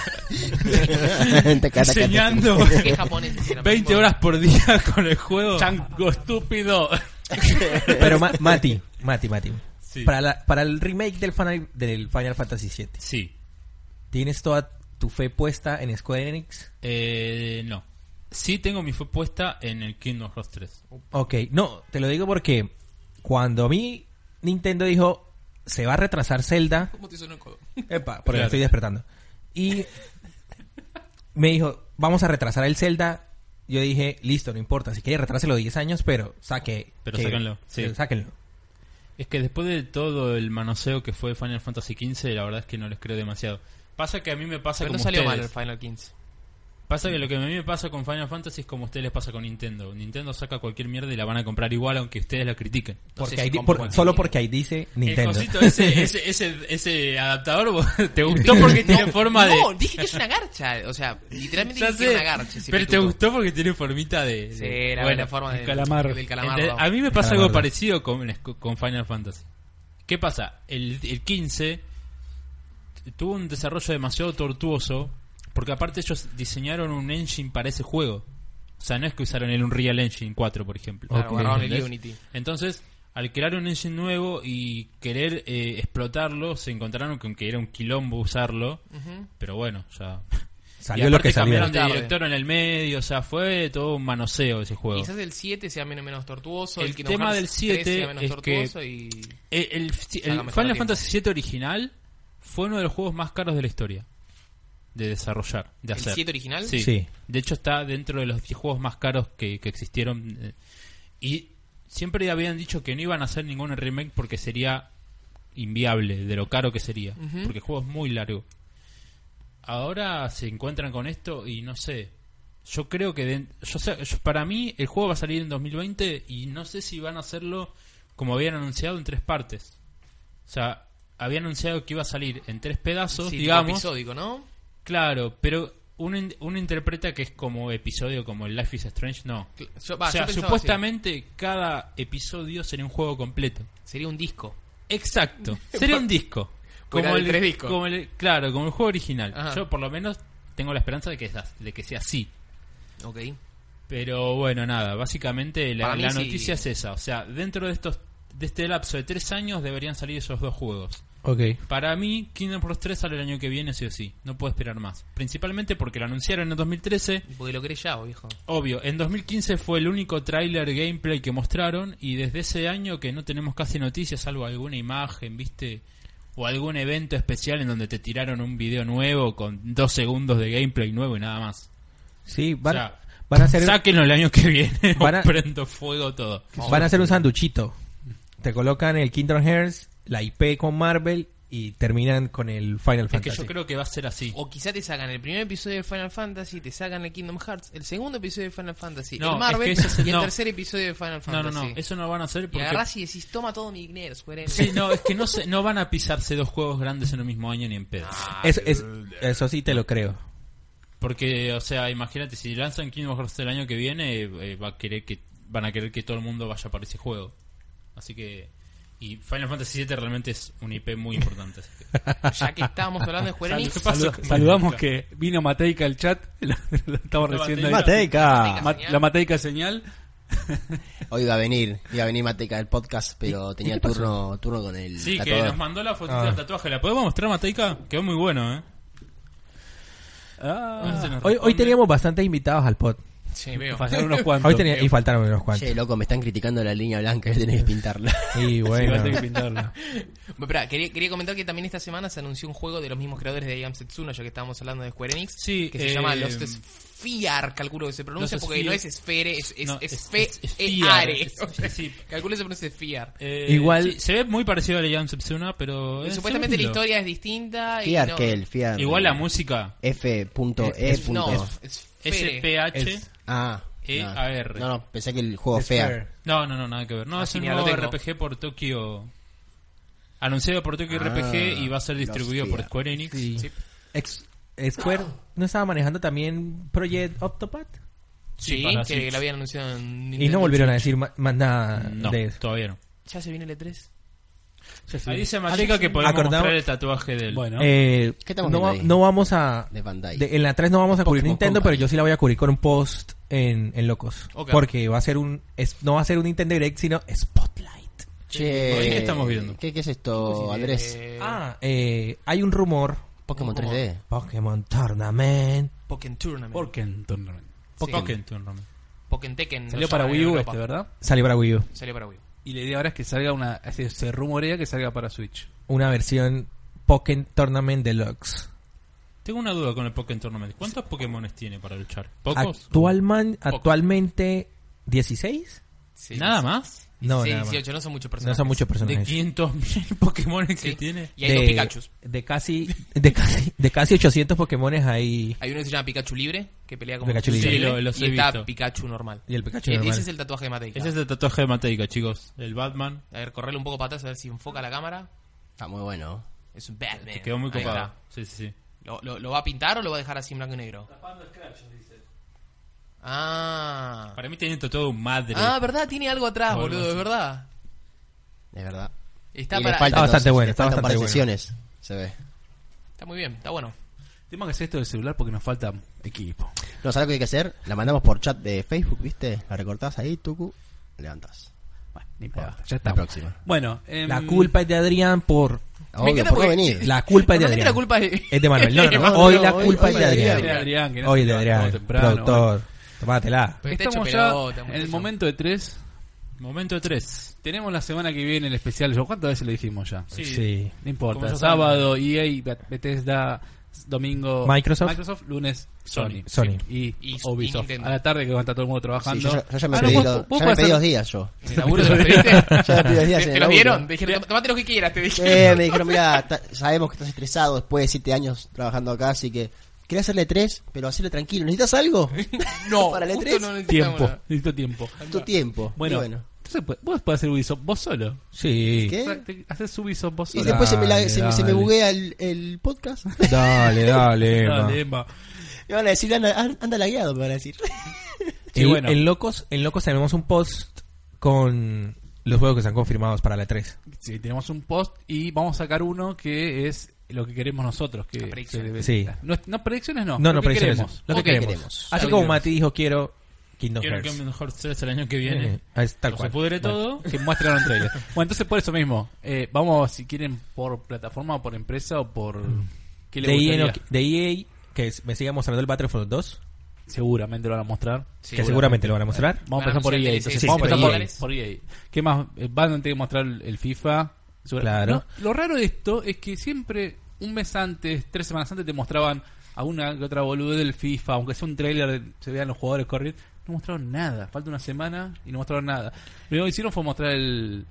Taca, taca, taca. enseñando ¿Qué japoneses eran? veinte horas por día con el juego. Chango estúpido. Pero Ma- Mati, Mati, Mati. Sí. Para, la- para el remake del Final, del Final Fantasy siete, Sí. ¿tienes toda tu fe puesta en Square Enix? Eh, no. Sí tengo mi fe puesta en el Kingdom Hearts tres. Ok, no, te lo digo porque cuando a mí Nintendo dijo se va a retrasar Zelda, ¿Cómo te sonó el codo? epa, porque Claro. estoy despertando, y me dijo vamos a retrasar el Zelda, yo dije listo, no importa, si quiere retráselo diez años, pero saque, Pero que- sáquenlo, sí. que sáquenlo. Es que después de todo el manoseo que fue Final Fantasy quince, la verdad es que no les creo demasiado. Pasa que a mí me pasa Pero como no salió mal el ustedes. Final quince. Pasa que lo que a mí me pasa con Final Fantasy es como a ustedes les pasa con Nintendo. Nintendo saca cualquier mierda y la van a comprar igual aunque ustedes la critiquen. Porque sé ahí si di- compro por- cualquier solo mierda. porque ahí dice Nintendo. El cosito ese, ese, ese, ese adaptador, ¿vos- ¿te gustó porque tiene forma de...? No, dije que es una garcha. O sea, literalmente Ya dije que era sé, una garcha. ese pero te pituto. gustó porque tiene formita de... de- Sí, la, bueno, la forma del calamar. Del calamar. Ente- a mí me pasa Calamardo. algo parecido con, con Final Fantasy. ¿Qué pasa? El, el quince tuvo un desarrollo demasiado tortuoso, porque aparte ellos diseñaron un engine para ese juego. O sea, no es que usaron el Unreal Engine cuatro, por ejemplo. Claro, Ok. agarraron el ¿Entendés? Unity. Entonces, al crear un engine nuevo y querer eh, explotarlo, se encontraron con que era un quilombo usarlo. Ujú. Pero bueno, ya... Salió y lo aparte que salió. cambiaron de Tarde. director en el medio, o sea, fue todo un manoseo ese juego. Quizás el siete sea menos, menos tortuoso. El Kingdom tema Hearts del siete tres sea menos es tortuoso y... El, el- el Saca mejor Final a Fantasy siete original fue uno de los juegos más caros de la historia de desarrollar, de ¿El hacer. siete original? Sí. Sí. De hecho está dentro de los diez juegos más caros que, que existieron eh, y siempre habían dicho que no iban a hacer ningún remake porque sería inviable de lo caro que sería, Ujú. porque el juego es muy largo. Ahora se encuentran con esto y no sé. Yo creo que de- yo, sé- yo- para mí el juego va a salir en dos mil veinte y no sé si van a hacerlo como habían anunciado en tres partes. O sea, habían anunciado que iba a salir en tres pedazos, Sí, tipo digamos. episódico, ¿no? Claro, pero uno, in- uno interpreta que es como episodio, como el Life is Strange, no. Cl- Yo, va, o sea, yo pensaba supuestamente cada episodio sería un juego completo. así. Sería un disco. Exacto, sería un disco. Fuera Como de el, tres discos. como el- claro, como el juego original. Ajá. Yo por lo menos tengo la esperanza de que, sea- de que sea así. Ok. Pero bueno, nada, básicamente la, Para mí la sí. noticia es esa. O sea, dentro de estos de este lapso de tres años deberían salir esos dos juegos. Ok. Para mí, Kingdom Hearts tres sale el año que viene, sí o sí. No puedo esperar más. Principalmente porque lo anunciaron en dos mil trece. Porque lo querés ya, viejo. Obvio, en dos mil quince fue el único tráiler gameplay que mostraron. Y desde ese año que no tenemos casi noticias, salvo alguna imagen, ¿viste? O algún evento especial en donde te tiraron un video nuevo con dos segundos de gameplay nuevo y nada más. Sí, van, O sea, van a hacer Sáquenlo el año que viene Van a- o prendo fuego todo. van a hacer un sanduchito. Te colocan el Kingdom Hearts, la I P con Marvel y terminan con el Final Es Fantasy. que yo creo que va a ser así. O quizá te sacan el primer episodio de Final Fantasy, te sacan el Kingdom Hearts, el segundo episodio de Final Fantasy, No, el Marvel es que ese es el- y el no. tercer episodio de Final No, Fantasy. no, no, eso no van a hacer Y porque... agarrás y decís, toma todo mi dinero, Square Enix. Sí, no, es que no, se, no van a pisarse dos juegos grandes en el mismo año ni en pedo. Es- es- eso sí te lo creo. Porque, o sea, imagínate, si lanzan Kingdom Hearts el año que viene, eh, va a querer que, van a querer que todo el mundo vaya para ese juego. Así que... Y Final Fantasy siete realmente es un I P muy importante. así que- Ya que estábamos hablando de Square Sal- Enix, ¿Qué pasó saluda- con saludamos Mateica? que vino Mateica al chat. Lo, lo estamos La recién Mateica. Mateca. Ma- la Mateica señal. Hoy iba a venir, iba a venir Mateca del podcast, pero tenía turno turno con el Sí, que tatuador. nos mandó la fotito Ah. del tatuaje. ¿La podemos mostrar, Mateica? Quedó muy bueno, ¿eh? Ah, A ver si nos Hoy, hoy responde. teníamos bastantes invitados al pod. sí, veo. pasaron unos cuantos. Hoy tenía, y faltaron unos cuantos. Che, loco, me están criticando la línea blanca, que tenés que pintarla. Y Sí, bueno. va a tener que pintarla. Bueno, espera, quería, quería comentar que también esta semana se anunció un juego de los mismos creadores de I Am Setsuna, ya que estábamos hablando de Square Enix, Sí, que se eh, llama Lost Sphere, calculo que se pronuncia, Lost porque Sphere. no es Esfere, es, es, No, es, es- fe- es- es e- Sphere, are. es- O sea, sí. calculo que se pronuncia Sphere. Eh, Igual- sí, se ve muy parecido a la Jam Setsuna, pero... Y es supuestamente la lindo. historia es distinta. y Fiar, no- que el Fiar. Igual la música, F punto E Es- punto. No, es Esfere. S P H... Es- Ah. E no. A R. No, no, pensé que el juego Es Fear. fair. No, no, no, nada que ver. No, Ah, es un genial, lo nuevo tengo. R P G por Tokio... Anunciado por Tokyo Ah, R P G y va a ser Lost distribuido por Sphere. Square Enix. Sí. Sí. Ex- Square no estaba manejando también Project Octopath Sí, Sí, para que Switch. lo habían anunciado en y Nintendo no volvieron a Switch. decir ma- más nada No, de eso. todavía no. Ya se viene el E tres. Ahí dice Matica que podemos Acordamos- mostrar el tatuaje del... Bueno, Eh, ¿Qué estamos no, viendo va- ahí? no vamos a De Bandai. de- en la tres no vamos a cubrir Pokémon Nintendo, Company. pero yo sí la voy a cubrir con un post en, en Locos. Ok. Porque va a ser un es- no va a ser un Nintendo Direct, sino Spotlight. Che, ¿Qué estamos viendo? ¿Qué, qué es esto, Andrés? Eh, Ah, eh, hay un rumor Pokémon tres D. Pokémon Tournament. Pokémon Tournament. Pokémon Tournament. Pokémon Tournament. Pokémon Tekken. Salió lo para llaman Wii en U Europa. este, ¿verdad? Salió para Wii U. Salió para Wii U. Y la idea ahora es que salga una... Se, se rumorea que salga para Switch. Una versión Pokémon Tournament Deluxe. Tengo una duda con el Pokémon Tournament. ¿Cuántos Pokémones tiene para luchar? ¿Pocos? Actualman, Pocos. actualmente dieciséis. Sí, ¿Nada sí. más? No, dieciséis, nada más. dieciocho, no son muchos No personajes. son muchos ¿De personajes. quinientos mil Pokémon que Sí. tiene? Y hay dos Pikachus. de casi de casi de casi ochocientos Pokémones ahí Hay uno que se llama Pikachu Libre, que pelea como Pikachu Pikachu Libre. libre, Sí, lo- los y he está visto. Pikachu normal. y el Pikachu E- normal. Ese es el tatuaje de Mateica. Ese es el tatuaje de Mateica, chicos. El Batman. A ver, correrle un poco para atrás a ver si enfoca la cámara. Está muy bueno. Es un Batman. Que quedó muy Ahí copado. está. Sí, sí, sí. ¿Lo, lo, lo va a pintar o lo va a dejar así en blanco y negro? Ah. Para mí tiene todo un madre. Ah, verdad, tiene algo atrás, O algo boludo, así. es verdad. Es verdad. Está, Y para... le falta Está bastante entonces, bueno, le está faltan bastante para bueno. sesiones. Se ve. está muy bien, está bueno. Tenemos que hacer esto del celular porque nos falta equipo. No, ¿sabes lo que hay que hacer? La mandamos por chat de Facebook, ¿viste? La recortás ahí, tucu, levantás. Bueno, ni importa, Ahí va, ya la está. próxima. Bueno, em, La culpa es de Adrián por... Obvio, encanta por no porque- venir. La culpa es de Normalmente Adrián. la culpa es- Es de Manuel. No, no, no. Manuel, Hoy no, la hoy- culpa hoy es de de Adrián. de Adrián, que no Hoy se de levantó Adrián. temprano. Productor. Tomátela. Pero está Estamos hecho ya pelota, en el muchacho. momento de tres. Momento tres. Tenemos la semana que viene el especial. ¿Yo ¿Cuántas veces le dijimos ya? Sí. Sí. No Como importa. ya Sábado E A, Bethesda, domingo Microsoft. lunes Sony. Sony. Y, Y- y Ubisoft. Nintendo. A la tarde que va a estar todo el mundo Sí, trabajando. yo, ya- yo ya me Ah, no, pedí, vos- los, vos ya me podés pedí hacer- dos días yo. ¿En el laburo te los pediste? Ya me pedí dos días ¿Te, en te el los laburo. dieron? Te dijeron, tomate lo que quieras, te dije. Eh, me dijeron, mira, ta- sabemos que estás estresado después de siete años trabajando acá, así que quería hacerle tres, pero hacerle tranquilo. ¿Necesitas algo? No, Para el E justo tres, no necesitamos Tiempo. nada. Necesito tiempo. tu tiempo. Bueno, Y bueno. entonces pues, vos podés hacer Ubisoft vos solo. Sí. ¿Qué? Te- Haces Ubisoft vos Y solo. después se me, la- Dale, se, me- se me dale. buguea el, el podcast. Dale, dale, Emma. Dale, Emma. Me van a decir, anda, anda lagueado, me van a decir. Sí, en, bueno. en Locos, en Locos tenemos un post con los juegos que están confirmados para la E tres. Sí, tenemos un post y vamos a sacar uno que es lo que queremos nosotros. Que Las predicciones. se debe- Sí. No, no, predicciones no. No, lo no, que predicciones. queremos. Lo que Ok, queremos. queremos. Así Lo como que Mati dijo, quiero Kingdom Quiero Hearts. que mejor tres el año que viene. Eh, es tal O se cual. pudre todo. Que muestren un trailer. Bueno, entonces por eso mismo, eh, vamos, si quieren, por plataforma o por empresa o por... ¿Qué le De E A, gustaría? no- de E A, que es- me sigue mostrando el Battlefront dos, Seguramente lo van a mostrar. Sí, que seguramente lo van a mostrar. Vamos a Van a empezar por E A. anunciar Entonces, D L C, vamos a sí, empezar por por, E A. por E A. ¿Qué más? Eh, Van a tener que mostrar el, el FIFA. Segura- Claro. No, lo raro de esto es que siempre, un mes antes, tres semanas antes, te mostraban alguna que otra boludez del FIFA, aunque sea un trailer, se vean los jugadores correr. No mostraron nada. Falta una semana y no mostraron nada. Lo único que hicieron fue mostrar el,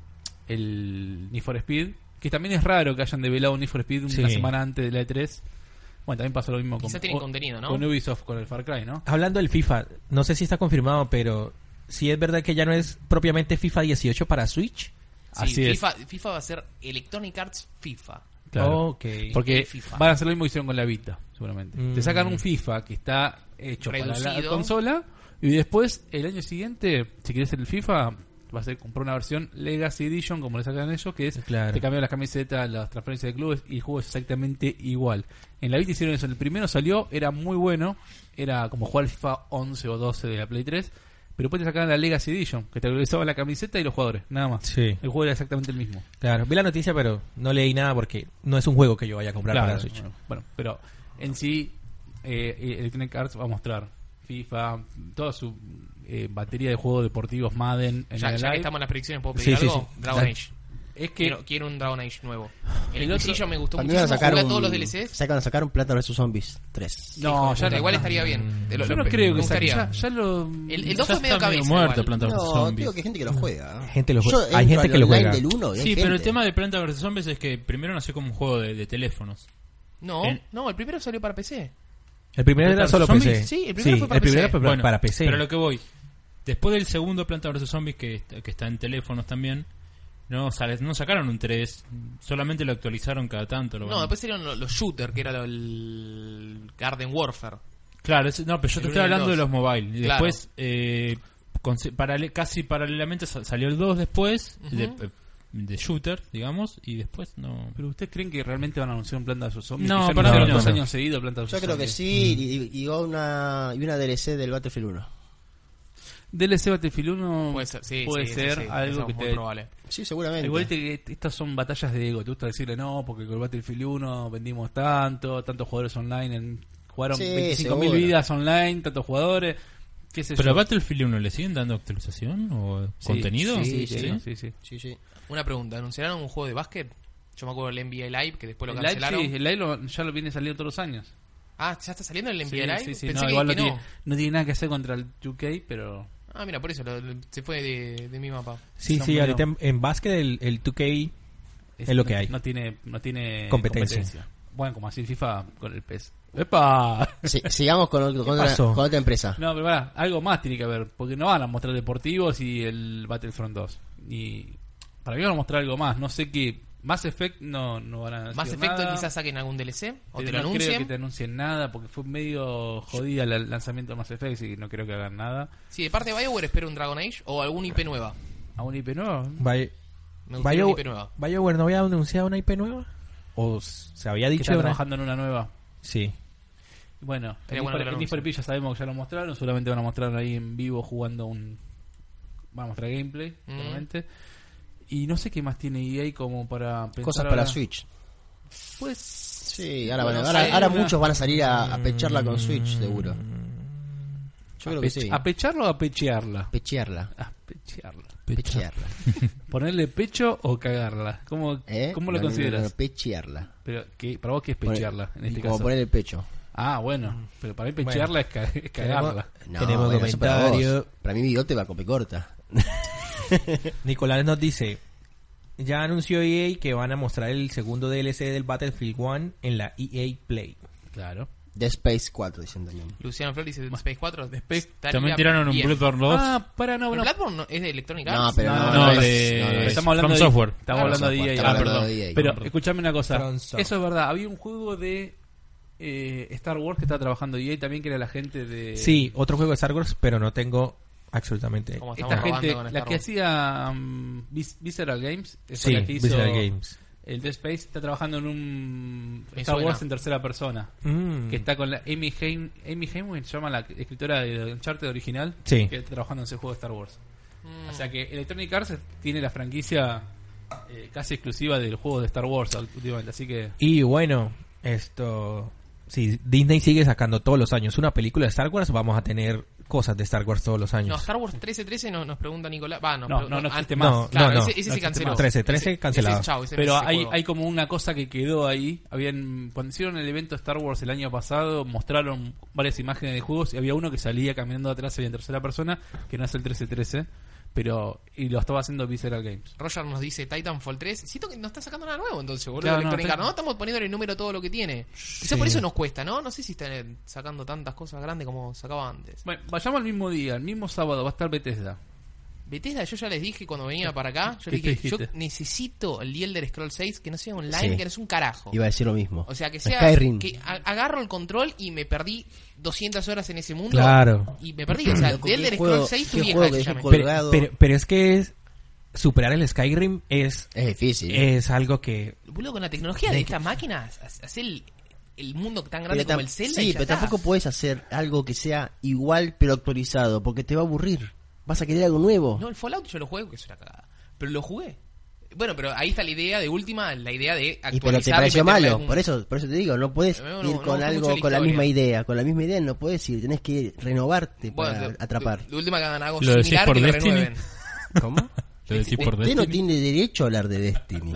el Need for Speed, que también es raro que hayan develado un Need for Speed una Sí. semana antes de la E tres. Bueno, también pasó lo mismo con, Quizá tienen o- contenido, ¿no? con Ubisoft, con el Far Cry, ¿no? Hablando del FIFA, no sé si está confirmado, pero si es verdad que ya no es propiamente FIFA dieciocho para Switch. Sí, Así es. FIFA, FIFA va a ser Electronic Arts FIFA. Claro. Ok. Porque el FIFA. van a hacer lo mismo que hicieron con la Vita, seguramente. Mm. Te sacan un FIFA que está hecho para la Reducido. consola y después, el año siguiente, si quieres el FIFA, vas a comprar una versión Legacy Edition, como le sacan ellos, que es, Claro. te cambian las camisetas, las transferencias de clubes y el juego es exactamente igual. En la Vita hicieron eso. El primero salió, era muy bueno, era como jugar el FIFA once o doce de la Play tres, pero después te sacaban la Legacy Edition, que te actualizaban la camiseta y los jugadores, nada más. Sí. El juego era exactamente el mismo. Claro, vi la noticia, pero no leí nada porque no es un juego que yo vaya a comprar Claro, para Switch. Bueno, bueno, pero en sí, eh, Electronic Arts va a mostrar FIFA, toda su eh, batería de juegos deportivos, Madden, en Ya, el ya que live. estamos en las predicciones, ¿puedo Sí, pedir sí, algo? sí. Dragon Dale. Age. Es que Quiero, quiero un Dragon Age nuevo. El, El otro- Inquisition me gustó Para mí van a muchísimo. sacar Jugué un, a todos los D L Cs. sacan a sacar un Planta versus. Zombies tres. no, Hijo de ya puta, no, igual estaría bien. Te lo- yo lo- no creo me que saque, gustaría. ya, ya lo El, el Ya dos fue medio está medio cabeza. muerto igual. Planta versus. No, Zombies. digo que hay gente que lo juega. Gente lo Yo juega. Hay entro gente al que lo online juega. del uno y hay Sí, pero el gente. tema de Planta versus. Zombies es que primero nació como un juego de, de teléfonos. No, El- no, el primero salió para P C. El primero era ¿Planta solo versus. P C. Zombies? Sí, el primero fue para el primero P C. fue para, Bueno, para P C. Pero lo que voy, después del segundo Planta versus. Zombies que, está- que está en teléfonos también, no, sale- no sacaron un tres, solamente lo actualizaron cada tanto. Lo No, van- después salieron los, los shooters, que era lo- el Garden Warfare. Claro, es- no, pero yo El te uno estoy y el hablando de dos. los mobile. Y Claro. después, eh, conse- parale- casi paralelamente sa- salió el dos después, Ujú. de, eh, de shooter, digamos, y después no... ¿Pero ustedes creen que realmente van a anunciar un Planta versus Zombies? No, Que ya para anunciaron mí no. dos años seguidos Planta versus. Yo creo que Zombies. sí, y, y una, y una D L C del Battlefield uno. D L C Battlefield uno Puede ser, sí, puede sí, ser sí, sí, algo eso que es muy te... probable. Sí, seguramente. Igual te- estas son batallas de ego. Te gusta decirle no, porque con el Battlefield uno vendimos tanto, tantos jugadores online, en, jugaron Sí, veinticinco mil seguro. vidas online, tantos jugadores, qué sé ¿Pero a yo. Battlefield uno le siguen dando actualización o Sí, contenido? Sí, sí, Sí, sí, sí, sí. Sí, sí. Una pregunta, ¿anunciaron un juego de básquet? Yo me acuerdo del N B A Live, que después lo El live, cancelaron. sí, el live lo- ya lo viene saliendo todos los años. Ah, ¿ya está saliendo el N B A Sí, Live? sí, sí, Pensé no, que, igual que no, no. tiene, no tiene nada que hacer contra el dos K, pero... Ah, mira, por eso lo- lo- se fue de, de mi mapa. Sí, Son sí, medio- ahorita en, en básquet el, el dos K es lo que hay. No tiene, no tiene Competencia. Bueno, como así FIFA con el P E S. ¡Epa! Sí, sigamos con, otro- con, otra, pasó? con otra empresa. No, pero pará, algo más tiene que haber, porque no van a mostrar deportivos y el Battlefront dos. Y para mí van a mostrar algo más, no sé qué. Mass Effect no, no van a decir Más efecto nada. quizás saquen algún D L C o Pero te lo no creo que anuncien. te anuncien nada, porque fue medio jodida el lanzamiento de Mass Effect y no creo que hagan nada. Sí, de parte de BioWare espero un Dragon Age o algún I P nueva. ¿A un I P nuevo? Bio- Me gustaría una I P Bio- nueva. BioWare no había anunciado una I P nueva. ¿O s- se había ¿Que dicho están una? trabajando en una nueva? Sí. Bueno, Estaría el bueno que lo Need for- el Need for anuncien. Speed ya sabemos que ya lo mostraron, seguramente van a mostrar ahí en vivo jugando un... Van a mostrar gameplay, Mm. seguramente. Y no sé qué más tiene E A como para pensar Cosas ahora. para Switch. Pues... Sí, ahora, Bueno, van a- ahora, sí, ahora una- muchos van a salir a, a pecharla con Switch, seguro. Yo creo que sí. ¿A pecharla o a pechearla? Pechearla. A pechearla. Pechearla. ¿Ponerle pecho o cagarla? ¿Cómo, ¿Eh? ¿cómo lo No, no, consideras? no, no, pechearla. Pero, ¿qué, ¿para vos qué es Poner- pechearla en este como caso? poner el pecho. Ah, bueno. Pero para mí pechearla es, ca- es cagarla. No, Tenemos bueno, eso para comentario. vos. Para mí bigote va a cope corta. Nicolás nos dice, ya anunció E A que van a mostrar el segundo D L C del Battlefield uno en la E A Play. Claro. The Space cuatro, dicen también. Luciano Flores dice Dead Space cuatro. Dead Space- También tiraron un Bloodborne dos. Ah, para, no, ¿El no. Bloodborne no- es de Electronic No, Arts? pero No, no, no, no, de- es- no, no, Pero es- estamos hablando From de Software. Estamos From hablando de Software, E A. estamos Ah, hablando perdón. de E A. Pero Perdón. escuchame una cosa. From Software. Eso es verdad. Había un juego de eh, Star Wars que estaba trabajando E A también, que era la gente de... Sí, otro juego de Star Wars, pero no tengo absolutamente... Como Esta estamos gente, robando con la Star que Wars. hacía um, Vis- Visceral Games, esa Sí, la que hizo Visceral Games. el Dead Space, está trabajando en un Me Star suena. Wars en tercera persona. Mm. Que está con la Amy Heim, Amy Hemingway, se llama la escritora de Uncharted original, Sí. que está trabajando en ese juego de Star Wars. Mm. O sea que Electronic Arts tiene la franquicia eh, casi exclusiva del juego de Star Wars últimamente, así que Y bueno, esto... Si Disney sigue sacando todos los años una película de Star Wars, vamos a tener cosas de Star Wars todos los No, años. Star Wars trece trece nos, nos pregunta Nicolás. Va, nos No, pregun- no, no ah, existe no, más. Claro, no, no. ese, ese No se existe canceló. más. trece, trece Ese- cancelado. ese, chau, ese- pero ese hay, juego. hay como una cosa que quedó ahí. Habían cuando hicieron el evento Star Wars el año pasado, mostraron varias imágenes de juegos y había uno que salía caminando atrás en tercera persona, que no es el trece trece, pero y lo estaba haciendo Visceral Games. Roger nos dice Titanfall tres. Siento que no está sacando nada nuevo entonces, boludo. Claro, no, Electronic está- Arts, ¿no? Estamos poniendo el número todo lo que tiene. Quizá por eso nos cuesta, ¿no? No sé si están sacando tantas cosas grandes como sacaba antes. Bueno, vayamos al mismo día, el mismo sábado va a estar Bethesda. Bethesda, yo ya les dije cuando venía para acá, yo ¿Qué les dije, te yo dijiste? necesito el The Elder Scrolls seis que no sea online, Sí. que no es un carajo. Iba a decir lo mismo. O sea, que sea Skyrim. que a- agarro el control y me perdí doscientas horas en ese mundo. Claro. Y me perdí, o sea, Loco, The Elder qué juego- Scrolls seis tu qué vieja juego que que se llame. dejó Pero, colgado. pero, pero es que es, superar el Skyrim es, Es difícil. es algo que... Boludo, con la tecnología de estas máquinas, hacer el, el mundo tan grande Pero como tam- el Zelda sí, y ya pero está. tampoco puedes hacer algo que sea igual pero actualizado, porque te va a aburrir. Vas a querer algo nuevo. No, el Fallout yo lo jugué, que es una cagada. Pero lo jugué. Bueno, pero ahí está la idea de última, la idea de actualizar. Y pero te pareció meterle malo, un- por eso, por eso te digo, no puedes No, no, ir no, con me gusta algo, mucho la con la historia. misma idea, con la misma idea no puedes ir, tenés que renovarte Bueno, para de- atrapar. De, de última que hagan algo ¿Lo decís similar por que lo Destiny? renueven. ¿Cómo? Lo decís por Usted no Destiny. tiene derecho a hablar de Destiny.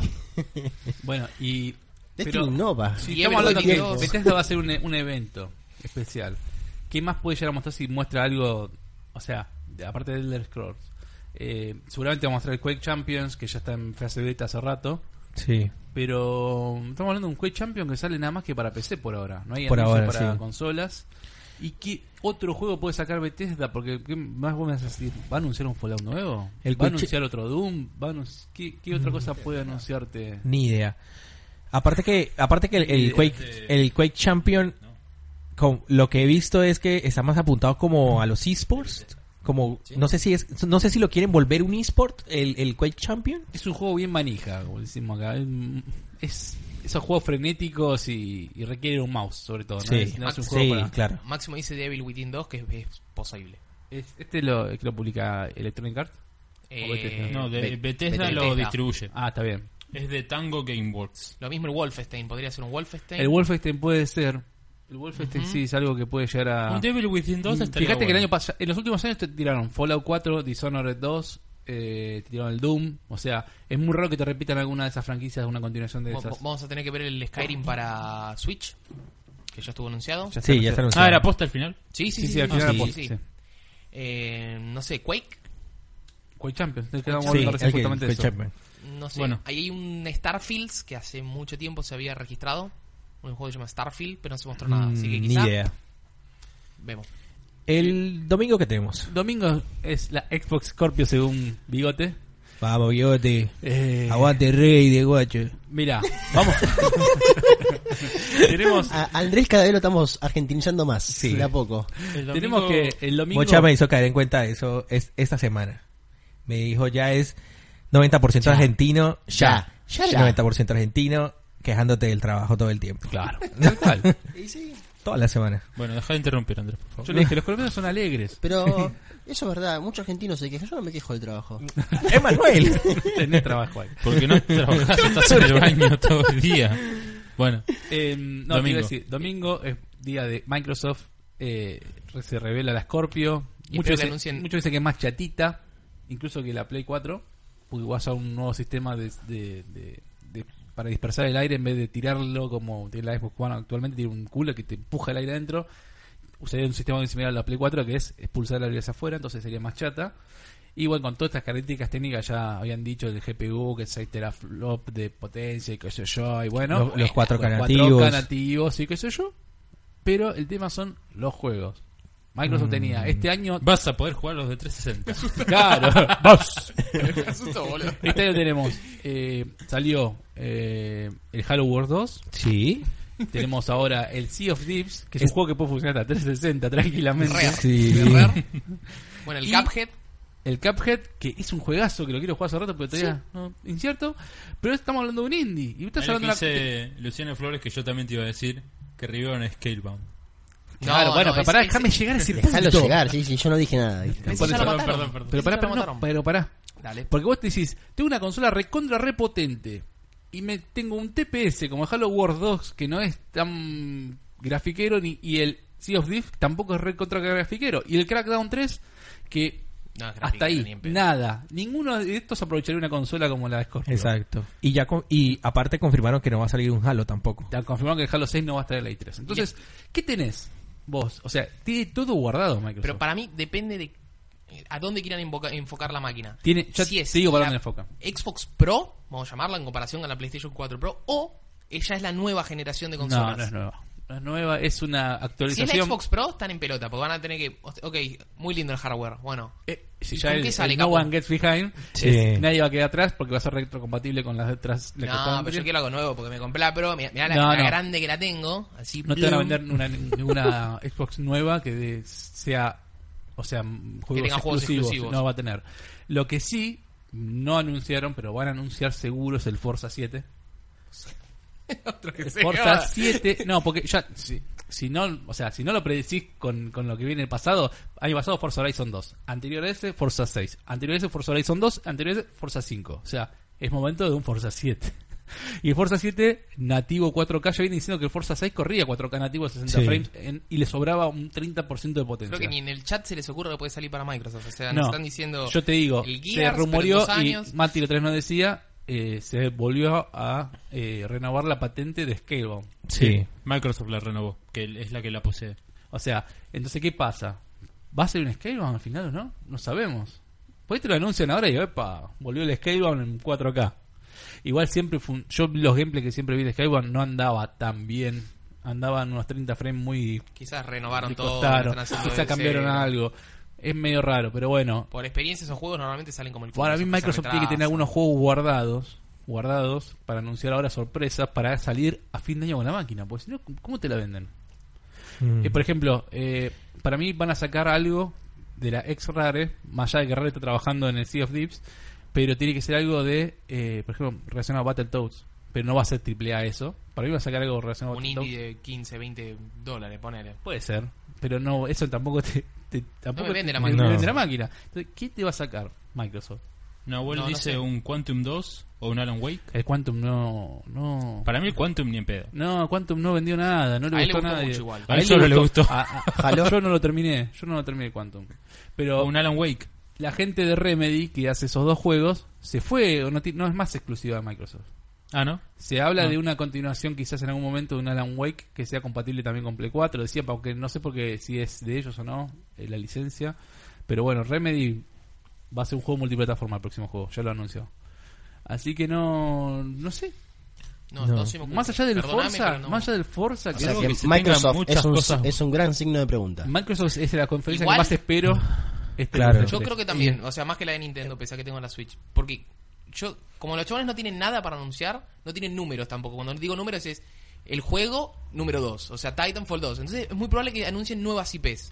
Bueno, y Destiny pero innova. si Y estamos hablando Everton que dos. Bethesda va a hacer un, un evento especial. ¿Qué más puede llegar a mostrar si muestra algo? O sea, de- aparte del Elder Scrolls. Eh, seguramente va a mostrar el Quake Champions, que ya está en fase beta hace rato. Sí. Pero estamos hablando de un Quake Champion que sale nada más que para P C por ahora. No hay Por anuncio ahora, para sí. consolas. ¿Y qué otro juego puede sacar Bethesda? Porque ¿qué más vos me vas a decir? ¿Va a anunciar un Fallout nuevo? El ¿Va a Quake- anunciar otro Doom? ¿Va a anunci- ¿Qué, qué otra cosa puede anunciarte? Ni idea. Aparte que, aparte que el, el Ni idea. Quake, el Quake Champion, con, lo que he visto es que está más apuntado como a los esports. Como, no sé si es, no sé si lo quieren volver un esport, el, el Quake Champion. Es un juego bien manija, como decimos acá. Es esos juegos frenéticos y, y requieren un mouse, sobre todo. ¿no? Sí, Es, no es un juego sí, para- claro. Máximo dice Devil Within dos, que es, es posible. es- este lo, que lo publica Electronic Arts. Eh, Bethesda? No, de, Be- Bethesda lo Bethesda. distribuye. Ah, está bien. Es de Tango Gameworks. Lo mismo el Wolfenstein, podría ser un Wolfenstein. El Wolfenstein puede ser. El Wolfenstein sí es algo que puede llegar a. Un Devil Within dos estaría Fíjate que el bueno. año pasado, en los últimos años te tiraron Fallout cuatro, Dishonored dos, eh, te tiraron el Doom. O sea, es muy raro que te repitan alguna de esas franquicias, una continuación de Mo- esas. Vamos a tener que ver el Skyrim para Switch, que ya estuvo anunciado. Ya Sí, ya está anunciado. Ah, ¿era posta al final? Sí, sí, Sí, sí, sí, al sí, final sí, era sí, post- sí. sí. Eh, no sé, Quake, Quake Champions, te quedamos Sí, hablando el recién que- justamente de Quake eso. Champion. no sé. Bueno. Ahí hay un Starfields que hace mucho tiempo se había registrado. Un juego que se llama Starfield, pero no se mostró nada. Así que Mm, Ni quizá idea. vemos. El domingo que tenemos. Domingo es la Xbox Scorpio según Bigote. Vamos, Bigote. Eh, Aguante rey de guacho. Mira, vamos. tenemos A Andrés cada vez lo estamos argentinizando más, Sí. de a poco. El tenemos domingo- que el domingo Mocha me hizo caer en cuenta de eso es, esta semana. Me dijo ya es noventa por ciento Ya. argentino. Ya. Ya. Ya. Ya. noventa por ciento argentino. quejándote del trabajo todo el tiempo. Claro, tal cual. Y sí, Todas las semanas. Bueno, deja de interrumpir, Andrés, por favor. Yo le dije, los colombianos son alegres. pero eso es verdad, muchos argentinos se quejan, yo no me quejo del trabajo. Emanuel. Tenés trabajo ahí. Porque no trabajás, estás en el baño todo el día. Bueno, Eh, no, Domingo. te iba a decir, domingo es día de Microsoft, eh, se revela la Scorpio. Y Muchos espero que dicen, anuncien- muchos dicen que es más chatita, incluso que la Play cuatro, porque vas a un nuevo sistema de, de- de- de- para dispersar el aire en vez de tirarlo como tiene la Xbox One actualmente, tiene un culo que te empuja el aire adentro. Usaría un sistema muy similar a la Play cuatro, que es expulsar el aire hacia afuera, entonces sería más chata. Y bueno, con todas estas características técnicas ya habían dicho el G P U, que es seis teraflop de potencia y qué sé yo, y bueno, Los- los cuatro K los nativos. cuatro K nativos y qué sé yo. Pero el tema son los juegos. Microsoft tenía este año, vas a poder jugar los de trescientos sesenta. claro, vos. Me asustó, boludo. Este año tenemos, eh, salió eh, el Halo Wars dos, Sí. tenemos ahora el Sea of Thieves, que es un juego que puede funcionar hasta trescientos sesenta tranquilamente. Re. Sí. De Rare. Bueno, el Y- Cuphead. El Cuphead, que es un juegazo que lo quiero jugar hace rato, pero todavía no, incierto. Pero estamos hablando de un indie. Y estás Es lo hablando que de una... dice Luciano Flores, que yo también te iba a decir, que revieron Scalebound. Claro, No, bueno, no, pero es- pará, es- déjame llegar a ese Déjalo punto. llegar, sí, sí, yo no dije nada. ¿viste? Ese Por ya eso- lo perdón, mataron. perdón, perdón. Pero Ese pará, ya pero, lo no, mataron. pero pará. Dale. Porque vos te decís, tengo una consola recontra repotente y me tengo un T P S como Halo Wars dos que no es tan grafiquero ni y el Sea of Thieves tampoco es recontra grafiquero y el Crackdown tres que No, es hasta grafiquero, ahí ni en pedo. nada, ninguno de estos aprovecharía una consola como la de Scorpio. Exacto. Y ya con- y aparte confirmaron que no va a salir un Halo tampoco. Te han confirmado que el Halo seis no va a estar en la i tres. Entonces, ¿qué tenés vos? O sea, tiene todo guardado Microsoft. Pero para mí depende de eh, a dónde quieran invoca- enfocar la máquina. Tiene, ya Si es te digo para la dónde enfoca. Xbox Pro, vamos a llamarla en comparación con la PlayStation cuatro Pro, o ella es la nueva generación de consolas. No, no es nueva. No es nueva, es una Si es actualización. la Xbox Pro, están en pelota, porque van a tener que... Ok, muy lindo el hardware, bueno. Eh, si ¿Y ya con el, qué sale, el No capo? One Gets Behind, Sí. es- nadie va a quedar atrás porque va a ser retrocompatible con las otras. las que No, están pero yo anteriores. quiero algo nuevo porque me compré la Pro, mirá, mirá la, No, la no. grande que la tengo, así... No te van a plum. vender una, ninguna Xbox nueva que de- sea, o sea, m- juegos, tenga juegos exclusivos, exclusivos. No va a tener. Lo que sí no anunciaron, pero van a anunciar seguro es el Forza siete. Otro que El se Forza joda. siete, no, porque ya si, si no, o sea, si no lo predecís con, con lo que viene el pasado, año pasado Forza Horizon dos, anterior a ese Forza seis, anterior a ese Forza Horizon dos, anterior a ese Forza cinco. O sea, es momento de un Forza siete. Y el Forza siete nativo cuatro K ya viene diciendo que el Forza seis corría cuatro K nativo a sesenta Sí. frames en- y le sobraba un treinta por ciento de potencia. Creo que ni en el chat se les ocurre que puede salir para Microsoft. O sea, No, nos están diciendo... yo te digo, el se Gears, rumoreó pero en dos y años. Mati lo tres no decía, eh, se volvió a eh, renovar la patente de Scalebound. Sí. Microsoft la renovó, que es la que la posee. O sea, entonces, ¿qué pasa? ¿Va a ser un Scalebound al final o no? No sabemos. Pues te lo anuncian ahora y epa, volvió el Scalebound en cuatro K. Igual siempre fun- yo los gameplays que siempre vi de Scalebound no andaba tan bien. Andaban unos treinta frames muy Quizás renovaron todo. costaron. están haciendo Quizá de cambiaron cero. algo. Es medio raro, pero bueno. Por experiencia esos juegos normalmente salen como el culo, Para mí se- se Microsoft tiene que tener retrasan. algunos juegos guardados, guardados para anunciar ahora sorpresas para salir a fin de año con la máquina, porque si no, ¿cómo te la venden? Mm. Eh, por ejemplo, eh, para mí van a sacar algo de la ex Rare, más allá de que Rare está trabajando en el Sea of Thieves, pero tiene que ser algo de, eh, por ejemplo, relacionado a Battletoads, pero no va a ser triple A eso. Para mí va a sacar algo relacionado a Un Battletoads. indie de quince, veinte dólares, ponele. Puede ser, pero no, eso tampoco te, te- tampoco me vende la te- máquina. te No. vende la máquina. Entonces, ¿qué te va a sacar Microsoft? Nahuel No, no dice sé. un Quantum dos o un Alan Wake. El Quantum no, no. Para mí el Quantum ni en pedo. No, Quantum no vendió nada, no le A él gustó le a gustó nadie. mucho igual. A él solo le gustó. A- a- yo no lo terminé, yo no lo terminé Quantum. Pero O un Alan Wake. la gente de Remedy que hace esos dos juegos se fue, o no, ti- no es más exclusiva de Microsoft. Ah, ¿no? Se habla No. de una continuación quizás en algún momento de un Alan Wake que sea compatible también con Play cuatro, decía, aunque no sé por qué si es de ellos o no, eh, la licencia. Pero bueno, Remedy va a ser un juego multiplataforma el próximo juego, ya lo anunció. Así que no, no sé. No, No. no se me ocurre. Más allá del Perdóname, Forza, pero no. más allá del Forza, O que sea Algo que que se tenga Microsoft muchas es un, cosas. es un gran signo de pregunta. Microsoft es la conferencia Igual- que más espero. Este Claro. E Yo tres. creo que también, o sea, más que la de Nintendo, pese a que tengo la Switch. Porque yo, como los chavales no tienen nada para anunciar, no tienen números tampoco. Cuando digo números es el juego número dos, o sea, Titanfall dos. Entonces es muy probable que anuncien nuevas I Pes.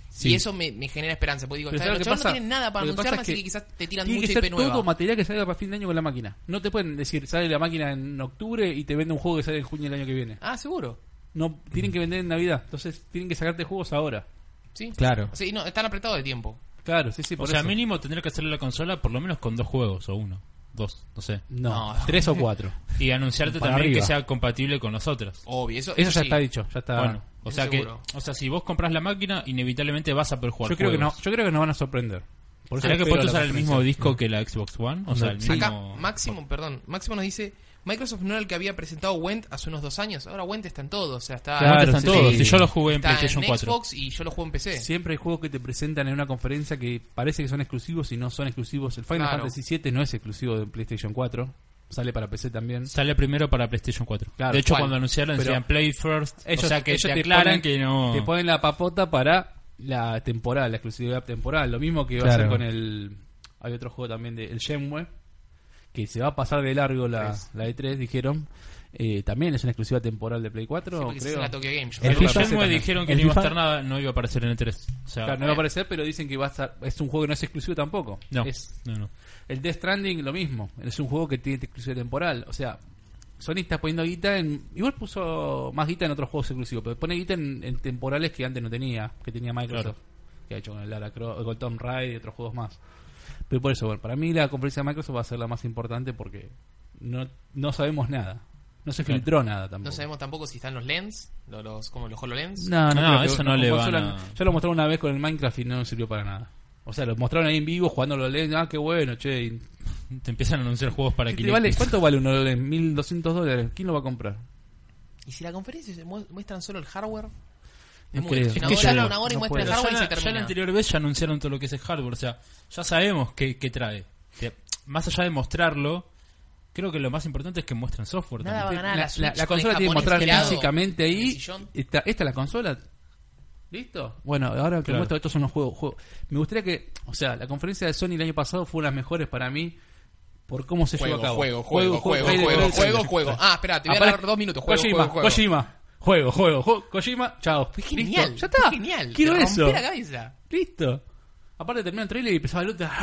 Sí. Y eso me, me genera esperanza, porque digo, Pero está, ¿sabes los lo que chavales pasa? no tienen nada para Lo que pasa anunciarme, es así que que quizás te tiran Tiene mucha que I P ser todo nueva. material que salga para fin de año con la máquina. No te pueden decir, sale la máquina en octubre y te vende un juego que sale en junio del año que viene. Ah, seguro. No, tienen que vender en Navidad. Entonces tienen que sacarte juegos ahora. Sí. Claro. Sí, no, están apretados de tiempo. Claro, sí, sí, O por sea, eso. mínimo tendría que hacerle la consola por lo menos con dos juegos o uno. Dos, no sé. No, No. tres o cuatro. Y anunciarte Para también arriba. que sea compatible con los otros. Obvio, eso, Eso ya sí. está dicho, ya está. Bueno, o eso sea que, seguro. o sea, si vos compras la máquina, inevitablemente vas a poder jugar yo creo que no, juegos. yo creo que nos van a sorprender. Por eso ¿Será que espero puedes la usar el conferencia. mismo disco que la Xbox One? O sea, el Sí. mismo... Acá, Máximo, perdón, Máximo nos dice, Microsoft no era el que había presentado Went hace unos dos años, ahora Went está en todo, o sea, está, Claro, están sí, todos. sí. Si yo lo jugué en está PlayStation en cuatro. Xbox y yo lo juego en P C. Siempre hay juegos que te presentan en una conferencia que parece que son exclusivos y no son exclusivos. El Final Claro. Fantasy siete no es exclusivo de PlayStation cuatro. Sale para P C también. Sale primero para PlayStation cuatro. Claro, de hecho, ¿cuál? cuando anunciaron Pero decían Play First. Ellos, o sea que ellos te te aclaran ponen- que no... Te ponen la papota para la temporal, la exclusividad temporal. Lo mismo que va a Claro. hacer con el... Hay otro juego también de el Shenmue, que se va a pasar de largo la, Tres. la E tres, dijeron. Eh, también es una exclusiva temporal de Play cuatro, Sí, porque se creo. hace la Tokyo Game Show. El El FIFA Shenmue también. dijeron que El no iba a FIFA- estar nada, no iba a aparecer en E tres. O sea, Claro, no va a aparecer, pero dicen que va a estar... Es un juego que no es exclusivo tampoco. no, Es, no, no. el Death Stranding, lo mismo. Es un juego que tiene exclusividad temporal. O sea, Sony está poniendo guita en... Igual puso más guita en otros juegos exclusivos, pero pone guita en, en temporales que antes no tenía, que tenía Microsoft. Que ha hecho con el Lara Croft, con Tomb Raider y otros juegos más. Pero por eso, bueno, para mí la conferencia de Microsoft va a ser la más importante porque no, no sabemos nada. No se Claro. filtró nada tampoco. No sabemos tampoco si están los lens, los, los como los HoloLens. No, no, No, creo que- eso no con le consola van a- no. Ya lo mostraron una vez con el Minecraft y no sirvió para nada. O sea, lo mostraron ahí en vivo jugando los L E D. Ah, qué bueno, che. y- Te empiezan a anunciar juegos para ¿Qué te Kinect. vale? ¿Cuánto vale un L E D? mil doscientos dólares. ¿Quién lo va a comprar? Y si la conferencia se mu- muestran solo el hardware, es No muy creo. una Es que hora, ya no- una hora y no muestran el puede. hardware y ya, se la, ya termina. la anterior vez ya anunciaron todo lo que es el hardware. O sea, ya sabemos qué, qué trae. Que, más allá de mostrarlo, creo que lo más importante es que muestren software. Nada va a también. ganar La, la Switch la- la con el consola tiene que japonés mostrar pelado físicamente en el ahí. sillón. Esta, esta es la consola. ¿Listo? Bueno, ahora que Claro. muestro, estos son los juegos, juegos. Me gustaría que, o sea, la conferencia de Sony el año pasado fue una de las mejores para mí por cómo se Juego, llevó a cabo. juego, juego, juego, trailer, juego, trailer, juego, trailer. juego. Ah, espera, te voy a Apare- dar dos minutos. Juego, Kojima, juego, juego. Kojima. Juego, juego, juego. Kojima, chao. Fue Listo. genial. Ya está. Fue genial. Quiero te eso. rompí la cabeza. Listo. Aparte terminó el trailer y empezaba el otro.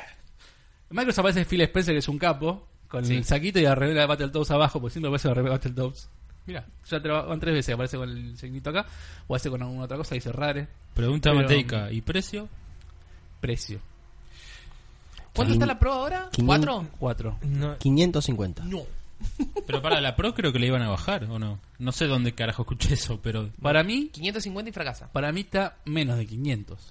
Microsoft aparece Phil Spencer, que es un capo, con Sí. el saquito y revela Battletoads abajo, porque siempre aparece Battletoads. Mira, ya te lo- van tres veces, aparece con el signito acá, o hace con alguna otra cosa, dice rare. Pregunta Pero- Mateica, ¿y precio? Precio. ¿Cuánto está la Pro ahora? quinientos. ¿Cuatro? cuatro. quinientos cincuenta. No. Pero para la Pro creo que le iban a bajar, ¿o no? No sé dónde carajo escuché eso, pero... Para mí, quinientos cincuenta y fracasa. para mí está menos de quinientos.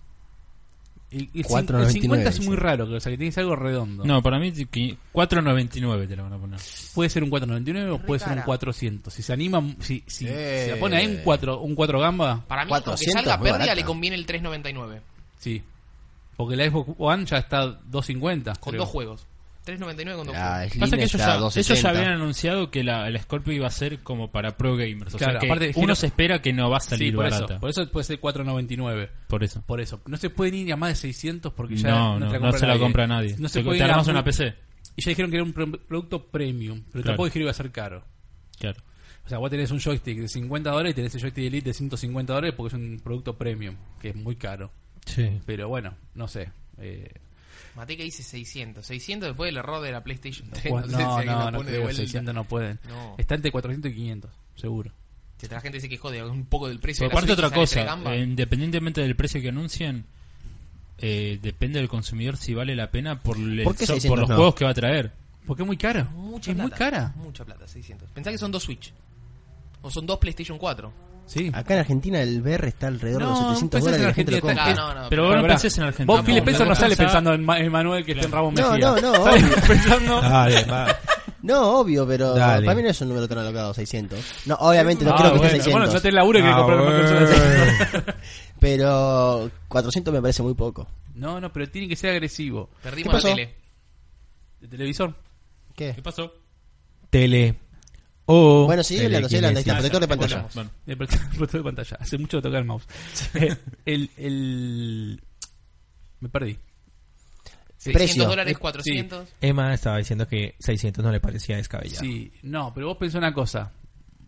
El, el, cuatro cin- el noventa y nueve, cincuenta es muy dice. raro, o sea, que tienes algo redondo. No, para mí qui- cuatro noventa y nueve te lo van a poner. Puede ser un cuatro noventa y nueve o Re puede ser un cara. cuatrocientos. Si se anima, si, si Eh. se la pone ahí un cuatro, un cuatro gamba, Para mí, aunque cuatrocientos, salga muy pérdida, barata. le conviene el tres noventa y nueve. sí. Porque la Xbox One ya está dos cincuenta. Con creo. dos juegos. tres noventa y nueve con dos La juegos. Slim Pasa que ellos está ya, a ellos doscientos ya setenta. habían anunciado que la, la Scorpio iba a ser como para pro gamers. O Claro, sea que aparte uno dijeron- se espera que no va a salir Sí, por barata. eso. Por eso puede ser cuatro noventa y nueve. Por eso. Por eso. No se pueden ir a más de seiscientos porque ya No, no, te no se la compra nadie. No se Te- puede te ir a armas muy- una P C. Y ya dijeron que era un pro- producto premium. Pero Claro. tampoco dijeron que iba a ser caro. Claro. O sea, vos tenés un joystick de cincuenta dólares y tenés el joystick Elite de ciento cincuenta dólares porque es un producto premium, que es muy caro. Sí. Pero bueno, no sé. Eh, Mateca dice seiscientos. seiscientos después del error de la PlayStation tres. Juan- sé si no, alguien no, lo no, pone de creo, vuelta. seiscientos no pueden. No. Está entre cuatrocientos y quinientos, seguro. Si la gente dice que jode un poco del precio. Por de la aparte Switch, otra sale tres cosa, gambas. eh, independientemente del precio que anuncien, eh, depende del consumidor si vale la pena por, el- ¿Por qué so- por seiscientos los no? juegos que va a traer. Porque es muy cara. Mucha es plata. muy cara. Mucha plata, seiscientos. Pensá que son dos Switch. O son dos PlayStation cuatro. Sí. Acá en Argentina el V R está alrededor de No, los setecientos pensás dólares y en la gente lo Argentina compra. está- Ah, no, no, Pero vos no Pará, pensés en Argentina. Vos, Phil Spencer, no Vos sale pensá- pensando en, Ma- en Manuel que está en Ramos No, Mejía. no, no, Sale obvio. pensando... Dale, va. No, obvio, pero Dale. para mí no es un número tan alocado, seiscientos. No, obviamente no Ah, creo que bueno, esté seiscientos. Bueno, ya te laburo y que Ah, comprar una consola de bueno. seiscientos. Pero cuatrocientos me parece muy poco. No, no, pero tiene que ser agresivo. Perdimos ¿Qué la pasó? tele. ¿De televisor? ¿Qué? ¿Qué pasó? Tele. O Bueno, sigue hablando, sigue hablando, ahí está, telequinesis. protector de ya, pantalla. volvemos. Bueno. El protector de pantalla. Hace mucho que tocar el mouse. Eh, el, el... Me perdí. Precio. seiscientos dólares, Eh, cuatrocientos. Emma estaba diciendo que seiscientos no le parecía descabellado. Sí, no, pero vos pensás una cosa.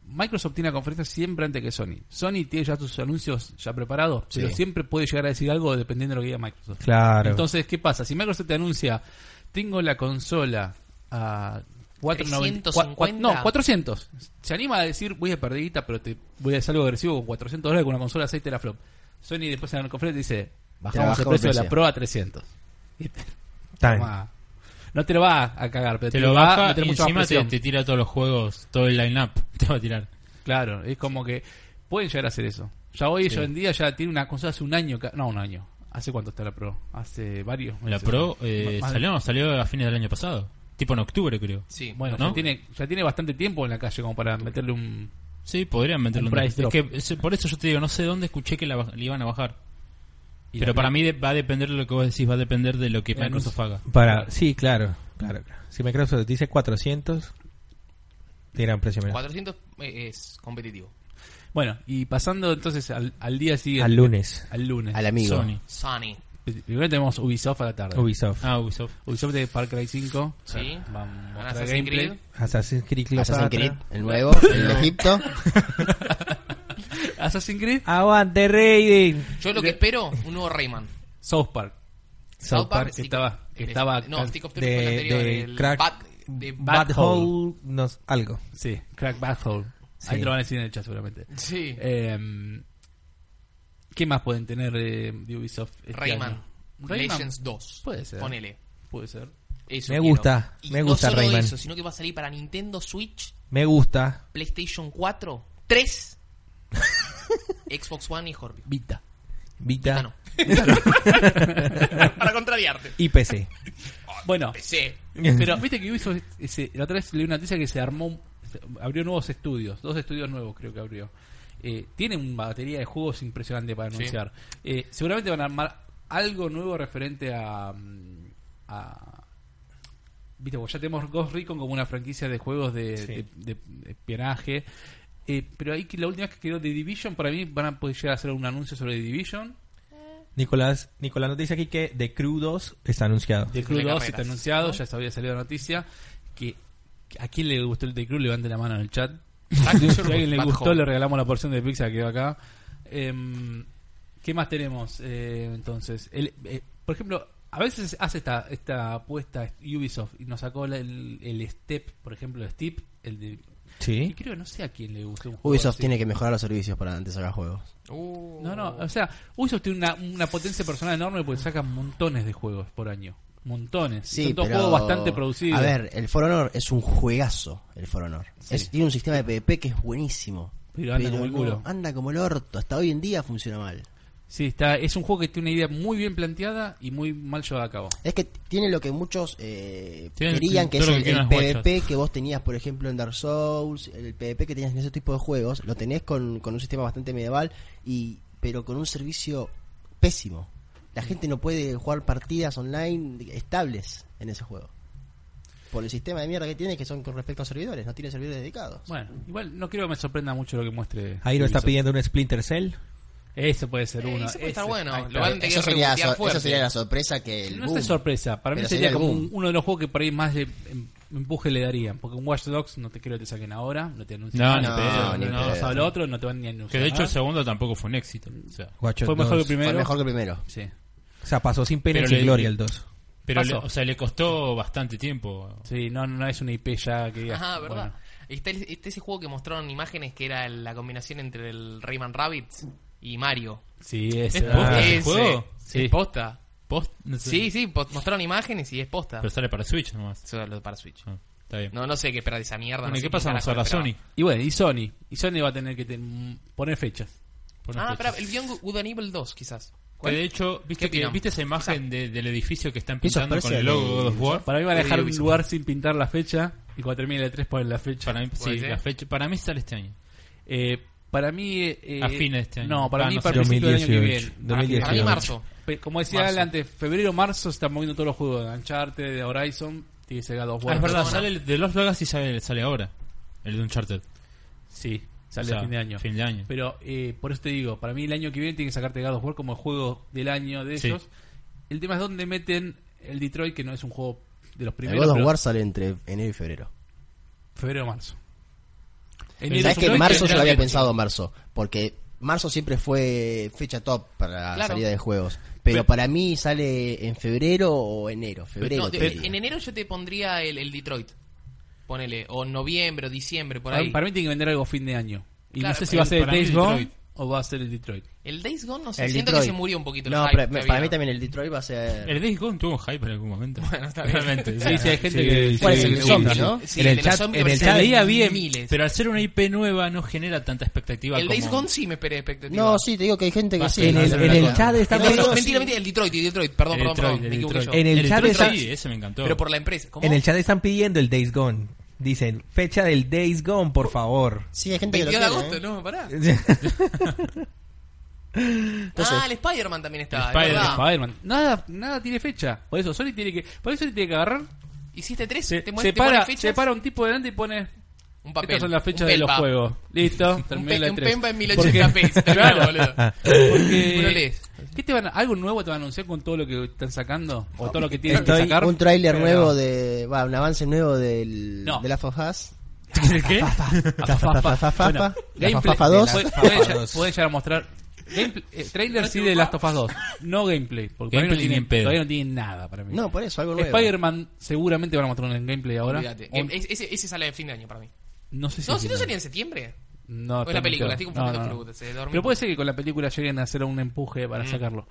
Microsoft tiene la conferencia siempre antes que Sony. Sony tiene ya sus anuncios ya preparados, Sí. pero siempre puede llegar a decir algo dependiendo de lo que diga Microsoft. Claro. Entonces, ¿qué pasa? Si Microsoft te anuncia, tengo la consola a cuatrocientos noventa, cua- cua- no, cuatrocientos. Se anima a decir, voy a perdidita, pero te voy a hacer algo agresivo con cuatrocientos dólares con una consola seis teraflop. Sony después en la conferencia dice, bajamos el bajamos precio el de la precio. Pro a trescientos. Y te- Está bien. toma. No te lo va a cagar, pero Te te, lo va a baja meter y mucha más encima te, presión. te tira todos los juegos, todo el line-up. Te va a tirar. Claro, es como que pueden llegar a hacer eso. Ya hoy, Sí. hoy en día, ya tiene una consola hace un año. ca- No, un año. ¿Hace cuánto está la Pro? Hace varios. La meses. Pro eh, Más- salió, salió a fines del año pasado. Tipo en octubre, creo. Sí. Bueno, ¿no? ya, tiene, ya tiene bastante tiempo en la calle como para meterle un... Sí, podrían meterlo. Un en- price es drop. que es- por eso yo te digo, no sé dónde escuché que la, baj- le iban a bajar. y Pero la- para mí de- va a depender de lo que vos decís, va a depender de lo que El Microsoft haga. Para, sí, claro, claro, claro. Si Microsoft dice cuatrocientos, tiran precio menos. cuatrocientos eh, es competitivo. Bueno, y pasando entonces al, al día siguiente. Al lunes. Al lunes. Al amigo. Sony. Sony. Primero tenemos Ubisoft a la tarde. Ubisoft. Ah, Ubisoft. Ubisoft de Far Cry cinco. Sí. Vamos a mostrar Assassin's gameplay. Creed. Assassin's Creed Assassin's Creed, Cleopatra. el nuevo, el de Egipto. Assassin's Creed. Aguante Raiden. Yo lo que espero, un nuevo Rayman. South Park. South Park. que estaba- que estaba No, cal- Stick of Truth fue el de, anterior. de el Crack, Bat- de Bad, Bad Hole, no, algo. Sí, Crack Battle. Sí. Ahí te lo van a decir en el chat seguramente. Sí. Eh, ¿Qué más pueden tener eh, de Ubisoft? este Rayman. año? Rayman. Legends dos. Puede ser. Ponele. Puede ser. Eso Me quiero. gusta, Y me no gusta solo Rayman. eso, sino que va a salir para Nintendo Switch, Me gusta. PlayStation cuatro, tres, Xbox One y Scorpio. Vita. Vita Ah, no. Para contrariarte. y P C. Bueno, Sí. pero viste que Ubisoft, ese, la otra vez leí una noticia que se armó, se- abrió nuevos estudios, dos estudios nuevos creo que abrió. Eh, tiene una batería de juegos impresionante para Sí. anunciar. Eh, seguramente van a armar algo nuevo referente a, mm, a viste, porque ya tenemos Ghost Recon como una franquicia de juegos de, Sí. de- de- de espionaje. Eh, pero ahí que la última vez que quedó The Division, para mí van a poder llegar a hacer un anuncio sobre The Division. Nicolás, Nicolás nos dice aquí que The Crew dos está anunciado. The Crew De dos carreras, está anunciado, ¿no? ya se había salido la noticia. Que, que ¿a quién le gustó el The Crew? Levante la mano en el chat. Ah, Si yo a lo- alguien le Bad gustó, Hole. le regalamos la porción de pizza que quedó acá. Em, ¿Qué más tenemos? Eh, entonces, el, eh, por ejemplo, a veces hace esta, esta apuesta Ubisoft y nos sacó la- el, el Step, por ejemplo, Step, el de... Y Sí. creo, no sé a quién le gustó un juego Ubisoft así. tiene que mejorar los servicios para antes sacar juegos. Uh. No, no, o sea, Ubisoft tiene una, una potencia personal enorme porque sacan montones de juegos por año. Montones. Sí, Son todos pero... juegos bastante producidos. A ver, el For Honor es un juegazo, el For Honor. Sí. Es- tiene un sistema de PvP que es buenísimo. Pero anda como el no, culo. anda como el orto. Hasta hoy en día funciona mal. Sí, está, es un juego que tiene una idea muy bien planteada y muy mal llevada a cabo. Es que tiene lo que muchos eh, Tiene querían, que es todo lo el, que el quieren las PvP que vos tenías, por ejemplo, en Dark Souls, el PvP que tenías en ese tipo de juegos, lo tenés con, con un sistema bastante medieval, y pero con un servicio pésimo. La gente no puede jugar partidas online estables en ese juego. Por el sistema de mierda que tiene, que son con respecto a servidores, no tiene servidores dedicados. Bueno, igual no creo que me sorprenda mucho lo que muestre. Jairo está Ubisoft. pidiendo un Splinter Cell. Eso puede ser Eh, uno. ese puede estar Ese- bueno. ahí Lo está. van a tener eso, que sería, rebotear so- fuerte. eso sería la sorpresa que el No boom. es de sorpresa. Para mí Pero sería sería el como boom. un- uno de los juegos que por ahí más de em- empuje le darían. Porque un Watch Dogs no te creo que te saquen ahora, no te anuncian No, nada. ni pedo, ni no, pedo. vas a lo otro, no te van ni a anunciar. Que de hecho el nada. segundo tampoco fue un éxito. O sea, Watch Fue Dogs mejor que el dos. primero. Fue mejor que el primero. Sí. O sea, pasó sin pena Pero y sin le- gloria el dos. pero Pasó. le, o sea, le costó bastante tiempo. Sí, no, no es una I P ya que digas, Ajá, ¿verdad? bueno. Está, el- está ese juego que mostraron imágenes que era la combinación entre el Rayman Rabbids y Mario. Sí, ese. ¿Es posta ah, ese Ese, juego? Sí. es posta. Post, no sé. Sí, sí, po- mostraron imágenes y es posta. Pero sale para Switch nomás. Eso es lo para Switch. Ah, está bien. No, no sé qué esperar de esa mierda. Bueno, no ¿y sé qué pasa carajo ahora esperaba. Sony? Y bueno, y Sony. Y Sony va a tener que ten- poner fechas. Por Ah, una espera, fecha. el Beyond Good and Evil dos, quizás. Que de hecho, ¿viste, ¿Qué que, opinan? ¿viste esa imagen de- del edificio que están Eso pintando con parece el logo de God of War? Ubisoft. Para mí van a de dejar un Ubisoft. lugar sin pintar la fecha y cuando termine el E tres ponen la fecha. Para mí, ¿Puede sí, ser? la fecha, para mí sale este año. Eh, para mí... eh, A fines de este año. No, para Ah, mí no sé. para principio del año que viene. dos mil dieciocho. Para mí marzo. Pe- Como decía Marzo. Ale antes, febrero, marzo se están moviendo todos los juegos de Uncharted, de Horizon, tiene que ser God of Ah, War. es verdad, Persona. sale el de Los Vegas y sale, sale ahora. El de Uncharted. Sí, sale O sea, a fin de año. Fin de año. Pero eh, por eso te digo, para mí el año que viene tiene que sacarte God of War como el juego del año de Sí. ellos. El tema es dónde meten el Detroit, que no es un juego de los El primeros. God of pero War sale entre enero y febrero. febrero o marzo. Enero ¿Sabes que supongo marzo yo enero lo había que- pensado marzo? Porque marzo siempre fue fecha top para la Claro. salida de juegos. Pero Pero- para mí sale en febrero o enero. Febrero. No, te de- diría. en enero yo te pondría el, el Detroit. Ponele, o noviembre, o diciembre, por Para, ahí. para mí tiene que vender algo fin de año. Y Claro, no sé si pero va a ser el para mí Days Detroit. Gone o va a ser el Detroit. El Days Gone, no sé, El siento Detroit. que se murió un poquito. el No, hype pero que me- había. para mí también el Detroit va a ser. El Days Gone tuvo hype en algún momento. Bueno, está bien. Realmente. Sí, sí, hay gente Sí, que... ¿Cuál es sí, el que de zombie, gusta. no? Sí, En el de los chat- zombies en el parece chat que Se veía bien, miles. pero al ser una I P nueva no genera tanta expectativa El como... Days Gone sí me esperé expectativa. No, sí, te digo que hay gente que Va a sí. ser En no el, sé, en no el sé. chat está El Days Gone- pidiendo, mentira, mentira, el Detroit, el Detroit, perdón, El perdón, Detroit, perdón, el me equivoqué Detroit. yo. En el chat Detroit está- sí, ese me encantó. Pero por la empresa. ¿Cómo? en el chat están pidiendo el Days Gone. Dicen, fecha del Days Gone, por favor. Sí, hay gente que lo veintidós de quiere, agosto, ¿eh? no, pará. Entonces- ah, el Spider-Man también está. El es Spider- verdad. Spider-Man. Nada, nada tiene fecha. Por eso Sony tiene que, por eso Sony tiene que agarrar. Hiciste tres, Se, te se muestra, te para, pone fechas. se para un tipo delante y pone. Un papel. Estas son las un fechas de los pelpa. juegos. Listo, Un, terminé pe- la un tres. Pemba en mil Porque- ochenta p. Terminamos, boludo. Porque, Uno lees. ¿qué te van a- ¿Algo nuevo te van a anunciar con todo lo que están sacando? ¿O todo lo que tienen Estoy- que sacar? Un tráiler Pero- nuevo de. Va, un avance nuevo del. No. De Last of Us. ¿Qué? Ah, fa, fa, fa, fa, fa, Bueno, fa. gameplay- La fa, fa, fa dos. puede- puede ya- puede llegar a mostrar gameplay, eh, trailer sí de Last of Us dos, no gameplay, porque para mí no Gameplay ni tiene, en pedo. todavía no tiene nada para mí. No, por eso, algo nuevo. Spider-Man seguramente van a mostrar un gameplay ahora. Olvídate. O- Em, es- ese, ese sale de fin de año para mí. no sé si No, es si no final. salía en septiembre. No, O es la está película, muy estoy claro. confundiendo No, no, no. frutas, se dormí. Pero puede ser que con la película lleguen a hacer un empuje para Mm. sacarlo.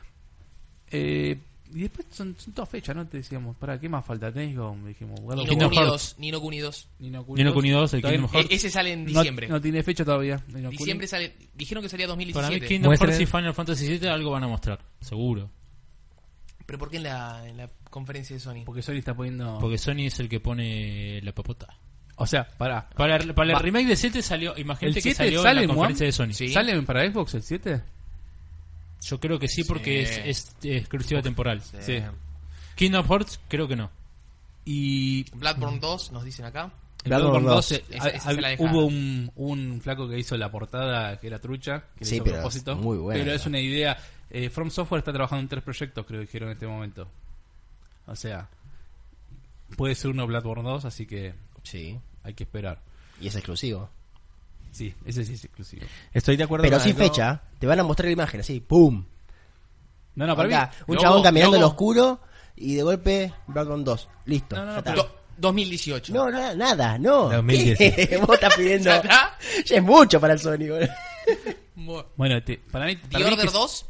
Eh, y después son, son todas fechas, ¿no? Te decíamos, ¿para qué más falta? Days Gone, dijimos. God of Nino Kingdom War, Kuni Hearts. dos. Nino Kuni dos. Nino Kuni Nino dos. Kuni dos, el Todavía Kingdom no- Hearts. E- ese sale en no- diciembre. No, tiene fecha todavía. Nino Kuni. Diciembre sale. Dijeron que salía dos mil Para mí diecisiete. Kingdom Muestren- Hearts y Final Fantasy siete algo van a mostrar, seguro. Pero ¿por qué en la, en la conferencia de Sony? Porque Sony está poniendo. Porque Sony es el que pone la papota. O sea, pará. Para, el- para el Va. remake de siete salió, ¿El imagínate que siete salió en sale, la Juan? conferencia de Sony. Sí. ¿Sale para Xbox el siete? Yo creo que sí porque Sí. es, es exclusiva temporal. Sí. Kingdom Hearts creo que no. Y. Bloodborne dos, nos dicen acá. El Bloodborne Bloodborne dos. dos, eh, Esa- esa ha- se la dejaron. hubo un, un flaco que hizo la portada que era trucha, que le Sí, hizo a pero propósito. es muy buena. Pero es una idea. eh, From Software está trabajando en tres proyectos, creo que dijeron en este momento. O sea, puede ser uno Bloodborne dos, así que Sí. hay que esperar. Y es exclusivo. Sí, ese sí es exclusivo. Estoy de acuerdo Pero con sin algo. fecha. Te van a mostrar la imagen así. ¡Pum! No, no, para Acá, mí. un logo, chabón caminando en lo logo. oscuro y de golpe Bloodborne dos. Listo. No, no, ya está. pero- Do- dos mil dieciocho. No, no, nada, no. dos mil diez. ¿Qué? Vos estás pidiendo. ¿Ya está? Ya es mucho para el Sony, boludo. Mo- Bueno, te- para mí. The Para mí Order que- dos.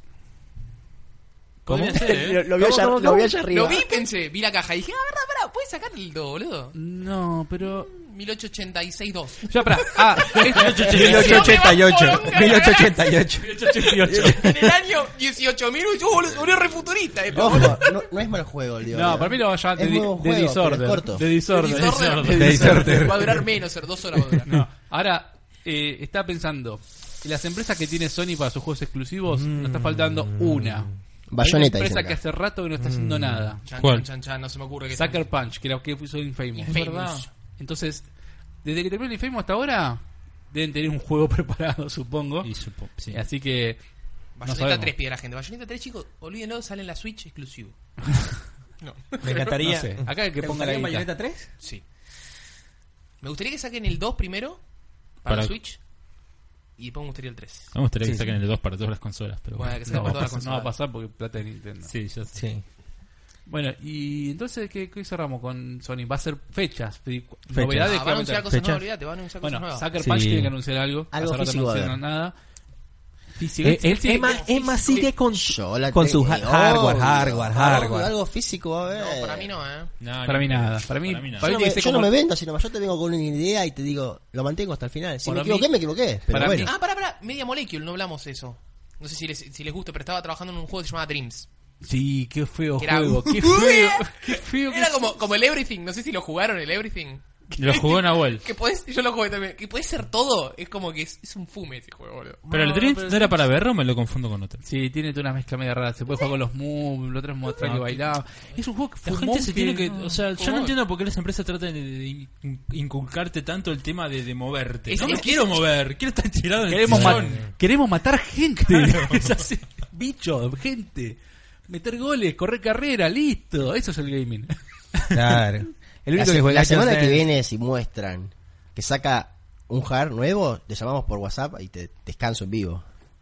Podría ser, ¿eh? Lo, lo vio ¿Cómo, allá, cómo, lo cómo? vio allá arriba. Lo vi, pensé, vi la caja y dije, ah, verdad, verdad, puedes sacar el dos, boludo. No, pero. mil ochocientos ochenta y seis dos. Ya, para. Ah, mil ochocientos ochenta y ocho. mil ochocientos ochenta y ocho. En el año dieciocho mil, uh, boludo, boludo, re futurista. esto, Ojo, boludo. no, no es mal juego el de no, Order. para mí lo van a llamar Es de, nuevo de juego, pero es Disorder. corto. De Disorder. Disorder. De De Disorder. Va a durar menos, ser dos horas va a durar. No, ahora eh, estaba pensando, en las empresas que tiene Sony para sus juegos exclusivos, nos está faltando una. Bayonetta, Hay una empresa dicen que acá. hace rato que no está haciendo nada. Chan, ¿Cuál? chan, chan, chan, no se me ocurre que Sucker Punch, que era que hizo Infamous. Infamous. Es verdad. Entonces, desde que terminó el Infamous hasta ahora, deben tener un juego preparado, supongo. Y supo- sí. Así que... no Bayonetta sabemos. tres pide la gente. Bayonetta tres, chicos, olvídenlo, sale en la Switch exclusivo. No. Me encantaría. No sé, acá que ¿Te ponga la gustaría guita. Bayonetta tres? Sí. Me gustaría que saquen el dos primero para, Para- la Switch y después me gustaría el tres. Me gustaría que Sí, saquen el dos para todas las consolas, pero Bueno, bueno. que saquen No va, para a todas las pasar, no va a consolas. pasar porque plata de Nintendo. Sí, ya sé. Sí. Bueno, y entonces, ¿qué, qué cerramos con Sony? Va a ser fechas. Fechas. Novedades Ah, que van a va a anunciar meter. cosas Fecha. nuevas, olvídate, van a anunciar cosas Bueno, nuevas. Sucker Sí. Punch tiene que anunciar algo. Algo Hace rato físico no va a anunciaron haber. nada. Físico. Eh, Él eh, sigue- Emma, Emma sigue con, Yo la con su tengo. ha- hardware, Obvio, hardware, obvio, hardware. Algo físico va a haber. No, para mí no, ¿eh? No, Para mí nada. Para mí, Para mí nada. para Yo, mí no me, tiene que ser yo no como- me vendo, sino yo te vengo con una idea y te digo, lo mantengo hasta el final. Si Para me equivoqué, mí- me equivoqué. Pero para bueno. mí- Ah, pará, pará. Media Molecule, no hablamos de eso. No sé si les, si les gusta, pero estaba trabajando en un juego que se llamaba Dreams. Sí, qué feo Que era- juego. Qué feo. Qué feo que Era es. como, como el Everything. No sé si lo jugaron, el Everything. Lo jugó Nahuel. Que podés, yo lo jugué también. Que puede ser todo. Es como que es, es un fume ese juego, boludo. Pero el No, Dreams pero no era para verlo, o me lo confundo con otro. Sí, tiene toda una mezcla media rara. Se puede jugar con los moves, los otros mostrar que Ah, bailaba. Es un juego que fue La un gente se tiene que... monstruo. O sea, yo ¿Cómo? no entiendo por qué las empresas tratan de, de in- inculcarte tanto el tema de, de moverte. Es- no me es- quiero es- mover, quiero estar tirado en el Queremos, ma- sillón. queremos matar gente. Es así. Bicho, gente. Meter goles, correr carrera, listo. Eso es el gaming. Claro. El La, único se- que juega la semana Just que Dance- viene, si muestran que saca un hard nuevo, te llamamos por WhatsApp y te descanso en vivo.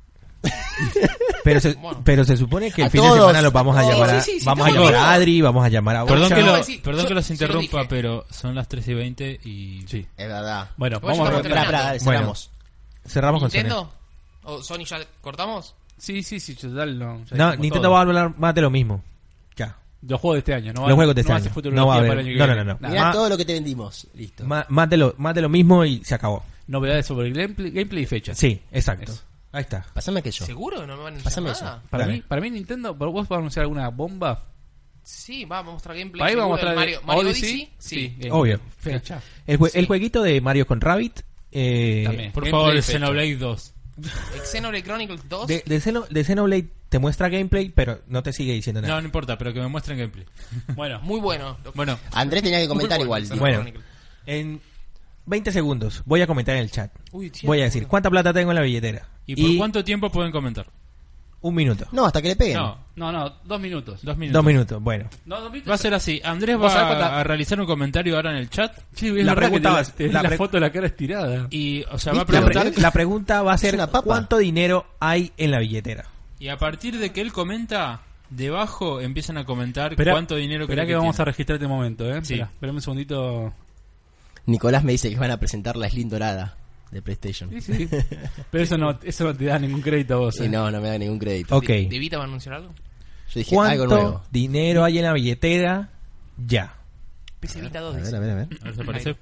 Pero se, Bueno. pero se supone que el A fin de todos, semana los vamos a a todos. llamar a, Sí, sí, sí, vamos a estamos llamar a vivos. Adri, vamos a llamar a Perdón Bocha. que, Yo- lo- sí, perdón yo- que los yo lo interrumpa, dije. pero son las tres y veinte y... Sí. Es verdad. Bueno, Igual vamos ya a estamos ver. Pará, terminando. pará, Bueno. cerramos. Cerramos con Sony. ¿Nintendo? ¿O Sony ya cortamos? Sí, sí, sí, total, no. ya No, dijimos Nintendo todo. va a hablar más de lo mismo. Ya. Los juegos de este año, ¿no? Los juegos de este no año. hace futurología No va a haber- para el año que no, no, viene. no, no. Nada. Mirá Ma- todo lo que te vendimos. Listo. Má- más, de lo, más de lo mismo y se acabó. Novedades sobre el gameplay, gameplay y fechas. Sí, exacto. Eso. Ahí está. Pásame aquello. ¿Seguro que no me van a anunciar Pásame nada? eso. Para Dale. mí, para mí Nintendo, ¿vos vas a anunciar alguna bomba? Sí, va, vamos a mostrar gameplay. Para ahí vamos a seguro, mostrar del Mario, Mario Odyssey. Odyssey. Sí. Sí, Obvio. Fecha. El, jue- Sí. el jueguito de Mario con Rabbit. Eh, También. Por Gameplay favor, y el fecha. Xenoblade dos. Xenoblade Chronicles dos. de, de, Xeno- de Xenoblade te muestra gameplay, pero no te sigue diciendo nada. No, no importa, pero que me muestren gameplay. Bueno, Muy bueno. Bueno, Andrés tenía que comentar Muy igual. bueno, Bueno. Chronicles. En veinte segundos voy a comentar en el chat. Uy, sí, Voy a decir boludo. cuánta plata tengo en la billetera. ¿y por cuánto tiempo pueden comentar? Un minuto. No, hasta que le peguen. No, no, no, dos minutos. dos minutos. Dos minutos. Bueno. No, dos minutos. Va a ser así. Andrés ¿Vos sabés va cuánta- a realizar un comentario ahora en el chat Sí, es La verdad que pregunta te- va- te- la la, pre- foto de la cara estirada. y, o sea, va a ¿Viste? La, preguntar pre- la pregunta va a ser una papa. cuánto dinero hay en la billetera. y a partir de que él comenta, debajo empiezan a comentar Esperá- cuánto dinero Esperá cree que que vamos a tiene. registrar este momento, ¿eh? Sí. Esperá, esperame un segundito. Nicolás me dice que van a presentar la Slim dorada de PlayStation. Sí, sí. Pero eso no, eso no te da ningún crédito a vos, ¿eh? Y no, no me da ningún crédito. Ok. ¿De, de Vita va a anunciar algo? Yo dije algo ¿Cuánto nuevo. dinero hay en la billetera? Ya. P C Vita A dos. ver, dice. a ver, a ver. A ver si aparece.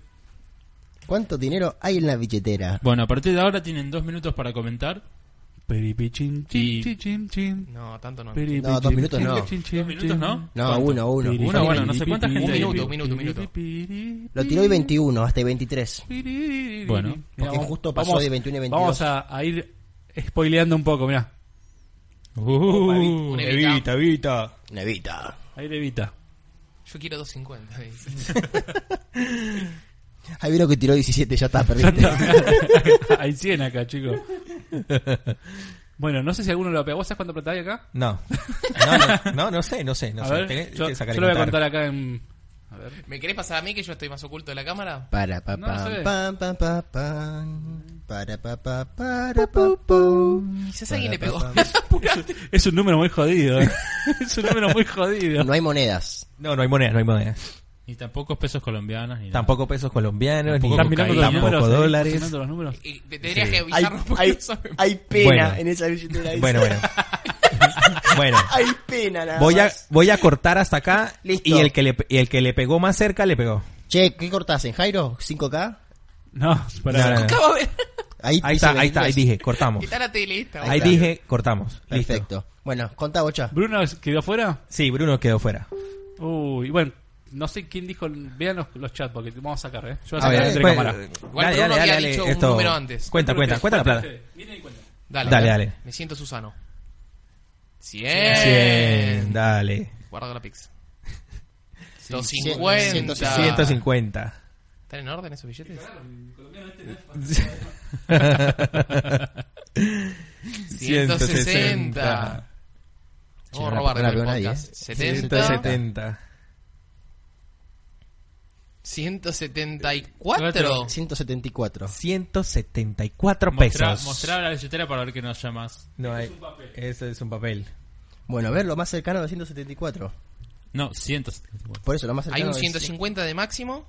¿Cuánto dinero hay en la billetera? Bueno, a partir de ahora tienen dos minutos para comentar. Peripichín, Y- chin, chin, chin. No, tanto no. Peripichín, No, dos minutos chin, no. chin, chin, ¿Dos minutos chin. no? No, ¿Cuánto? uno, uno. Piri, Uno, bueno, piri, no sé cuánta piri, gente piri, hay. Un minuto, un minuto, un minuto. piri, Lo tiró hoy veintiuno, hasta veintitrés. piri, Bueno, piri. porque vamos- justo pasó vamos- de veintiuno y veintidós. Vamos a, a ir spoileando un poco, mirá. Uh, Una Evita, Evita. Nevita. Ahí le evita. Yo quiero dos cincuenta. Ahí vieron que tiró diecisiete, ya está, perdiste. Hay cien acá, chicos. Bueno, no sé si alguno lo pegó. ¿Vos sabés cuánta plata hay acá? No. No, no, no, no sé, no sé. No a sé. ver, Tenés yo, que sacar y yo lo voy a contar. contar acá en... A ver. ¿Me querés pasar a mí que yo estoy más oculto de la cámara? Para pa No pam, sé. pam pam pam pam. Para pa pa para pa pum. Quizás alguien le pegó. Es un número muy jodido. ¿eh? Es un número muy jodido. No hay monedas. No, no hay monedas, no hay monedas. Ni tampoco pesos colombianos. Ni nada. Tampoco pesos colombianos, Tampoco ni ¿Estás mirando los tampoco números? ¿Estás dólares. mirando los números? Y te- Tendrías que Hay, avisarnos porque hay, no sabemos. hay pena Bueno. en esa billetera. dice. Bueno, bueno. Bueno. Hay pena nada Voy a, más. voy a cortar hasta acá Listo. y el que le y el que le pegó más cerca le pegó. Che, ¿qué cortás en Jairo? ¿cinco K? No, para. No, no, no. Acabo de ver. Ahí, Ahí dice está, ahí está, ahí veintitrés. dije, cortamos. Está la tele esta. Ahí está. dije, cortamos. Listo. Perfecto. Bueno, contá, Bocha. ¿Bruno quedó fuera? Sí, Bruno quedó fuera. Uy, bueno, no sé quién dijo. Vean los, los chats porque vamos a sacar, ¿eh? Yo voy a A sacar ver, entre después- cámara. Igual Bruno había dicho un número antes. Cuenta, cuenta, cuenta la plata. Viene y cuenta. Dale, Dale, dale. Me siento Susano. cien. cien, dale. Guarda la pix. cien, doscientos cincuenta. ciento cincuenta. ¿Están en orden esos billetes? ciento sesenta. Vamos a no robar la del pegó nadie, podcast. ¿eh? setenta. ciento setenta. ciento setenta y cuatro. ciento setenta y cuatro. ciento setenta y cuatro Mostrar, pesos. mostrar la billetera para ver que no haya más. No hay. Eso es un papel. Bueno, a ver, lo más cercano de ciento setenta y cuatro. No, ciento setenta y cuatro. Por eso, lo más Hay cercano un es- ciento cincuenta de máximo.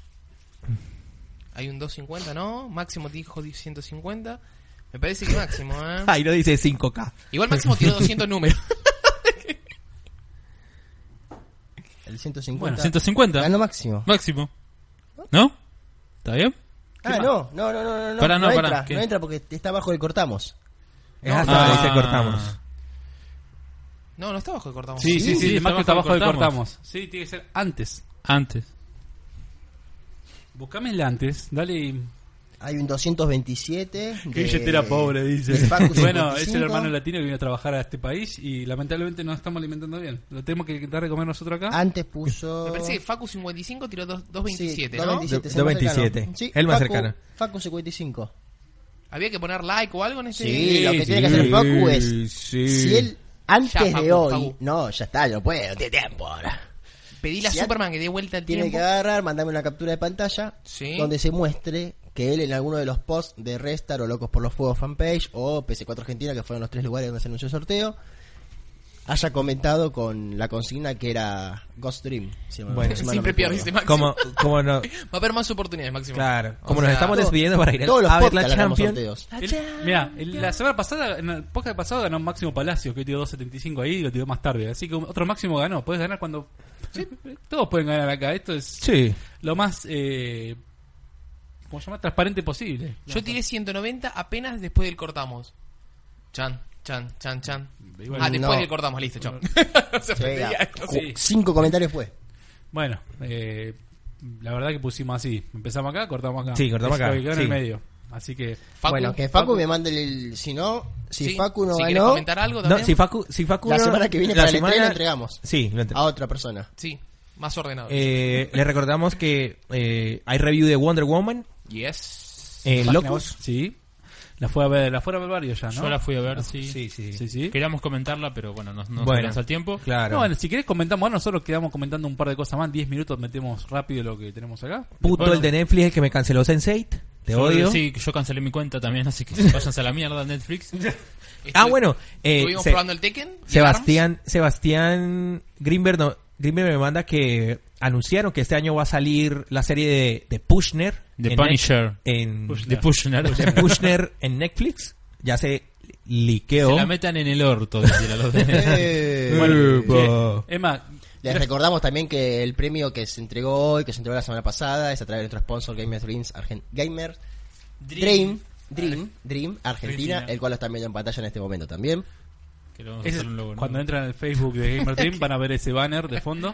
Hay un doscientos cincuenta, ¿no? Máximo dijo ciento cincuenta. Me parece que máximo, ¿eh? Ahí no dice cinco K. Igual máximo tiró doscientos números. El ciento cincuenta. Bueno, ciento cincuenta. Ganó máximo. Máximo. ¿No? ¿Está bien? Ah, no, no, no, no, no. Pará, no, no pará, entra, ¿qué? no entra porque está abajo de cortamos. Es hasta Ah. donde dice cortamos. No, no está bajo de cortamos. Sí, sí, sí, sí, más que está está abajo de abajo de cortamos. Sí, tiene que ser antes. Antes. Buscame el antes, dale. y- Hay un doscientos veintisiete. Qué de- billetera pobre, dice. de Facu Bueno, cincuenta y es el cinco. hermano latino que viene a trabajar a este país y lamentablemente no estamos alimentando bien. Lo tenemos que dar de comer nosotros acá. Antes puso. Me parece que Facu cincuenta y cinco tiró dos- doscientos veintisiete, Sí, ¿no? doscientos veintisiete, Do- es el más veintisiete. cercano. Sí, El más Facu- cercano. Facu cincuenta y cinco. ¿Había que poner like o algo en este? Sí, lo que tiene que hacer Facu es. sí. Si él, antes Ya, de Facu, hoy. Facu. No, ya está, no puede, no tiene tiempo ahora. Pedí a Si Superman que dé vuelta el Tiene tiempo. que agarrar, mandarme una captura de pantalla. Sí. Donde se muestre que él en alguno de los posts de Restar o Locos por los Fuegos fanpage o P C cuatro Argentina, que fueron los tres lugares donde se anunció el sorteo, haya comentado con la consigna que era Ghost Dream. Si no- Bueno, si mal no Siempre me pierde acuerdo. ese Máximo. Como, como no, Va a haber más oportunidades, Máximo. claro, O como sea, nos estamos todo- despidiendo para ir Todos los a ver la podcasts ganamos Champions. sorteos. El- Mira, el- la semana pasada, en el podcast pasado ganó Máximo Palacio, que tiró dos setenta y cinco ahí y lo tiró más tarde. Así que otro Máximo ganó. Puedes ganar cuando. Sí, todos pueden ganar acá. Esto es Sí. lo más. Eh, ¿Cómo se llama? Transparente posible. Yo tiré ciento noventa apenas después del cortamos. Chan, chan, chan, chan. Igual- ah, después no. del cortamos, listo, chao. Se Sí, ofendía ya. esto. Sí. Cinco comentarios fue. Bueno, eh, la verdad que pusimos así. Empezamos acá, cortamos acá. Sí, cortamos Es acá, lo que quedó en sí. el medio. Así que. Facu, bueno, que Facu, me mande el... Si no, si sí, Facu no si querés ganó, comentar algo No, también. si Facu, si Facu la no- semana que viene la para el semana- estreno lo entregamos Sí, lo entre- a otra persona. Sí, más ordenado. Eh, le recordamos que eh, hay review de Wonder Woman yes. en Página Locus. web. Sí. La fue a ver, la fueron a ver varios ya, ¿no? Yo la fui a ver, sí. Sí, sí. Sí, sí. Queríamos comentarla, pero bueno, no, no Bueno. se alcanza el tiempo. Claro. No, bueno, si querés comentamos, bueno, nosotros quedamos comentando un par de cosas más, diez minutos metemos rápido lo que tenemos acá. Puto Bueno. el de Netflix el que me canceló sense eight. Te Yo- odio. Sí, que yo cancelé mi cuenta también, así que váyanse a la mierda Netflix. Ah, bueno. Eh, Estuvimos Se- probando el Tekken. y Sebastián, Sebastián Greenberg, no, Greenberg me manda que anunciaron que este año va a salir la serie de, de Pushner. The en Punisher. Net- En, Pushner. De Pushner. de Pushner en Netflix. Ya se liqueó. Se la metan en el orto, decía los de Eh, Bueno, Epa. que- Emma, Les recordamos también que el premio que se entregó hoy, que se entregó la semana pasada, es a través de nuestro sponsor Gamers Dreams Argen- Gamers Dream, Dream, Dream Argentina, Argentina. el cual lo están viendo en pantalla en este momento también. Que le vamos a ese- hacer un logo, ¿no? cuando entran al Facebook de Gamer Dream van a ver ese banner de fondo.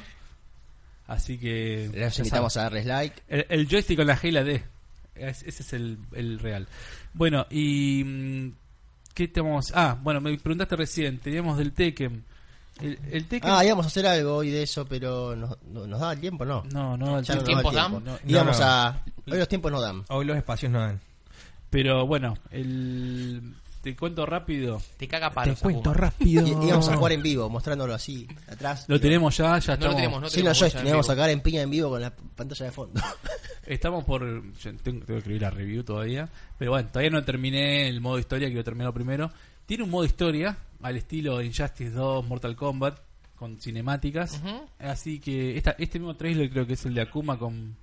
Así que Les ya invitamos saben. a darles like. el, el joystick con la G y la D. Es- ese es el, el real. Bueno, y mm, ¿qué tenemos? Ah, bueno, me preguntaste recién, teníamos del Tekken. El, el Tekken Ah, íbamos a hacer algo hoy de eso, pero no, no- nos da el tiempo, ¿no? no, no, el Ya no Tekken- nos da el ¿Tiempos tiempo. dan? no, Íbamos No, no. a... Hoy los tiempos no dan. Hoy los espacios no dan. pero bueno, el te cuento rápido. Te caga Te palos. cuento Akuma. rápido. Y, íbamos a jugar en vivo, mostrándolo así, atrás. Lo tenemos ya, ya No estamos. lo tenemos, no Sin tenemos. los joysticks, mucha íbamos a en vivo. sacar en piña en vivo con la pantalla de fondo. Estamos por. Yo tengo, tengo que escribir la review todavía. Pero bueno, todavía no terminé el modo historia, quiero terminarlo primero. Tiene un modo historia al estilo Injustice dos, Mortal Kombat, con cinemáticas. Ujú. Así que esta, este mismo trailer creo que es el de Akuma con,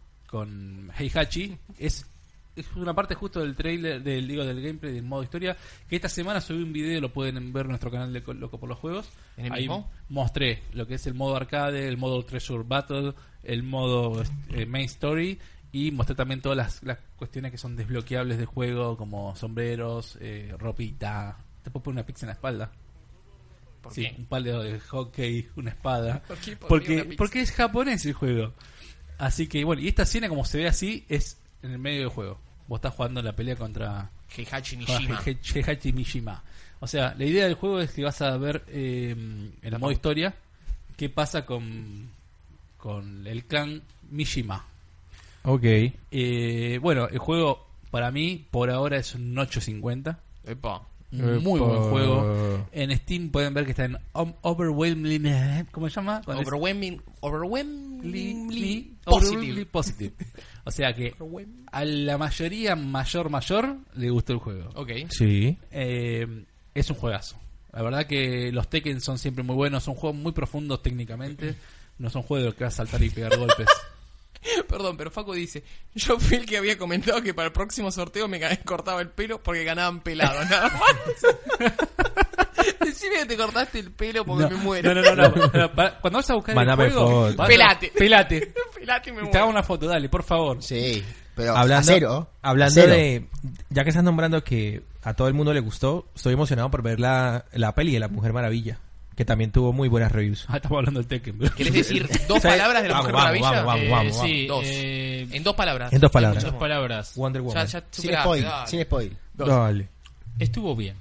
con Heihachi. Es, es una parte justo del trailer, del, digo, del gameplay del modo historia. Que esta semana subí un video, lo pueden ver en nuestro canal de Co- Loco por los Juegos. ¿En el Ahí mismo? mostré lo que es el modo arcade, el modo Treasure Battle, el modo eh, Main Story. Y mostré también todas las, las cuestiones que son desbloqueables del juego, como sombreros, eh, ropita. Te puedo poner una pizza en la espalda. ¿Por Sí, qué? un palo de hockey, una espada. ¿Por qué pondría Porque, una pizza? porque es japonés el juego. Así que bueno, y esta escena como se ve así es en el medio del juego. Vos estás jugando la pelea contra Heihachi Mishima. He- He- Heihachi Mishima. O sea, la idea del juego es que vas a ver eh, en el modo historia qué pasa con, con el clan Mishima. Ok. Eh, bueno, el juego para mí por ahora es un ocho cincuenta. Epa. Un muy buen Epa. juego. En Steam pueden ver que está en um, Overwhelmingly, ¿cómo se llama? Cuando es- Overwhelming, overwhelmingly Overwhelmingly positive. positive. O sea que a la mayoría mayor mayor le gustó el juego. Ok. Sí. Eh, es un juegazo. La verdad que los Tekken son siempre muy buenos, son juegos muy profundos técnicamente. No son juegos de los que vas a saltar y pegar golpes. Perdón, pero Facu dice, yo fui el que había comentado que para el próximo sorteo me ga- cortaba el pelo porque ganaban pelado, nada más. Decime que te cortaste el pelo porque No, me muero. no, no, no, no. Pero para- cuando vas a buscar Mándame el juego, foto. vas a- Pelate. pelate. Pelate y me Y te hago muero. una foto, dale, por favor. Sí, pero Hablando, a cero. hablando a cero. de... Ya que estás nombrando que a todo el mundo le gustó, estoy emocionado por ver la, la peli de La Mujer Maravilla, que también tuvo muy buenas reviews. Ah, estamos hablando del Tekken. bro. ¿Querés decir dos Sí. palabras de la Vamos, Mujer vamos, Maravilla? vamos, Eh, vamos, sí, Dos. eh, En dos palabras. En dos palabras. Hay dos muchas más. palabras. Wonder Ya, Woman. ya Sin superaste, spoil, dale. sin spoil. Dale. Estuvo bien.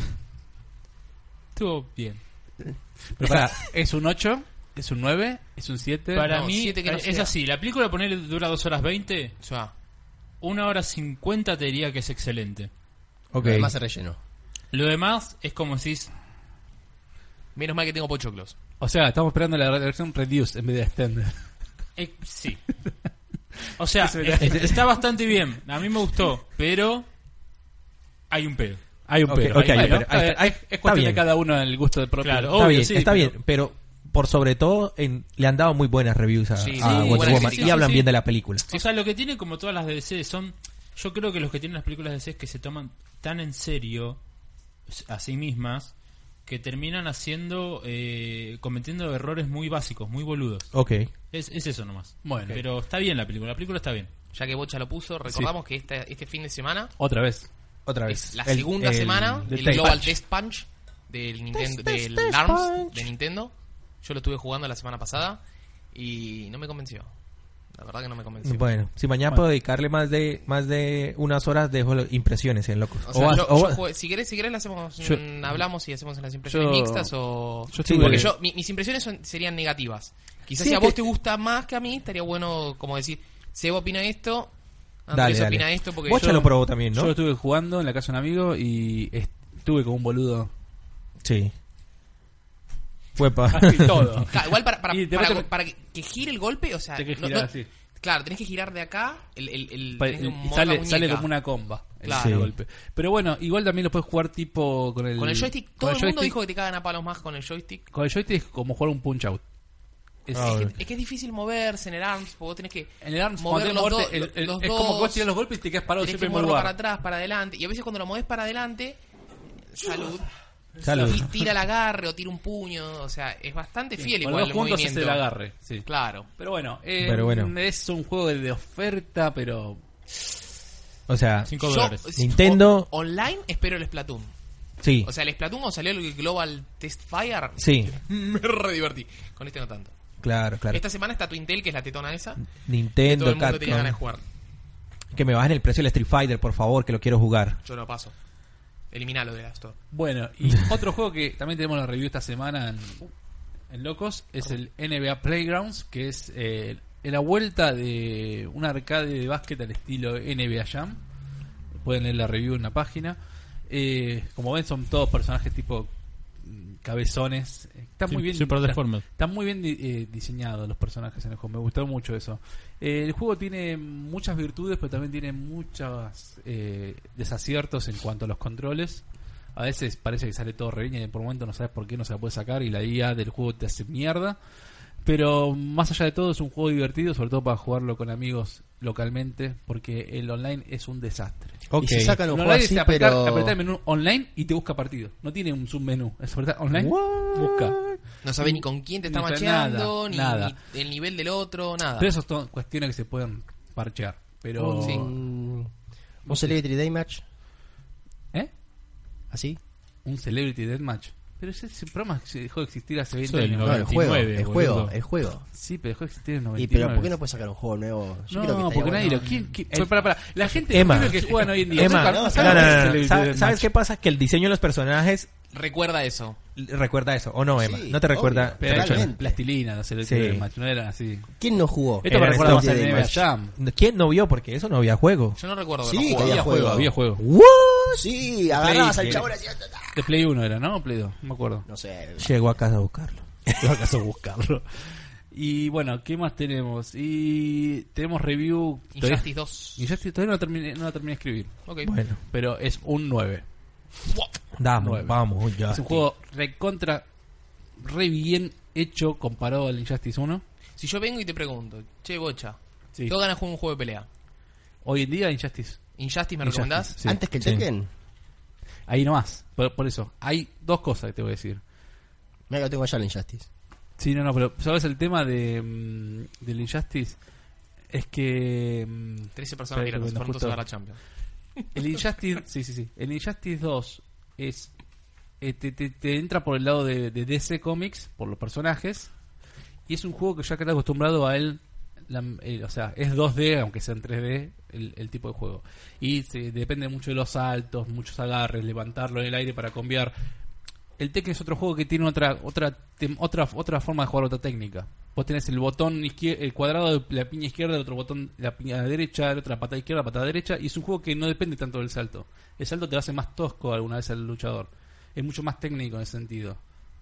Estuvo bien. Pero pará, ¿es un ocho? ¿Es un nueve? ¿Es un siete? Para no, mí siete que no es sea. así. La película ponerle dura dos horas veinte, O sea, una hora cincuenta te diría que es excelente. Ok. Además se rellenó. Lo demás es como decís, menos mal que tengo pochoclos. O sea, estamos esperando la versión reduced en vez de extended. eh, sí. O sea, Eso es- era- está bastante bien. A mí me gustó, pero hay un pero. Hay un Ok, pero. ok, Bueno, pero ahí está- está- ahí es, es está cuestión bien. de cada uno el gusto del propio. Claro, Está obvio, bien, sí, está pero- bien, pero por sobre todo en, le han dado muy buenas reviews a, Sí, a sí, Wonder buenas Woman críticas. y hablan Sí, sí. bien de la película. O sea, lo que tiene como todas las de D C son... Yo creo que los que tienen las películas de D C es que se toman tan en serio a sí mismas que terminan haciendo... Eh, cometiendo errores muy básicos, muy boludos. Ok. Es, es eso nomás. Bueno. Pero está bien la película, la película está bien. Ya que Bocha lo puso, recordamos que este, este fin de semana Otra vez. Otra vez. es la El- segunda el- semana del del Test Global Punch. Test Punch del Nintendo, Test, del test, ARMS punch. de Nintendo. Yo lo estuve jugando la semana pasada y no me convenció. La verdad que no me convenció. Bueno, si mañana Bueno. puedo dedicarle más de más de unas horas, dejo lo- impresiones en locos. O sea, vas- yo, o yo vas- jugué- si querés, si querés le hacemos, Yo- mm, hablamos y hacemos las impresiones Yo- mixtas o... yo Sí, estuve- Porque yo, mi- mis impresiones son- serían negativas. Quizás Sí, si a que- vos te gusta más que a mí, estaría bueno como decir, Seba opina esto, Dale, Andrés dale. opina esto, porque Bocha yo- lo probó también, Yo ¿no? lo estuve jugando en la casa de un amigo y estuve como un boludo. Sí. Fue pa... Casi todo. Claro, igual para, para, Y de para, repente- para que, que gire el golpe, o sea, Tenés que no- girar no- así. claro, tenés que girar de acá, el, el, el, Pa- tenés que y mover la sale, muñeca. sale como una comba el Claro. ese golpe. Pero bueno, igual también lo puedes jugar tipo con el Con el joystick, con todo el, mundo joystick- dijo que te cagan a palos más con el joystick. Con el joystick es como jugar un punch out. Es- Ah, Es bueno. que, es que es difícil moverse en el ARMS, porque vos tenés que en el ARMS mover cuando los, tenés dos, que moverte, el- el- los es dos, como que vos tirás los golpes y te quedas parado tenés siempre que en el mismo moverlo lugar. para atrás, para adelante, y a veces cuando lo moves para adelante, salud, Salud. y tira el agarre o tira un puño, o sea, es bastante fiel Con igual los el dos juntos es movimiento. el agarre, sí. Claro. Pero bueno, eh, Pero bueno. es un juego de oferta, pero O sea, cinco Yo, dólares. si- Nintendo- o- online espero el Splatoon. sí. O sea, el Splatoon o salió el Global Test Fire, Sí, me re divertí. Con este no tanto. claro, claro. Esta semana está Twintel, que es la tetona esa. que Nintendo, todo el mundo tenía ganas de Capcom. jugar. Que me bajen el precio del Street Fighter, por favor, que lo quiero jugar. Yo lo paso. Eliminalo de la Store. bueno. Y otro juego que también tenemos la review esta semana en, en Locos es el N B A Playgrounds, que es eh, la vuelta de un arcade de básquet al estilo N B A Jam. Pueden leer la review en la página. Eh, como ven, son todos personajes tipo mm, cabezones. Está Sí, muy bien. Super está- Deformed. Están muy bien di- eh, diseñados los personajes en el juego. Me gustó mucho eso. Eh, el juego tiene muchas virtudes, pero también tiene muchos eh, desaciertos en cuanto a los controles. A veces parece que sale todo re bien y por momento no sabes por qué no se la puede sacar y la I A del juego te hace mierda. Pero más allá de todo es un juego divertido, sobre todo para jugarlo con amigos localmente, porque el online es un desastre. Ok. Y se sacan El un juego online así, es apretar, pero... apretar el menú online y te busca partido. No tiene un submenú. Es apretar online, What? busca. No sabés ni con quién te está Ni con macheando, nada, ni, nada. ni el nivel del otro, nada. Pero eso son cuestiones que se pueden parchear. Pero. Sí. Un, un Celebrity Deathmatch, ¿Eh? así. Un Celebrity Deathmatch. Pero ese, ese programa se dejó de existir hace veinte Eso del años. No, el juego, noventa y nueve, el juego, boludo. el juego. Sí, pero dejó de existir en el Y noventa y pero nueve. ¿por qué no puedes sacar un juego nuevo? Yo creo que No, estaría porque bueno. nadie lo. ¿Quién, quién- pero para, para. La gente Emma. los pibes que juegan hoy en día. Emma, ¿saben- no, saben no, qué es no, no. Celebrity ¿Sabes, Deathmatch? ¿sabes qué pasa? Que el diseño de los personajes Recuerda eso. recuerda eso, ¿o no, Emma? Sí, ¿No te recuerda? obvio. Pero eran Totalmente. plastilina, los Celebrity Sí. Deathmatch, no eran así. ¿Quién no jugó? Esto me Era recuerda más esto. al N B A Jam. ¿Quién no vio? Porque eso no había juego. Yo no recuerdo Sí, verlo que jugar. había juego. había juego. ¿What? Sí, agarrabas al Play- chabón así. De Play uno era, ¿no? O Play dos, no me acuerdo. No sé. Llegó a casa a buscarlo. No acaso buscarlo. Y bueno, ¿qué más tenemos? Y tenemos review. Injustice dos. Injustice todavía no la terminé, no la terminé de escribir. Ok. Bueno, Pero es un nueve. damos, Nueve. vamos, ya. Es un juego recontra, re bien hecho comparado al Injustice uno. Si yo vengo y te pregunto, che, Bocha, Sí. tengo ganas de jugar un juego de pelea. Hoy en día Injustice. ¿Injustice me Injustice, recomendás? sí. Antes que el Sí. Tekken. Ahí nomás. Por, por eso. Hay dos cosas que te voy a decir. Mira que lo tengo allá el Injustice. Sí, no, no, pero ¿sabes el tema de mm, del Injustice? Es que... mm, trece personas espera, mirando, que se fueron justo- todos a la Champions. El Injustice, sí, sí, sí. El Injustice dos es eh, te, te- te entra por el lado de, de D C Comics, por los personajes, y es un juego que ya queda acostumbrado a él, la- el- o sea, es dos D, aunque sea en tres D, el, el tipo de juego. Y se, depende mucho de los saltos, muchos agarres, levantarlo en el aire para cambiar. El Tekken es otro juego que tiene otra otra tem- otra otra forma de jugar, otra técnica. Vos tenés el botón izquier- el cuadrado de la piña izquierda, el otro botón la piña derecha, el otro la patada izquierda, la patada derecha, y es un juego que no depende tanto del salto. El salto te hace más tosco alguna vez al luchador. Es mucho más técnico en ese sentido.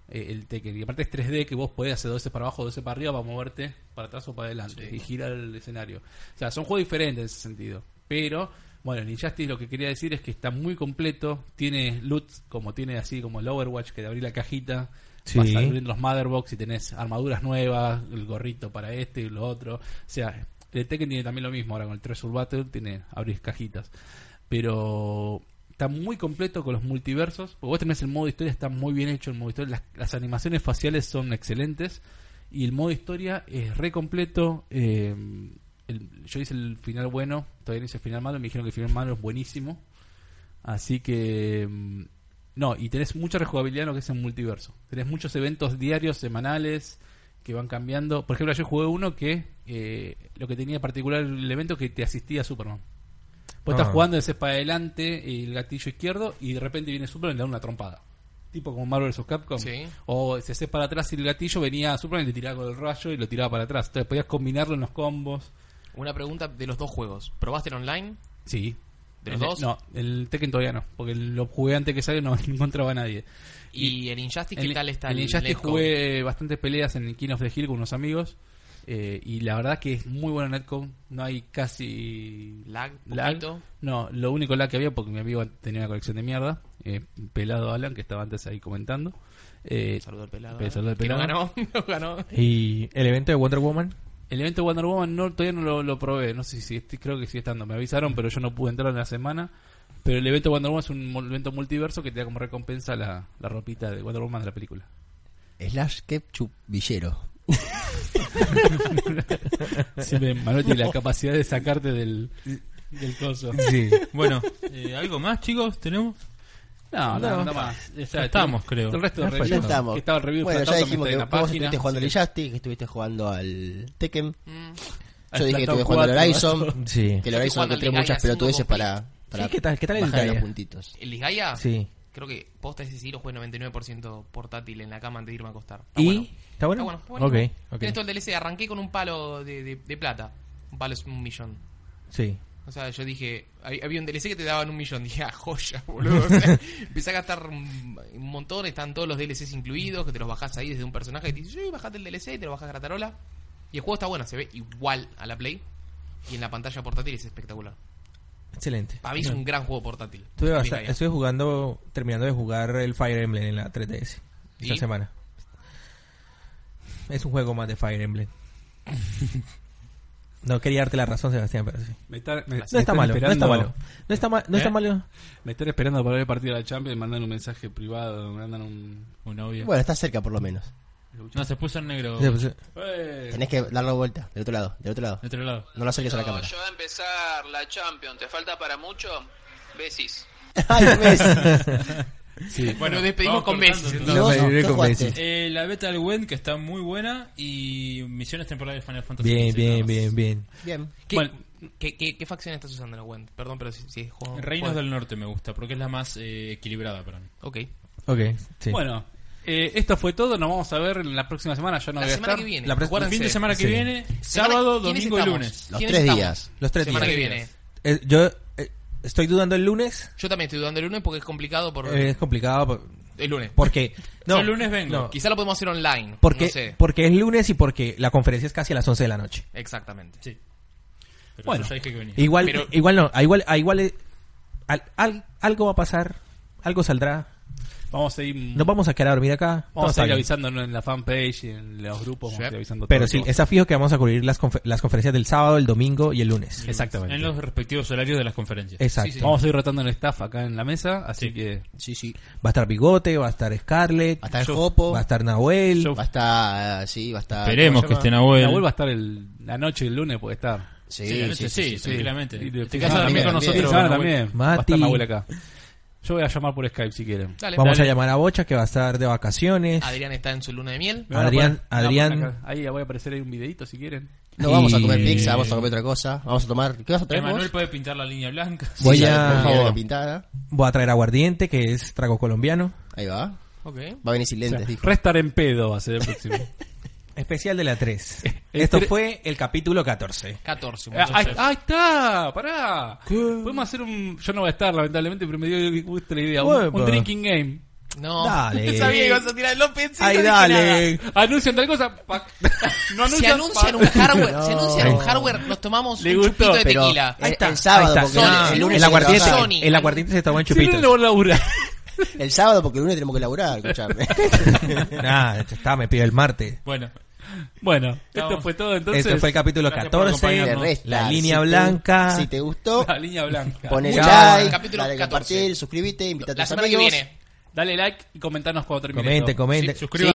eh, el Tekken. Y aparte es tres D, que vos podés hacer doce para abajo, doce para arriba, para moverte para atrás o para adelante Sí. y girar el escenario. O sea, son juegos diferentes en ese sentido. Pero, bueno, el Injustice lo que quería decir es que está muy completo. Tiene loot, como tiene así como el Overwatch, que te abrí la cajita. Sí. Vas abriendo los Motherbox y tenés armaduras nuevas, el gorrito para este y lo otro. O sea, el Tekken tiene también lo mismo. Ahora con el Treasure Battle tiene abrís cajitas. Pero está muy completo con los multiversos. Porque vos tenés el modo historia, está muy bien hecho el modo historia. Las, las animaciones faciales son excelentes. Y el modo historia es re completo. Eh, el- yo hice el final bueno, todavía no hice el final malo. Me dijeron que el final malo es buenísimo. Así que... mm, no, y tenés mucha rejugabilidad en lo que es el multiverso. Tenés muchos eventos diarios, semanales, que van cambiando. Por ejemplo, yo jugué uno que eh, lo que tenía de particular el evento que te asistía a Superman. Vos Ah. estás jugando, decís para adelante el gatillo izquierdo y de repente viene Superman y le da una trompada. Tipo como Marvel versus. Capcom. Sí. O si haces para atrás y el gatillo venía Superman y te tiraba con el rayo y lo tiraba para atrás. Entonces podías combinarlo en los combos. Una pregunta de los dos juegos. ¿Probaste el online? Sí. ¿De los El- dos? No, el Tekken todavía no. Porque lo jugué antes que salió, no encontraba a nadie. ¿Y el Injustice qué El- tal está? El Injustice netcode? jugué bastantes peleas en el King of the Hill con unos amigos. eh, y la verdad que es muy bueno netcode. No hay casi Lag, lag. poquito. No, lo único lag que había porque mi amigo tenía una colección de mierda. Eh, pelado Alan, que estaba antes ahí comentando. Eh, Saludo al pelado. Pe- saludo al Que no pelado. ganó, no ganó. Y el evento de Wonder Woman. el evento de Wonder Woman no, todavía no lo, lo probé. No sé si este- creo que sigue estando. Me avisaron, pero yo no pude entrar en la semana. Pero el evento de Wonder Woman es un mo- evento multiverso que te da como recompensa la, la ropita de Wonder Woman de la película. Slash ketchup villero. Siempre Manuel tiene la capacidad de sacarte del, del coso. Sí. Bueno, eh, ¿algo más, chicos? ¿Tenemos? No, no, No. nada más. Ya está, Estamos, el- creo. El resto de Ya reviews, Ya estamos. que estaba el review Bueno, ya Flatao dijimos también que está en la vos página. estuviste jugando al así que- Injustice, que estuviste jugando al Tekken. Mm. Yo dije que Flatao estuve jugando al cuatro, Horizon. Sí. Que el Estoy Horizon jugando al encontré muchas Disgaea pelotudeces cinco para, para Sí, ¿qué tal? ¿Qué tal el bajar los Disgaea? puntitos. ¿El Disgaea? Sí. Creo que posta ese sí lo jugué noventa y nueve por ciento portátil en la cama antes de irme a acostar. Está ¿Y? bueno. ¿Está bueno? Está bueno, está bueno. Ok, ok. Tienes todo el D L C. Arranqué con un palo de, de, de plata. Un palo es un millón. Sí. O sea, yo dije, hab- había un D L C que te daban un millón. Dije, ah, joya, boludo. O sea, empecé a gastar un un montón. Están todos los D L Cs incluidos, que te los bajás ahí desde un personaje. Y te dices, sí, bajate el D L C y te lo bajás gratarola. Y el juego está bueno, se ve igual a la Play. Y en la pantalla portátil es espectacular. Excelente. Para mí es un gran juego portátil. Estuve, bast- Disgaea. estuve jugando, terminando de jugar el Fire Emblem en la tres D S esta ¿Y? semana. Es un juego más de Fire Emblem. No quería darte la razón, Sebastián, pero sí. Me está- me- me No está están malo, no está esperando- malo. No está, ma- no está ¿Eh? malo. Me están esperando para ver el partido de la Champions. Me mandan un mensaje privado. Me mandan un. Un audio. Bueno, está cerca por lo menos. No, se puso en negro. Sí, pues, sí. Eh, Tenés que darle vuelta, del otro lado, del otro lado. De otro lado. No lo acerques a la Pero cámara. ya va a empezar la Champions, ¿te falta para mucho? Besis. Ay, Messi. sí. Bueno, nos despedimos vamos con cortando, Messi. ¿Y entonces. vos me iré qué con jugaste? Messi. Eh, la beta del Wend, que está muy buena, y misiones temporales de Final Fantasy. Bien, quince, nada bien, más. bien, bien. Bien. ¿Qué, Bueno. ¿qué, qué, qué facción estás usando en la Wend? Perdón, pero si, si es juego. Reinos juego- del Norte me gusta, porque es la más eh, equilibrada para mí. Ok. Ok, sí. Bueno, eh, esto fue todo. Nos vamos a ver en la próxima semana. Yo no La voy a semana estar. que viene. La pre- acuérdense. El fin de semana que Sí. viene, Semana- sábado, ¿quiénes domingo y estamos? lunes. Los ¿Quiénes tres estamos? días. Los tres Semana días. que viene. Eh, yo eh, estoy dudando el lunes. Yo también estoy dudando el lunes porque es complicado por Eh, es complicado por- el lunes. porque Yo el lunes vengo. no, Quizá lo podemos hacer online. porque No sé. porque es lunes y porque la conferencia es casi a las once de la noche. Exactamente. Sí. Pero Bueno. yo ya dije que venía. Igual Pero- igual no, a igual a igual eh, al- al- algo va a pasar, algo saldrá. Vamos a ir. Nos vamos a quedar a dormir acá. todo Vamos está a ir bien. avisándonos en la fanpage y en los grupos. Vamos a ir Sí. avisando Pero todo sí, lo que está fijo que vamos a cubrir las, confer- las conferencias del sábado, el domingo y el lunes. vamos- Exactamente. En los respectivos horarios de las conferencias. Exacto. Sí, sí. Vamos a ir rotando el staff acá en la mesa. Así Sí. que. Sí, sí. Va a estar Bigote, va a estar Scarlett, Va a estar el Yo- Jopo. va a estar Nahuel. Yo- Va a estar. ah, Sí, va a estar. Esperemos ¿cómo que se esté llama? Nahuel. La vuelva a estar el, la noche del lunes, puede estar. Sí, Sí, la noche sí, sí, sí, sí. tranquilamente. Y de En fin casa de también semana con también. nosotros. Fin de semana Nahuel. también. Va a estar Mati. Nahuel acá. Yo voy a llamar por Skype si quieren. Dale. Vamos Dale. a llamar a Bocha que va a estar de vacaciones. Adrián está en su luna de miel. Me van a Adrián- poner- me van a Adrián- poner acá. Ahí voy a aparecer ahí un videito si quieren. No vamos a comer Y- pizza, vamos a comer otra cosa. Vamos a tomar. ¿Qué vas a traer vos? Emanuel puede pintar la línea blanca. Voy Sí, a- la- por la favor. pintada. Voy a traer aguardiente, que es trago colombiano. Ahí va. Ok. Va a venir sin O lentes, sea, dijo. restar en pedo va a ser el próximo. Especial de la tres. El Esto tre- fue el capítulo catorce. catorce, Ah, ahí, muchachos. ahí está, pará. Podemos hacer un. Yo no voy a estar, lamentablemente, pero me dio gusto la idea. Un, Bueno, un drinking game. No, Dale. sabía que ibas a tirar López. sí, Ay, no dije dale. Anuncian tal cosa. pa- No nada. Si anuncian, anuncian pa- un hardware, No. si anuncian un hardware, nos tomamos Le un gustó, chupito de pero- tequila. Ahí El, está, el sábado, ahí está. porque Sony, el, el lunes El Sony. aguardiente, Sony. el aguardiente se toma en Sí, no chupitos. le voy a laburar. el sábado porque el lunes tenemos que laburar, escuchame. Ah, ya está, me pide el martes. Bueno, Bueno, esto Vamos. fue todo entonces. Este fue el capítulo gracias por catorce. acompañarnos. Te resta, La línea si te- blanca. si te gustó, La línea blanca. poné Muchas like, capítulo dale a catorce. compartir, suscríbete, invita a La tus semana que amigos. viene. Dale like y comentanos cuando termine. Comente, esto. comente. sí, suscríbanse.